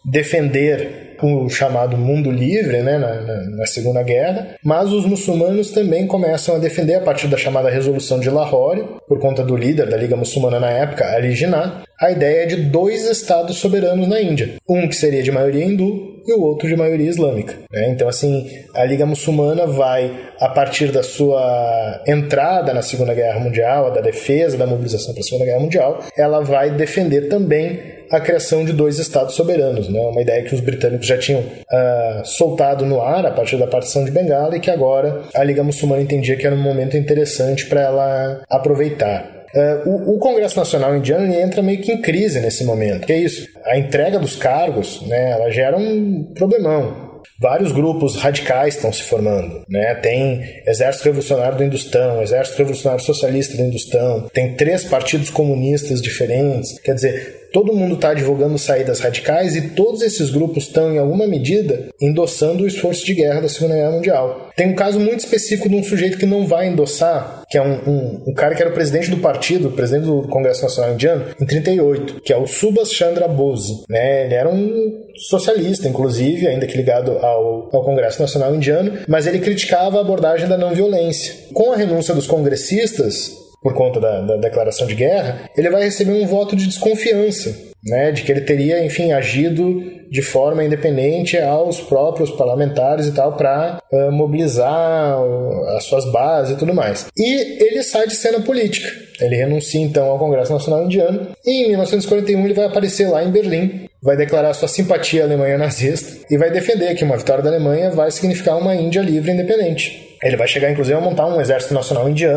defender o chamado mundo livre, né, na, na, na Segunda Guerra, mas os muçulmanos também começam a defender, a partir da chamada Resolução de Lahore, por conta do líder da Liga Muçulmana na época, Ali Jinnah, a ideia de dois estados soberanos na Índia. Um que seria de maioria hindu e o outro de maioria islâmica, né? Então, assim, a Liga Muçulmana vai, a partir da sua entrada na Segunda Guerra Mundial, da defesa, da mobilização para a Segunda Guerra Mundial, ela vai defender também a criação de dois estados soberanos, né? Uma ideia que os britânicos já tinham uh, soltado no ar a partir da partição de Bengala e que agora a Liga Muçulmana entendia que era um momento interessante para ela aproveitar. Uh, o, o Congresso Nacional Indiano entra meio que em crise nesse momento, que é isso, a entrega dos cargos, né, ela gera um problemão. Vários grupos radicais estão se formando, né? Tem Exército Revolucionário do Hindustão, Exército Revolucionário Socialista do Hindustão, tem três partidos comunistas diferentes, quer dizer, todo mundo está divulgando saídas radicais e todos esses grupos estão, em alguma medida, endossando o esforço de guerra da Segunda Guerra Mundial. Tem um caso muito específico de um sujeito que não vai endossar, que é um, um, um cara que era o presidente do partido, o presidente do Congresso Nacional Indiano, em trinta e oito, que é o Subhas Chandra Bose, né? Ele era um socialista, inclusive, ainda que ligado ao, ao Congresso Nacional Indiano, mas ele criticava a abordagem da não violência. Com a renúncia dos congressistas, por conta da, da declaração de guerra, ele vai receber um voto de desconfiança, né, de que ele teria, enfim, agido de forma independente aos próprios parlamentares e tal, para uh, mobilizar uh, as suas bases e tudo mais. E ele sai de cena política. Ele renuncia, então, ao Congresso Nacional Indiano e em mil novecentos e quarenta e um ele vai aparecer lá em Berlim, vai declarar sua simpatia à Alemanha nazista e vai defender que uma vitória da Alemanha vai significar uma Índia livre e independente. Ele vai chegar, inclusive, a montar um exército nacional indiano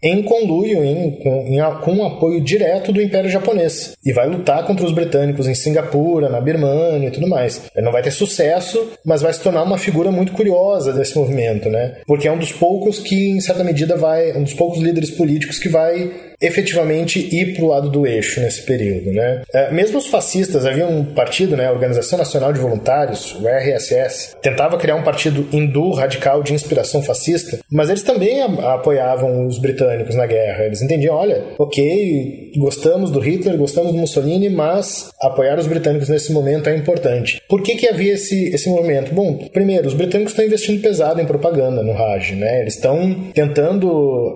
em conluio, em, com, em, com um apoio direto do Império Japonês. E vai lutar contra os britânicos em Singapura, na Birmania e tudo mais. Ele não vai ter sucesso, mas vai se tornar uma figura muito curiosa desse movimento, né? Porque é um dos poucos que, em certa medida, vai... um dos poucos líderes políticos que vai efetivamente ir para o lado do eixo nesse período, né? É, mesmo os fascistas, havia um partido, né, a Organização Nacional de Voluntários, o R S S, tentava criar um partido hindu radical de inspiração fascista, mas eles também a, apoiavam os britânicos na guerra. Eles entendiam, olha, ok, gostamos do Hitler, gostamos do Mussolini, mas apoiar os britânicos nesse momento é importante. Por que que havia esse, esse movimento? Bom, primeiro, os britânicos estão investindo pesado em propaganda no Raj, né? Eles estão tentando,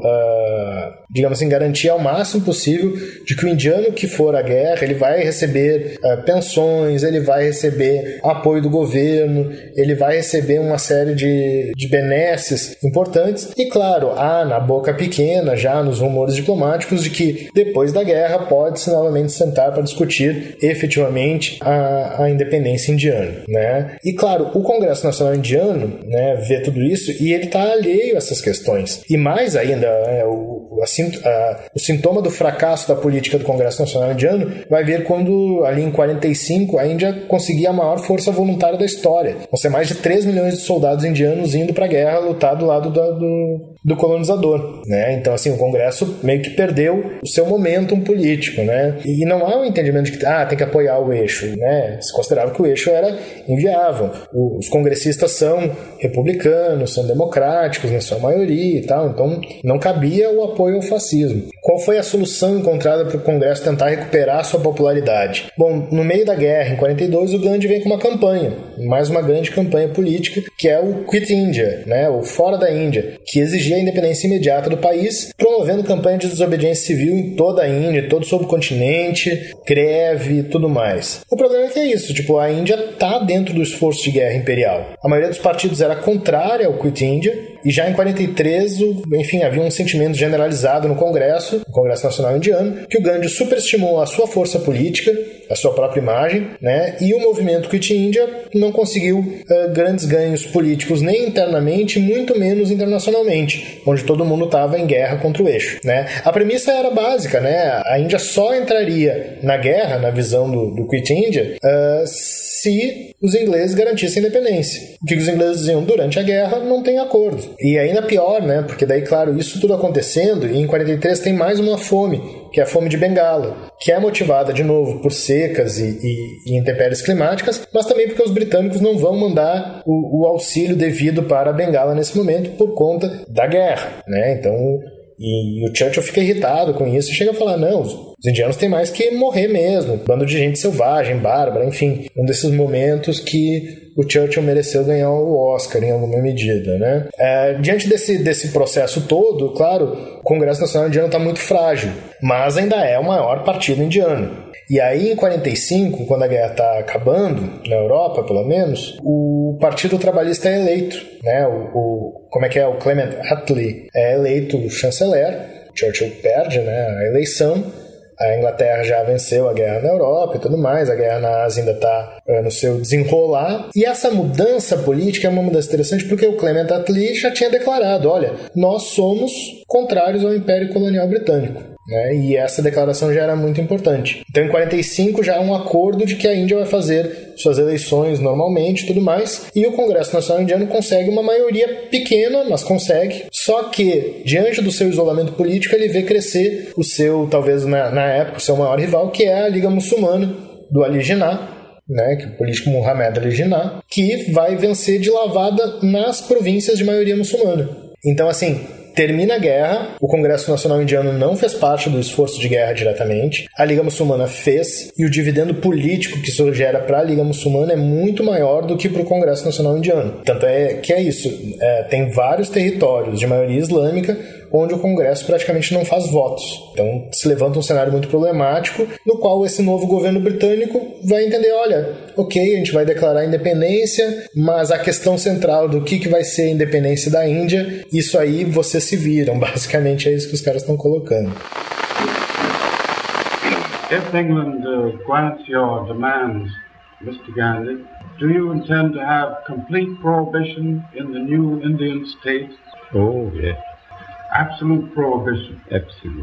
uh, digamos assim, garantir ao máximo possível de que o indiano que for à guerra, ele vai receber uh, pensões, ele vai receber apoio do governo, ele vai receber uma série de, de benesses importantes. E claro, há na boca pequena, já nos rumores diplomáticos, de que depois da guerra pode-se novamente sentar para discutir efetivamente a, a independência indiana, né? E claro, o Congresso Nacional Indiano, né, vê tudo isso e ele está alheio a essas questões. E mais ainda, é, o, a, a, o sintoma do fracasso da política do Congresso Nacional Indiano vai vir quando, ali em quarenta e cinco, a Índia conseguia a maior força voluntária da história. Vão ser mais de três milhões de soldados indianos indo para a guerra lutar do lado da, do, do colonizador, né? Então, assim, o Congresso meio que perdeu o seu momentum político, né? E não há um entendimento de que ah, tem que apoiar o eixo, né? Se considerava que o eixo era inviável. Os congressistas são republicanos, são democráticos na sua maioria e tal, então não cabia o apoio ao fascismo. Qual foi a solução encontrada para o Congresso tentar recuperar sua popularidade? Bom, no meio da guerra, em quarenta e dois, o Gandhi vem com uma campanha, mais uma grande campanha política, que é o Quit India, né? O Fora da Índia, que exigia a independência imediata do país, promovendo campanha de desobediência civil em toda a Índia, todo o subcontinente, greve e tudo mais. O problema é que é isso, tipo, a Índia está dentro do esforço de guerra imperial. A maioria dos partidos era contrária ao Quit India, e já em quarenta e três, enfim, havia um sentimento generalizado no Congresso, no Congresso Nacional Indiano, que o Gandhi superestimou a sua força política, a sua própria imagem, né? E o movimento Quit India não conseguiu uh, grandes ganhos políticos nem internamente, muito menos internacionalmente, onde todo mundo estava em guerra contra o eixo, né? A premissa era básica, né? A Índia só entraria na guerra, na visão do, do Quit India, uh, se os ingleses garantissem a independência. O que os ingleses diziam? Durante a guerra não tem acordo. E ainda pior, né? Porque daí, claro, isso tudo acontecendo, e em quarenta e três tem mais uma fome, que é a fome de Bengala, que é motivada, de novo, por secas e, e, e intempéries climáticas, mas também porque os britânicos não vão mandar o, o auxílio devido para a Bengala nesse momento por conta da guerra, né? Então, e, e o Churchill fica irritado com isso e chega a falar, não, os indianos têm mais que morrer mesmo, bando de gente selvagem, bárbara, enfim, um desses momentos que o Churchill mereceu ganhar o Oscar em alguma medida, né? É, diante desse, desse processo todo, claro, o Congresso Nacional Indiano está muito frágil, mas ainda é o maior partido indiano. E aí, em quarenta e cinco, quando a guerra está acabando, na Europa, pelo menos, o Partido Trabalhista é eleito, né? O, o, como é que é? O Clement Attlee é eleito chanceler, Churchill perde, né, a eleição. A Inglaterra já venceu a guerra na Europa e tudo mais, a guerra na Ásia ainda está uh, no seu desenrolar. E essa mudança política é uma mudança interessante porque o Clement Attlee já tinha declarado, olha, nós somos contrários ao Império Colonial Britânico. Né? E essa declaração já era muito importante. Então, em quarenta e cinco, já há um acordo de que a Índia vai fazer suas eleições normalmente e tudo mais, e o Congresso Nacional Indiano consegue uma maioria pequena, mas consegue, só que, diante do seu isolamento político, ele vê crescer o seu, talvez na, na época, o seu maior rival, que é a Liga Muçulmana, do Ali Jinnah, né, que é o político Muhammad Ali Jinnah, que vai vencer de lavada nas províncias de maioria muçulmana. Então, assim, termina a guerra, o Congresso Nacional Indiano não fez parte do esforço de guerra diretamente, a Liga Muçulmana fez, e o dividendo político que isso gera para a Liga Muçulmana é muito maior do que para o Congresso Nacional Indiano. Tanto é que é isso, é, tem vários territórios de maioria islâmica onde o Congresso praticamente não faz votos. Então se levanta um cenário muito problemático, no qual esse novo governo britânico vai entender, olha, ok, a gente vai declarar a independência, mas a questão central do que, que vai ser a independência da Índia, isso aí vocês se viram. Basicamente é isso que os caras estão colocando.
If England uh, grants your demands, Mister Gandhi, do you intend to have complete prohibition in the new Indian state?
Oh, yes.
Absolute prohibition.
Absolute.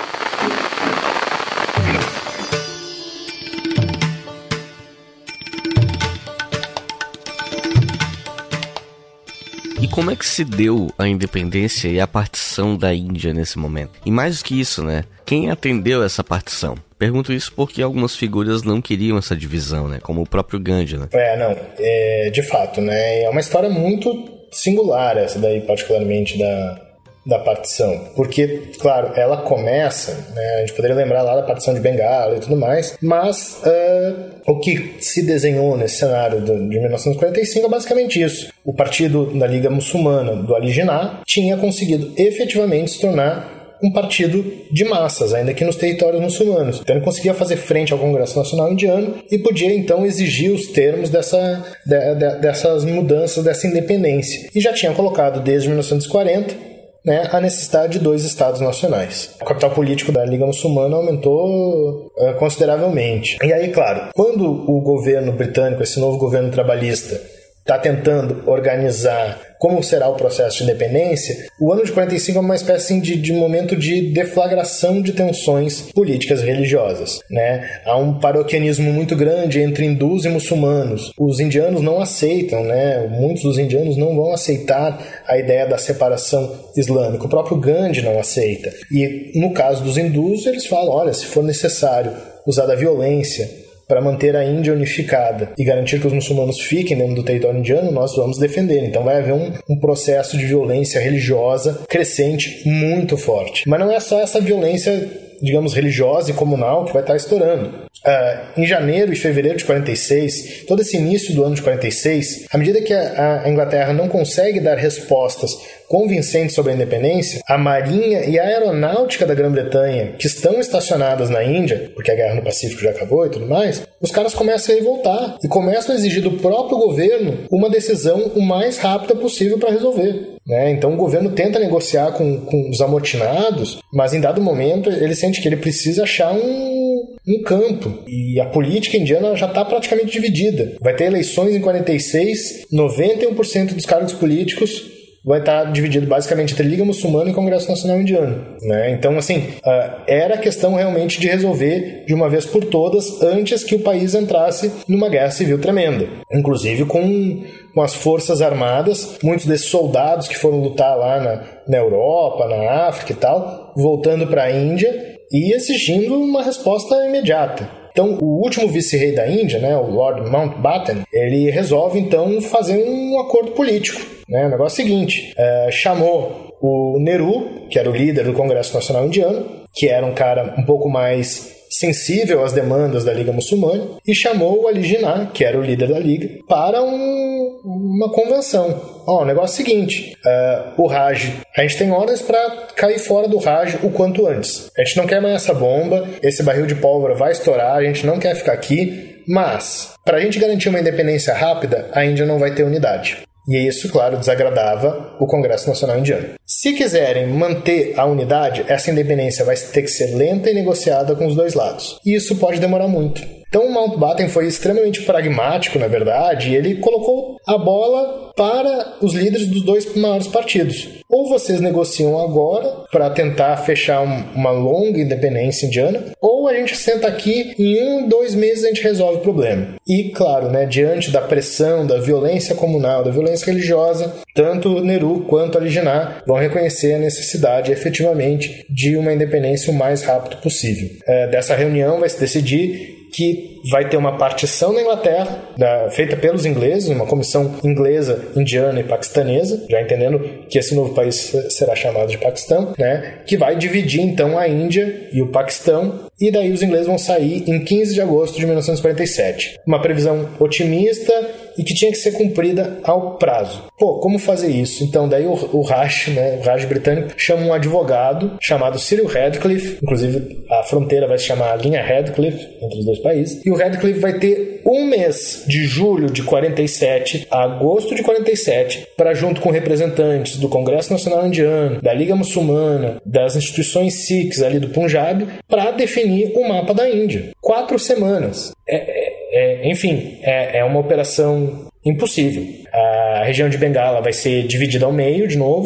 E como é que se deu a independência e a partição da Índia nesse momento? E mais do que isso, né? Quem atendeu essa partição? Pergunto isso porque algumas figuras não queriam essa divisão, né? Como o próprio Gandhi, né?
É, não. É, de fato, né? É uma história muito singular essa daí, particularmente da, da partição. Porque, claro, ela começa, né? A gente poderia lembrar lá da partição de Bengala e tudo mais, mas uh, o que se desenhou nesse cenário de mil novecentos e quarenta e cinco é basicamente isso. O partido da Liga Muçulmana do Ali Jinnah tinha conseguido efetivamente se tornar um partido de massas, ainda que nos territórios muçulmanos. Então ele conseguia fazer frente ao Congresso Nacional Indiano e podia então exigir os termos dessa, de, de, dessas mudanças, dessa independência. E já tinha colocado desde mil novecentos e quarenta, né, a necessidade de dois estados nacionais. O capital político da Liga Muçulmana aumentou uh, consideravelmente. E aí, claro, quando o governo britânico, esse novo governo trabalhista, está tentando organizar como será o processo de independência, o ano de quarenta e cinco é uma espécie de, de momento de deflagração de tensões políticas e religiosas, né? Há um paroquianismo muito grande entre hindus e muçulmanos. Os indianos não aceitam, né? Muitos dos indianos não vão aceitar a ideia da separação islâmica. O próprio Gandhi não aceita. E no caso dos hindus, eles falam, olha, se for necessário usar da violência para manter a Índia unificada e garantir que os muçulmanos fiquem dentro do território indiano, nós vamos defender. Então vai haver um, um processo de violência religiosa crescente muito forte. Mas não é só essa violência, digamos, religiosa e comunal que vai estar estourando. Uh, em janeiro e fevereiro de quarenta e seis, todo esse início do ano de quarenta e seis, à medida que a, a Inglaterra não consegue dar respostas convincentes sobre a independência, a marinha e a aeronáutica da Grã-Bretanha, que estão estacionadas na Índia, porque a guerra no Pacífico já acabou e tudo mais, os caras começam a revoltar e começam a exigir do próprio governo uma decisão o mais rápida possível para resolver. Né? Então o governo tenta negociar com, com os amotinados, mas em dado momento ele sente que ele precisa achar um, um campo. E a política indiana já está praticamente dividida. Vai ter eleições em quarenta e seis, noventa e um por cento dos cargos políticos vai estar dividido basicamente entre Liga Muçulmana e Congresso Nacional Indiano. Né? Então, assim, uh, era questão realmente de resolver de uma vez por todas antes que o país entrasse numa guerra civil tremenda. Inclusive com, com as forças armadas, muitos desses soldados que foram lutar lá na, na Europa, na África e tal, voltando para a Índia e exigindo uma resposta imediata. Então, o último vice-rei da Índia, né, o Lord Mountbatten, ele resolve, então, fazer um acordo político. Né? O negócio é o seguinte, é, chamou o Nehru, que era o líder do Congresso Nacional Indiano, que era um cara um pouco mais sensível às demandas da Liga Muçulmana, e chamou o Ali Jinnah, que era o líder da Liga, para um, uma convenção. Ó, o negócio é o seguinte, uh, o Raj, a gente tem ordens para cair fora do Raj o quanto antes. A gente não quer mais essa bomba, esse barril de pólvora vai estourar, a gente não quer ficar aqui, mas para a gente garantir uma independência rápida, a Índia não vai ter unidade. E isso, claro, desagradava o Congresso Nacional Indiano. Se quiserem manter a unidade, essa independência vai ter que ser lenta e negociada com os dois lados. E isso pode demorar muito. Então o Mountbatten foi extremamente pragmático, na verdade, e ele colocou a bola para os líderes dos dois maiores partidos. Ou vocês negociam agora para tentar fechar um, uma longa independência indiana, ou a gente senta aqui e em um, dois meses a gente resolve o problema. E, claro, né, diante da pressão, da violência comunal, da violência religiosa, tanto Nehru quanto Ali Jinnah vão reconhecer a necessidade, efetivamente, de uma independência o mais rápido possível. É, dessa reunião vai se decidir que vai ter uma partição na Inglaterra, da, feita pelos ingleses, uma comissão inglesa, indiana e paquistanesa, já entendendo que esse novo país será chamado de Paquistão, né, que vai dividir então a Índia e o Paquistão, e daí os ingleses vão sair em quinze de agosto de mil novecentos e quarenta e sete. Uma previsão otimista e que tinha que ser cumprida ao prazo. Pô, como fazer isso? Então daí o, o Raj, né, o Raj britânico, chama um advogado chamado Cyril Radcliffe, inclusive a fronteira vai se chamar a linha Radcliffe entre os dois países, e o Radcliffe vai ter um mês de julho de quarenta e sete a agosto de quarenta e sete para, junto com representantes do Congresso Nacional Indiano, da Liga Muçulmana, das instituições Sikhs ali do Punjab, para definir o mapa da Índia. Quatro semanas. É, é, é, enfim, é, é uma operação impossível. A região de Bengala vai ser dividida ao meio de novo,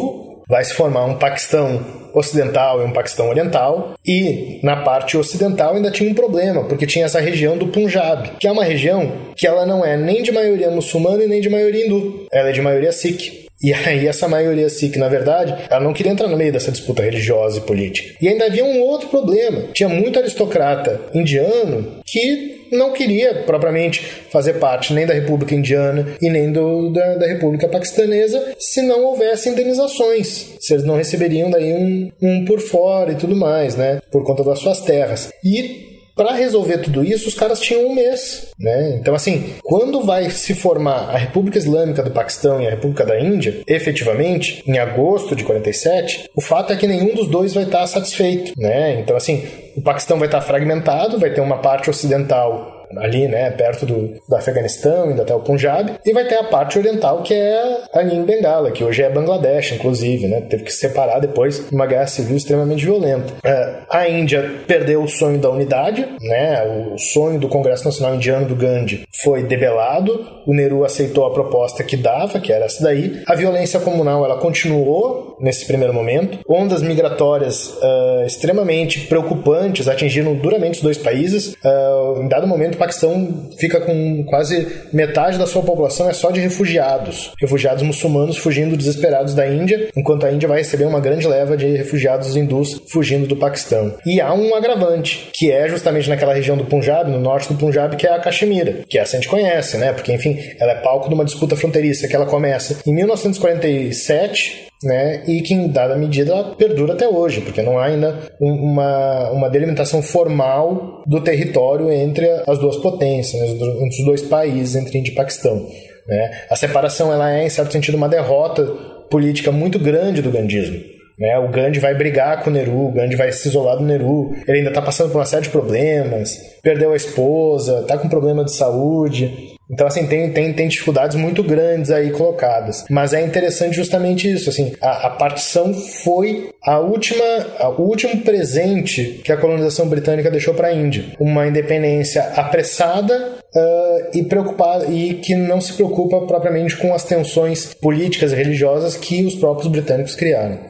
vai se formar um Paquistão ocidental e um Paquistão oriental, e na parte ocidental ainda tinha um problema, porque tinha essa região do Punjab, que é uma região que ela não é nem de maioria muçulmana e nem de maioria hindu, ela é de maioria sikh. E aí essa maioria sikh, na verdade, ela não queria entrar no meio dessa disputa religiosa e política. E ainda havia um outro problema. Tinha muito aristocrata indiano que não queria propriamente fazer parte nem da República Indiana e nem do, da, da República Paquistanesa se não houvesse indenizações. Se eles não receberiam daí um, um por fora e tudo mais, né? Por conta das suas terras. E para resolver tudo isso, os caras tinham um mês, né? Então, assim, quando vai se formar a República Islâmica do Paquistão e a República da Índia, efetivamente, em agosto de quarenta e sete, o fato é que nenhum dos dois vai estar satisfeito, né? Então, assim, o Paquistão vai estar fragmentado, vai ter uma parte ocidental ali, né, perto do, do Afeganistão, indo até o Punjab, e vai ter a parte oriental, que é ali em Bengala, que hoje é Bangladesh, inclusive, né, teve que se separar depois de uma guerra civil extremamente violenta. É, a Índia perdeu o sonho da unidade, né, o sonho do Congresso Nacional Indiano do Gandhi foi debelado, o Nehru aceitou a proposta que dava, que era essa daí, a violência comunal, ela continuou nesse primeiro momento, ondas migratórias uh, extremamente preocupantes atingiram duramente os dois países, uh, em dado momento o Paquistão fica com quase metade da sua população é só de refugiados. Refugiados muçulmanos fugindo desesperados da Índia, enquanto a Índia vai receber uma grande leva de refugiados hindus fugindo do Paquistão. E há um agravante, que é justamente naquela região do Punjab, no norte do Punjab, que é a Caxemira, que essa a gente conhece, né? Porque, enfim, ela é palco de uma disputa fronteiriça que ela começa em mil novecentos e quarenta e sete, né, e que em dada medida ela perdura até hoje, porque não há ainda um, uma, uma delimitação formal do território entre as duas potências, né, entre os dois países, entre Índia e Paquistão, né. A separação ela é, em certo sentido, uma derrota política muito grande do gandhismo. Né, o Gandhi vai brigar com o Nehru, o Gandhi vai se isolar do Nehru, ele ainda está passando por uma série de problemas, perdeu a esposa, está com problema de saúde. Então, assim, tem, tem, tem dificuldades muito grandes aí colocadas. Mas é interessante justamente isso, assim, a, a partição foi a última, a, o último presente que a colonização britânica deixou para a Índia. Uma independência apressada uh, e preocupada, e que não se preocupa propriamente com as tensões políticas e religiosas que os próprios britânicos criaram.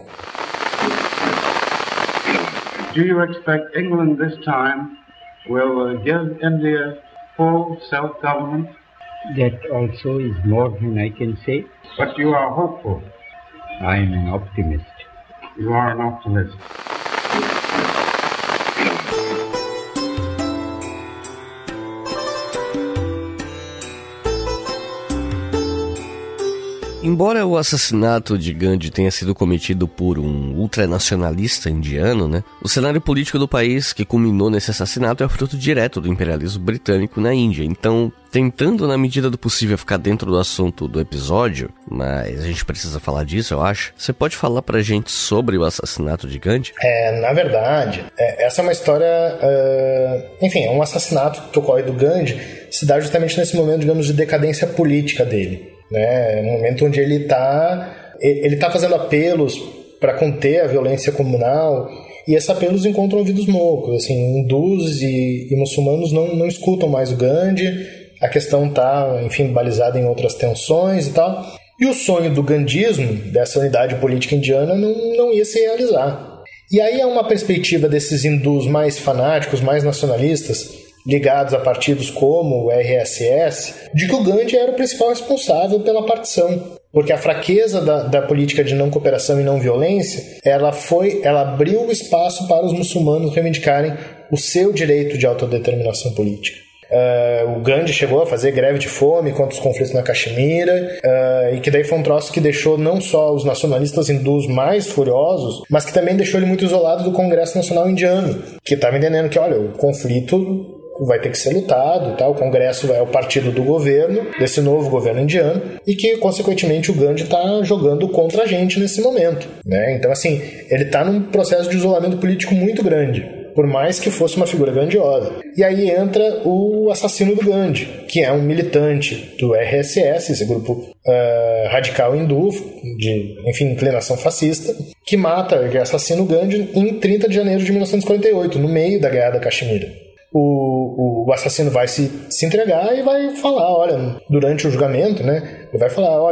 Do you expect England this time will uh, give India full self-government?
That also is more than I can say.
But you are hopeful.
I am an optimist.
You are an optimist.
Embora o assassinato de Gandhi tenha sido cometido por um ultranacionalista indiano, né, o cenário político do país que culminou nesse assassinato é fruto direto do imperialismo britânico na Índia. Então, tentando na medida do possível ficar dentro do assunto do episódio, mas a gente precisa falar disso, eu acho, você pode falar pra gente sobre o assassinato de Gandhi?
É, na verdade, é, essa é uma história, uh, enfim, é um assassinato que ocorre do Gandhi, se dá justamente nesse momento, digamos, de decadência política dele. Né, um momento onde ele está ele tá fazendo apelos para conter a violência comunal, e esses apelos encontram ouvidos moucos, assim, hindus e, e muçulmanos não, não escutam mais o Gandhi, a questão está, enfim, balizada em outras tensões e tal, e o sonho do gandhismo, dessa unidade política indiana, não, não ia se realizar. E aí há uma perspectiva desses hindus mais fanáticos, mais nacionalistas, ligados a partidos como o R S S, de que o Gandhi era o principal responsável pela partição. Porque a fraqueza da, da política de não cooperação e não violência, ela, foi, ela abriu o espaço para os muçulmanos reivindicarem o seu direito de autodeterminação política. Uh, o Gandhi chegou a fazer greve de fome contra os conflitos na Caxemira, uh, e que daí foi um troço que deixou não só os nacionalistas hindus mais furiosos, mas que também deixou ele muito isolado do Congresso Nacional Indiano, que estava entendendo que, olha, o conflito vai ter que ser lutado, tá? O Congresso é o partido do governo, desse novo governo indiano, e que, consequentemente, o Gandhi está jogando contra a gente nesse momento, né? Então, assim, ele está num processo de isolamento político muito grande, por mais que fosse uma figura grandiosa. E aí entra o assassino do Gandhi, que é um militante do R S S, esse grupo uh, radical hindu, de, enfim, inclinação fascista, que mata, que assassina o Gandhi em trinta de janeiro de mil novecentos e quarenta e oito, no meio da Guerra da Caxemira. O, o, o assassino vai se, se entregar e vai falar, olha, durante o julgamento, né, ele vai falar, olha,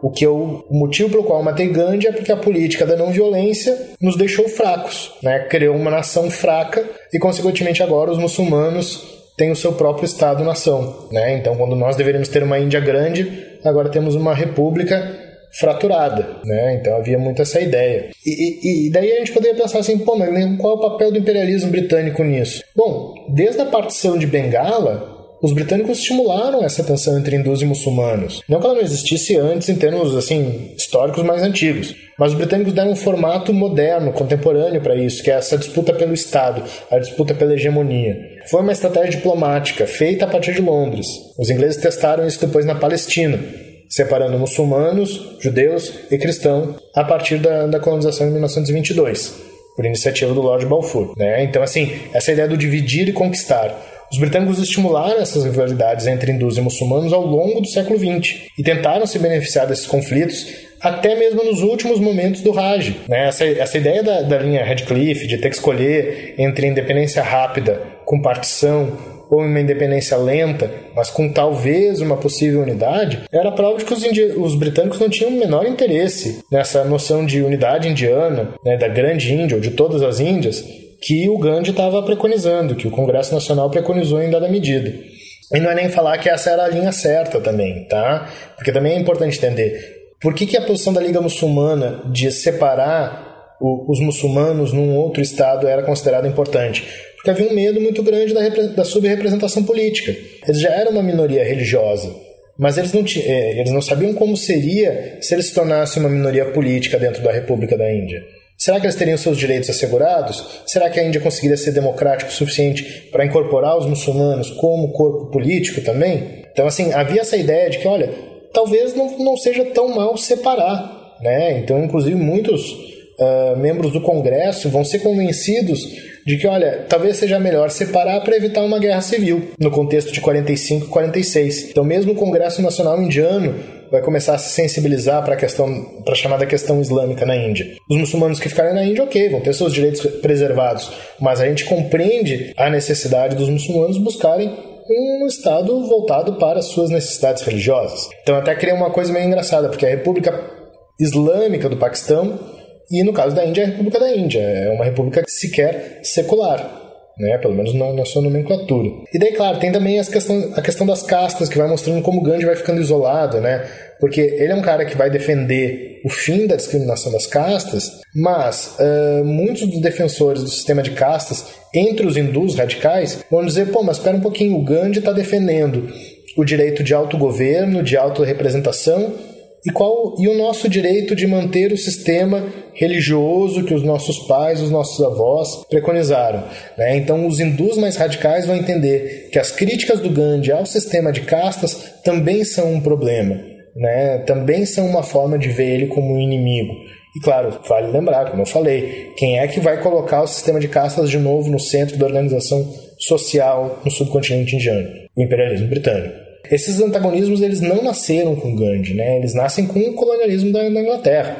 o, que eu, o motivo pelo qual eu matei Gandhi é porque a política da não violência nos deixou fracos, né? Criou uma nação fraca e, consequentemente, agora os muçulmanos têm o seu próprio Estado-nação, né? Então, quando nós deveríamos ter uma Índia grande, agora temos uma república fraturada, né? Então havia muito essa ideia. E, e, e daí a gente poderia pensar assim, pô, mas qual é o papel do imperialismo britânico nisso? Bom, desde a partição de Bengala, os britânicos estimularam essa tensão entre hindus e muçulmanos. Não que ela não existisse antes em termos assim, históricos mais antigos, mas os britânicos deram um formato moderno, contemporâneo para isso, que é essa disputa pelo Estado, a disputa pela hegemonia. Foi uma estratégia diplomática feita a partir de Londres. Os ingleses testaram isso depois na Palestina, separando muçulmanos, judeus e cristãos a partir da, da colonização em mil novecentos e vinte e dois, por iniciativa do Lord Balfour, né? Então, assim, essa ideia do dividir e conquistar. Os britânicos estimularam essas rivalidades entre hindus e muçulmanos ao longo do século vinte e tentaram se beneficiar desses conflitos até mesmo nos últimos momentos do Raj, né? Essa, essa ideia da, da linha Radcliffe de ter que escolher entre independência rápida com partição ou uma independência lenta, mas com talvez uma possível unidade, era prova de que os, indi- os britânicos não tinham o menor interesse nessa noção de unidade indiana, né, da grande Índia, ou de todas as Índias, que o Gandhi estava preconizando, que o Congresso Nacional preconizou em dada medida. E não é nem falar que essa era a linha certa também, tá? Porque também é importante entender por que, que a posição da Liga Muçulmana de separar o, os muçulmanos num outro estado era considerada importante. Porque havia um medo muito grande da, da subrepresentação política. Eles já eram uma minoria religiosa, mas eles não, t- eles não sabiam como seria se eles se tornassem uma minoria política dentro da República da Índia. Será que eles teriam seus direitos assegurados? Será que a Índia conseguiria ser democrática o suficiente para incorporar os muçulmanos como corpo político também? Então, assim, havia essa ideia de que, olha, talvez não, não seja tão mal separar, né? Então, inclusive, muitos uh, membros do Congresso vão ser convencidos de que, olha, talvez seja melhor separar para evitar uma guerra civil, no contexto de quarenta e cinco e quarenta e seis. Então, mesmo o Congresso Nacional Indiano vai começar a se sensibilizar para a questão, para a chamada questão islâmica na Índia. Os muçulmanos que ficarem na Índia, ok, vão ter seus direitos preservados, mas a gente compreende a necessidade dos muçulmanos buscarem um Estado voltado para as suas necessidades religiosas. Então, até criei uma coisa meio engraçada, porque a República Islâmica do Paquistão, e no caso da Índia, é a República da Índia. É uma república sequer secular, né? Pelo menos na, na sua nomenclatura. E daí, claro, tem também as questão, a questão das castas, que vai mostrando como Gandhi vai ficando isolado, né? Porque ele é um cara que vai defender o fim da discriminação das castas, mas uh, muitos dos defensores do sistema de castas, entre os hindus radicais, vão dizer, pô, mas espera um pouquinho, o Gandhi está defendendo o direito de autogoverno, de autorrepresentação, E, qual, e o nosso direito de manter o sistema religioso que os nossos pais, os nossos avós preconizaram, né? Então os hindus mais radicais vão entender que as críticas do Gandhi ao sistema de castas também são um problema, né? Também são uma forma de ver ele como um inimigo. E claro, vale lembrar, como eu falei, quem é que vai colocar o sistema de castas de novo no centro da organização social no subcontinente indiano? O imperialismo britânico. Esses antagonismos eles não nasceram com Gandhi, né? Eles nascem com o colonialismo da, da Inglaterra.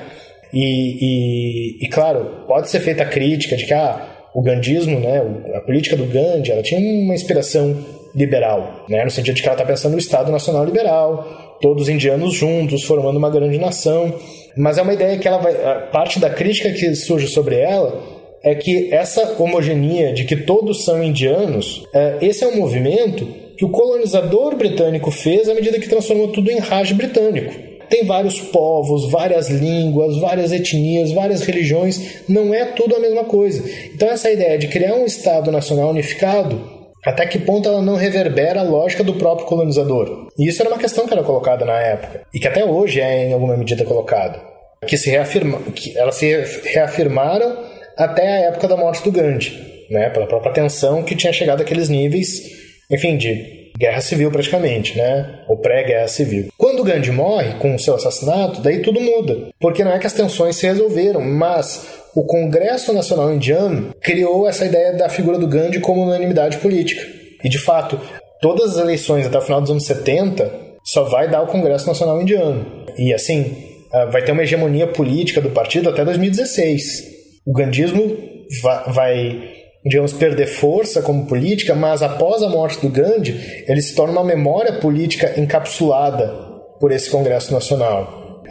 E, e, e, claro, pode ser feita a crítica de que ah, o gandhismo, né, a política do Gandhi, ela tinha uma inspiração liberal, né? No sentido de que ela está pensando no Estado Nacional Liberal, todos os indianos juntos, formando uma grande nação. Mas é uma ideia que ela vai, parte da crítica que surge sobre ela é que essa homogeneia de que todos são indianos, esse é um movimento que o colonizador britânico fez à medida que transformou tudo em Raj britânico. Tem vários povos, várias línguas, várias etnias, várias religiões, não é tudo a mesma coisa. Então essa ideia de criar um Estado nacional unificado, até que ponto ela não reverbera a lógica do próprio colonizador? E isso era uma questão que era colocada na época, e que até hoje é em alguma medida colocada. Que, se reafirma, que elas se reafirmaram até a época da morte do Gandhi, né? Pela própria tensão que tinha chegado àqueles níveis, enfim, de guerra civil praticamente, né? Ou pré-guerra civil. Quando Gandhi morre, com o seu assassinato, daí tudo muda. Porque não é que as tensões se resolveram, mas o Congresso Nacional Indiano criou essa ideia da figura do Gandhi como unanimidade política. E, de fato, todas as eleições até o final dos anos setenta só vai dar o Congresso Nacional Indiano. E, assim, vai ter uma hegemonia política do partido até dois mil e dezesseis. O gandhismo vai... vai digamos, perder força como política, mas após a morte do Gandhi, ele se torna uma memória política encapsulada por esse Congresso Nacional.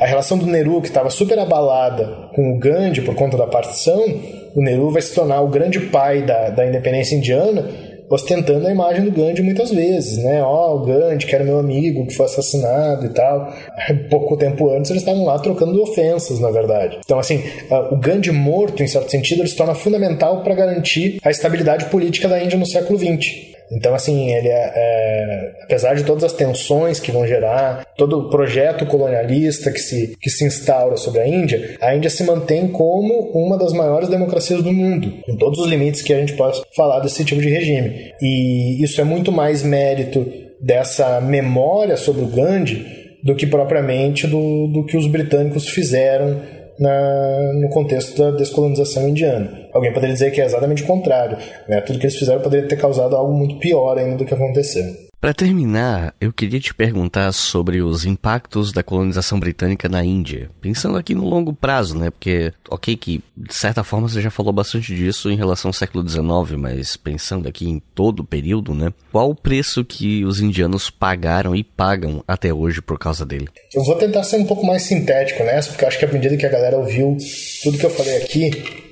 a relação do Nehru, que estava super abalada com o Gandhi por conta da partição, o Nehru vai se tornar o grande pai da, da independência indiana, ostentando a imagem do Gandhi muitas vezes, né? Ó, oh, o Gandhi, que era meu amigo, que foi assassinado e tal. Pouco tempo antes eles estavam lá trocando ofensas, na verdade. Então, assim, o Gandhi morto, em certo sentido, ele se torna fundamental para garantir a estabilidade política da Índia no século vinte. Então, assim, ele é, é, apesar de todas as tensões que vão gerar, todo o projeto colonialista que se, que se instaura sobre a Índia, a Índia se mantém como uma das maiores democracias do mundo, com todos os limites que a gente pode falar desse tipo de regime. E isso é muito mais mérito dessa memória sobre o Gandhi do que propriamente do, do que os britânicos fizeram Na, no contexto da descolonização indiana. Alguém poderia dizer que é exatamente o contrário, né? Tudo que eles fizeram poderia ter causado algo muito pior ainda do que aconteceu.
Para terminar, eu queria te perguntar sobre os impactos da colonização britânica na Índia. Pensando aqui no longo prazo, né? Porque, ok, que de certa forma você já falou bastante disso em relação ao século dezenove, mas pensando aqui em todo o período, né? Qual o preço que os indianos pagaram e pagam até hoje por causa dele?
Eu vou tentar ser um pouco mais sintético nessa, porque eu acho que à medida que a galera ouviu tudo que eu falei aqui,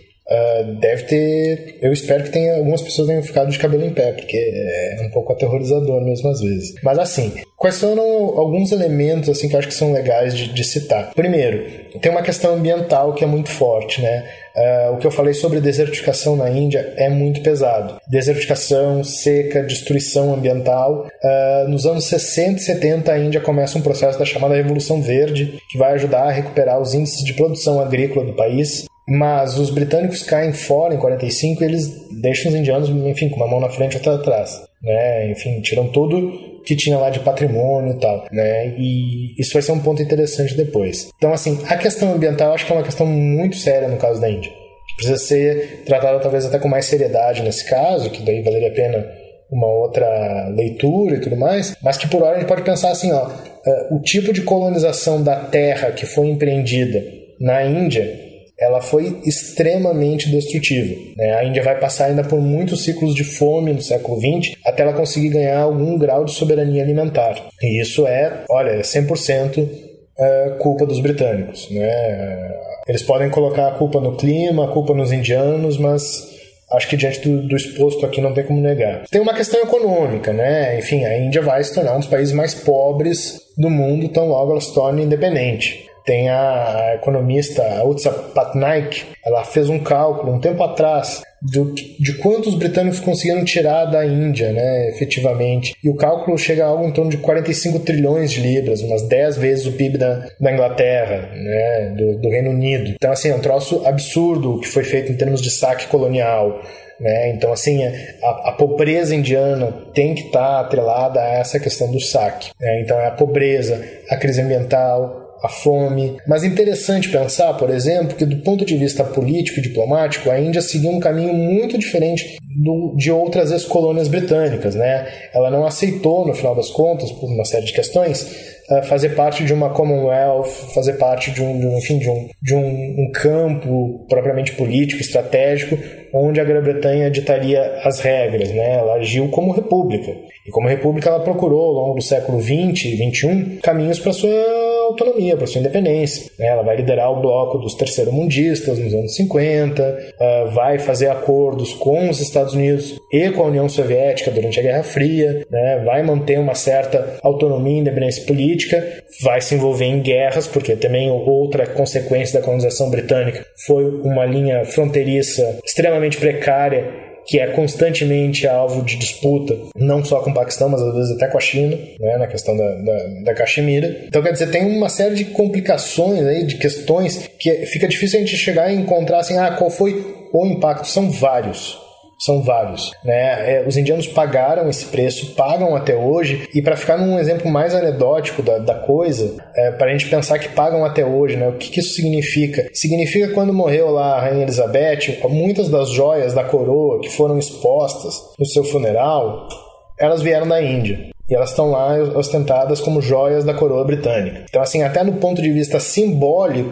Uh, deve ter, eu espero que tenha, algumas pessoas tenham ficado de cabelo em pé, porque é um pouco aterrorizador mesmo às vezes. Mas assim, quais são alguns elementos assim, que eu acho que são legais de, de citar? Primeiro, tem uma questão ambiental que é muito forte, né? Uh, o que eu falei sobre desertificação na Índia é muito pesado. Desertificação, seca, destruição ambiental. Uh, nos anos sessenta e setenta a Índia começa um processo da chamada Revolução Verde, que vai ajudar a recuperar os índices de produção agrícola do país. Mas os britânicos caem fora em quarenta e cinco e eles deixam os indianos, enfim, com uma mão na frente e outra atrás, né? Enfim, tiram tudo que tinha lá de patrimônio e tal, né? E isso vai ser um ponto interessante depois. Então, assim, a questão ambiental eu acho que é uma questão muito séria no caso da Índia, que precisa ser tratada talvez até com mais seriedade nesse caso, que daí valeria a pena uma outra leitura e tudo mais, mas que por hora a gente pode pensar assim, ó, uh, o tipo de colonização da terra que foi empreendida na Índia, ela foi extremamente destrutiva, né? A Índia vai passar ainda por muitos ciclos de fome no século vinte até ela conseguir ganhar algum grau de soberania alimentar. E isso é, olha, cem por cento é, culpa dos britânicos, né? Eles podem colocar a culpa no clima, a culpa nos indianos, mas acho que diante do, do exposto aqui não tem como negar. Tem uma questão econômica, né? Enfim, a Índia vai se tornar um dos países mais pobres do mundo tão logo ela se torne independente. Tem a economista Utsa Patnaik, ela fez um cálculo um tempo atrás do, de quantos britânicos conseguiram tirar da Índia, né, efetivamente. E o cálculo chega a algo em torno de quarenta e cinco trilhões de libras, umas dez vezes o P I B da, da Inglaterra, né, do, do Reino Unido. Então, assim, é um troço absurdo o que foi feito em termos de saque colonial. Né? Então, assim, a, a pobreza indiana tem que estar atrelada a essa questão do saque. Né? Então, é a pobreza, a crise ambiental, a fome. Mas é interessante pensar, por exemplo, que do ponto de vista político e diplomático, a Índia seguiu um caminho muito diferente do, de outras ex-colônias britânicas, né? Ela não aceitou, no final das contas, por uma série de questões, fazer parte de uma Commonwealth, fazer parte de um, de um, enfim, de um, de um, um campo propriamente político, estratégico, onde a Grã-Bretanha ditaria as regras, né? Ela agiu como república. E como república ela procurou, ao longo do século vinte e vinte e um, caminhos para sua autonomia, para sua independência. Né? Ela vai liderar o bloco dos terceiro-mundistas nos anos cinquenta, uh, vai fazer acordos com os Estados Unidos e com a União Soviética durante a Guerra Fria, né? Vai manter uma certa autonomia e independência política, vai se envolver em guerras, porque também outra consequência da colonização britânica foi uma linha fronteiriça extremamente precária, que é constantemente alvo de disputa, não só com o Paquistão, mas às vezes até com a China, né, na questão da, da, da Caxemira. Então, quer dizer, tem uma série de complicações aí, de questões, que fica difícil a gente chegar e encontrar assim, ah, qual foi o impacto? São vários. São vários, né? É, os indianos pagaram esse preço, pagam até hoje, e para ficar num exemplo mais anedótico da, da coisa, é, para a gente pensar que pagam até hoje, né? O que, que isso significa? Significa que quando morreu lá a Rainha Elizabeth, muitas das joias da coroa que foram expostas no seu funeral, elas vieram da Índia. E elas estão lá ostentadas como joias da coroa britânica. Então, assim, até no ponto de vista simbólico,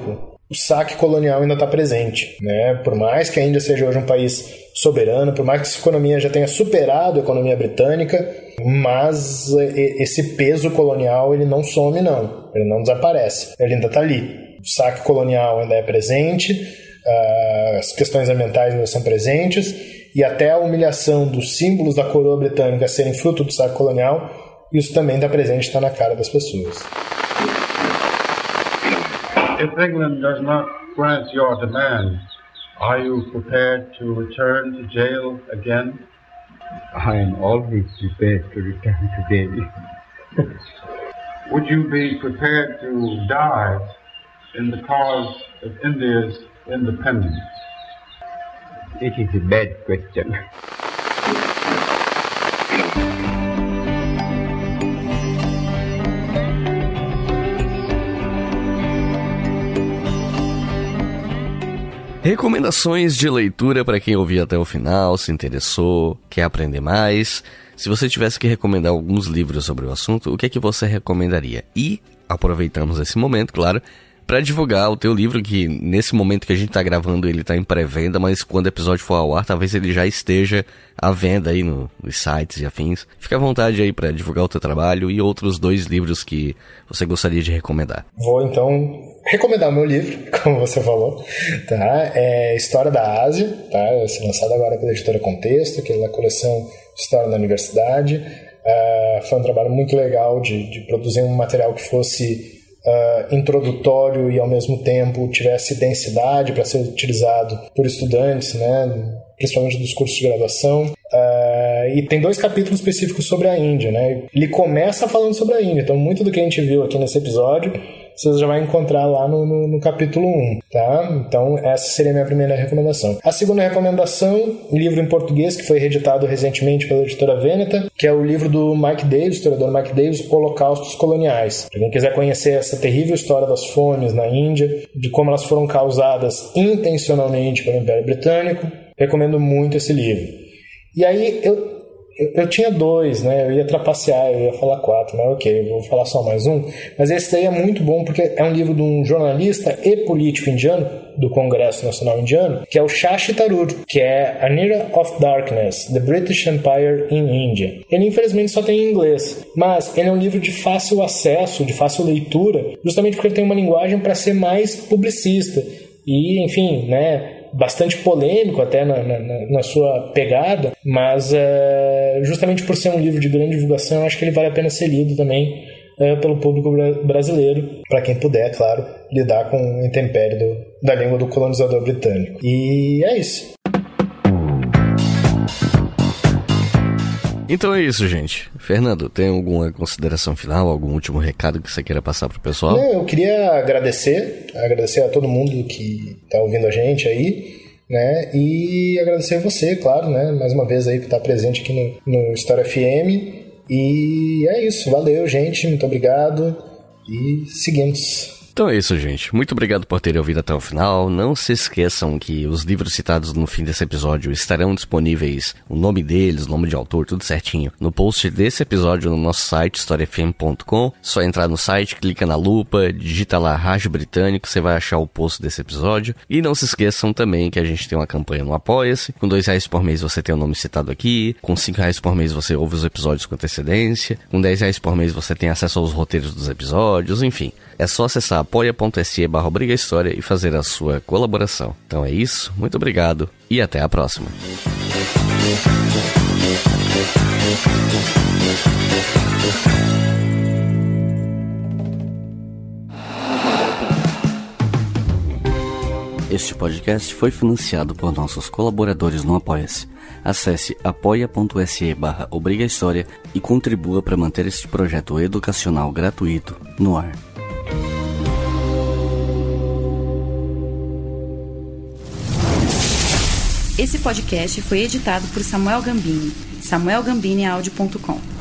o saque colonial ainda está presente, né? Por mais que a Índia seja hoje um país soberano, por mais que essa economia já tenha superado a economia britânica, mas esse peso colonial ele não some não, ele não desaparece, ele ainda está ali. O saque colonial ainda é presente, as questões ambientais ainda são presentes, e até a humilhação dos símbolos da coroa britânica serem fruto do saque colonial, isso também está presente, está na cara das pessoas.
If England does not grant your demand, are you prepared to return to jail again?
I am always prepared to return to jail.
Would you be prepared to die in the cause of India's independence?
It is a bad question.
Recomendações de leitura para quem ouviu até o final, se interessou, quer aprender mais. Se você tivesse que recomendar alguns livros sobre o assunto, o que é que você recomendaria? E aproveitamos esse momento, claro, para divulgar o teu livro, que nesse momento que a gente está gravando ele está em pré-venda, mas quando o episódio for ao ar, talvez ele já esteja à venda aí no, nos sites e afins. Fica à vontade aí para divulgar o teu trabalho e outros dois livros que você gostaria de recomendar.
Vou então recomendar o meu livro, como você falou, tá? É História da Ásia, tá? Vai ser lançado agora pela editora Contexto, que é da coleção História da Universidade. Uh, foi um trabalho muito legal de, de produzir um material que fosse Uh, introdutório e ao mesmo tempo tivesse densidade para ser utilizado por estudantes, né, principalmente dos cursos de graduação. Uh, e tem dois capítulos específicos sobre a Índia, né? Ele começa falando sobre a Índia, então muito do que a gente viu aqui nesse episódio você já vai encontrar lá no, no, no capítulo um, tá? Então essa seria a minha primeira recomendação. A segunda recomendação, um livro em português que foi reeditado recentemente pela editora Veneta, que é o livro do Mike Davis, historiador Mike Davis, Holocaustos Coloniais. Para quem quiser conhecer essa terrível história das fomes na Índia, de como elas foram causadas intencionalmente pelo Império Britânico, recomendo muito esse livro. E aí eu Eu, eu tinha dois, né? Eu ia trapacear, eu ia falar quatro, mas ok, eu vou falar só mais um. Mas esse daí é muito bom porque é um livro de um jornalista e político indiano, do Congresso Nacional Indiano, que é o Shashi Tharoor, que é An Era of Darkness, The British Empire in India. Ele infelizmente só tem em inglês, mas ele é um livro de fácil acesso, de fácil leitura, justamente porque ele tem uma linguagem para ser mais publicista. E, enfim, né, bastante polêmico até na, na, na sua pegada, mas é, justamente por ser um livro de grande divulgação, eu acho que ele vale a pena ser lido também é, pelo público brasileiro, para quem puder, claro, lidar com o intempério do, da língua do colonizador britânico. E é isso.
Então é isso, gente. Fernando, tem alguma consideração final, algum último recado que você queira passar pro pessoal?
Não, eu queria agradecer, agradecer a todo mundo que tá ouvindo a gente aí, né, e agradecer a você, claro, né, mais uma vez aí por estar presente aqui no, no História F M, e é isso, valeu, gente, muito obrigado, e seguimos.
Então é isso, gente. Muito obrigado por terem ouvido até o final. Não se esqueçam que os livros citados no fim desse episódio estarão disponíveis, o nome deles, o nome de autor, tudo certinho, no post desse episódio no nosso site, história f m ponto com. Só entrar no site, clica na lupa, digita lá Rádio Britânico, você vai achar o post desse episódio. E não se esqueçam também que a gente tem uma campanha no Apoia-se. Com dois reais por mês você tem o nome citado aqui. Com cinco reais por mês você ouve os episódios com antecedência. Com dez reais por mês você tem acesso aos roteiros dos episódios, enfim. É só acessar apoia.se barra Obriga História e fazer a sua colaboração. Então é isso, muito obrigado e até a próxima. Este podcast foi financiado por nossos colaboradores no Apoia-se. Acesse apoia.se barra Obriga História e contribua para manter este projeto educacional gratuito no ar.
Esse podcast foi editado por Samuel Gambini, samuel gambini audio ponto com.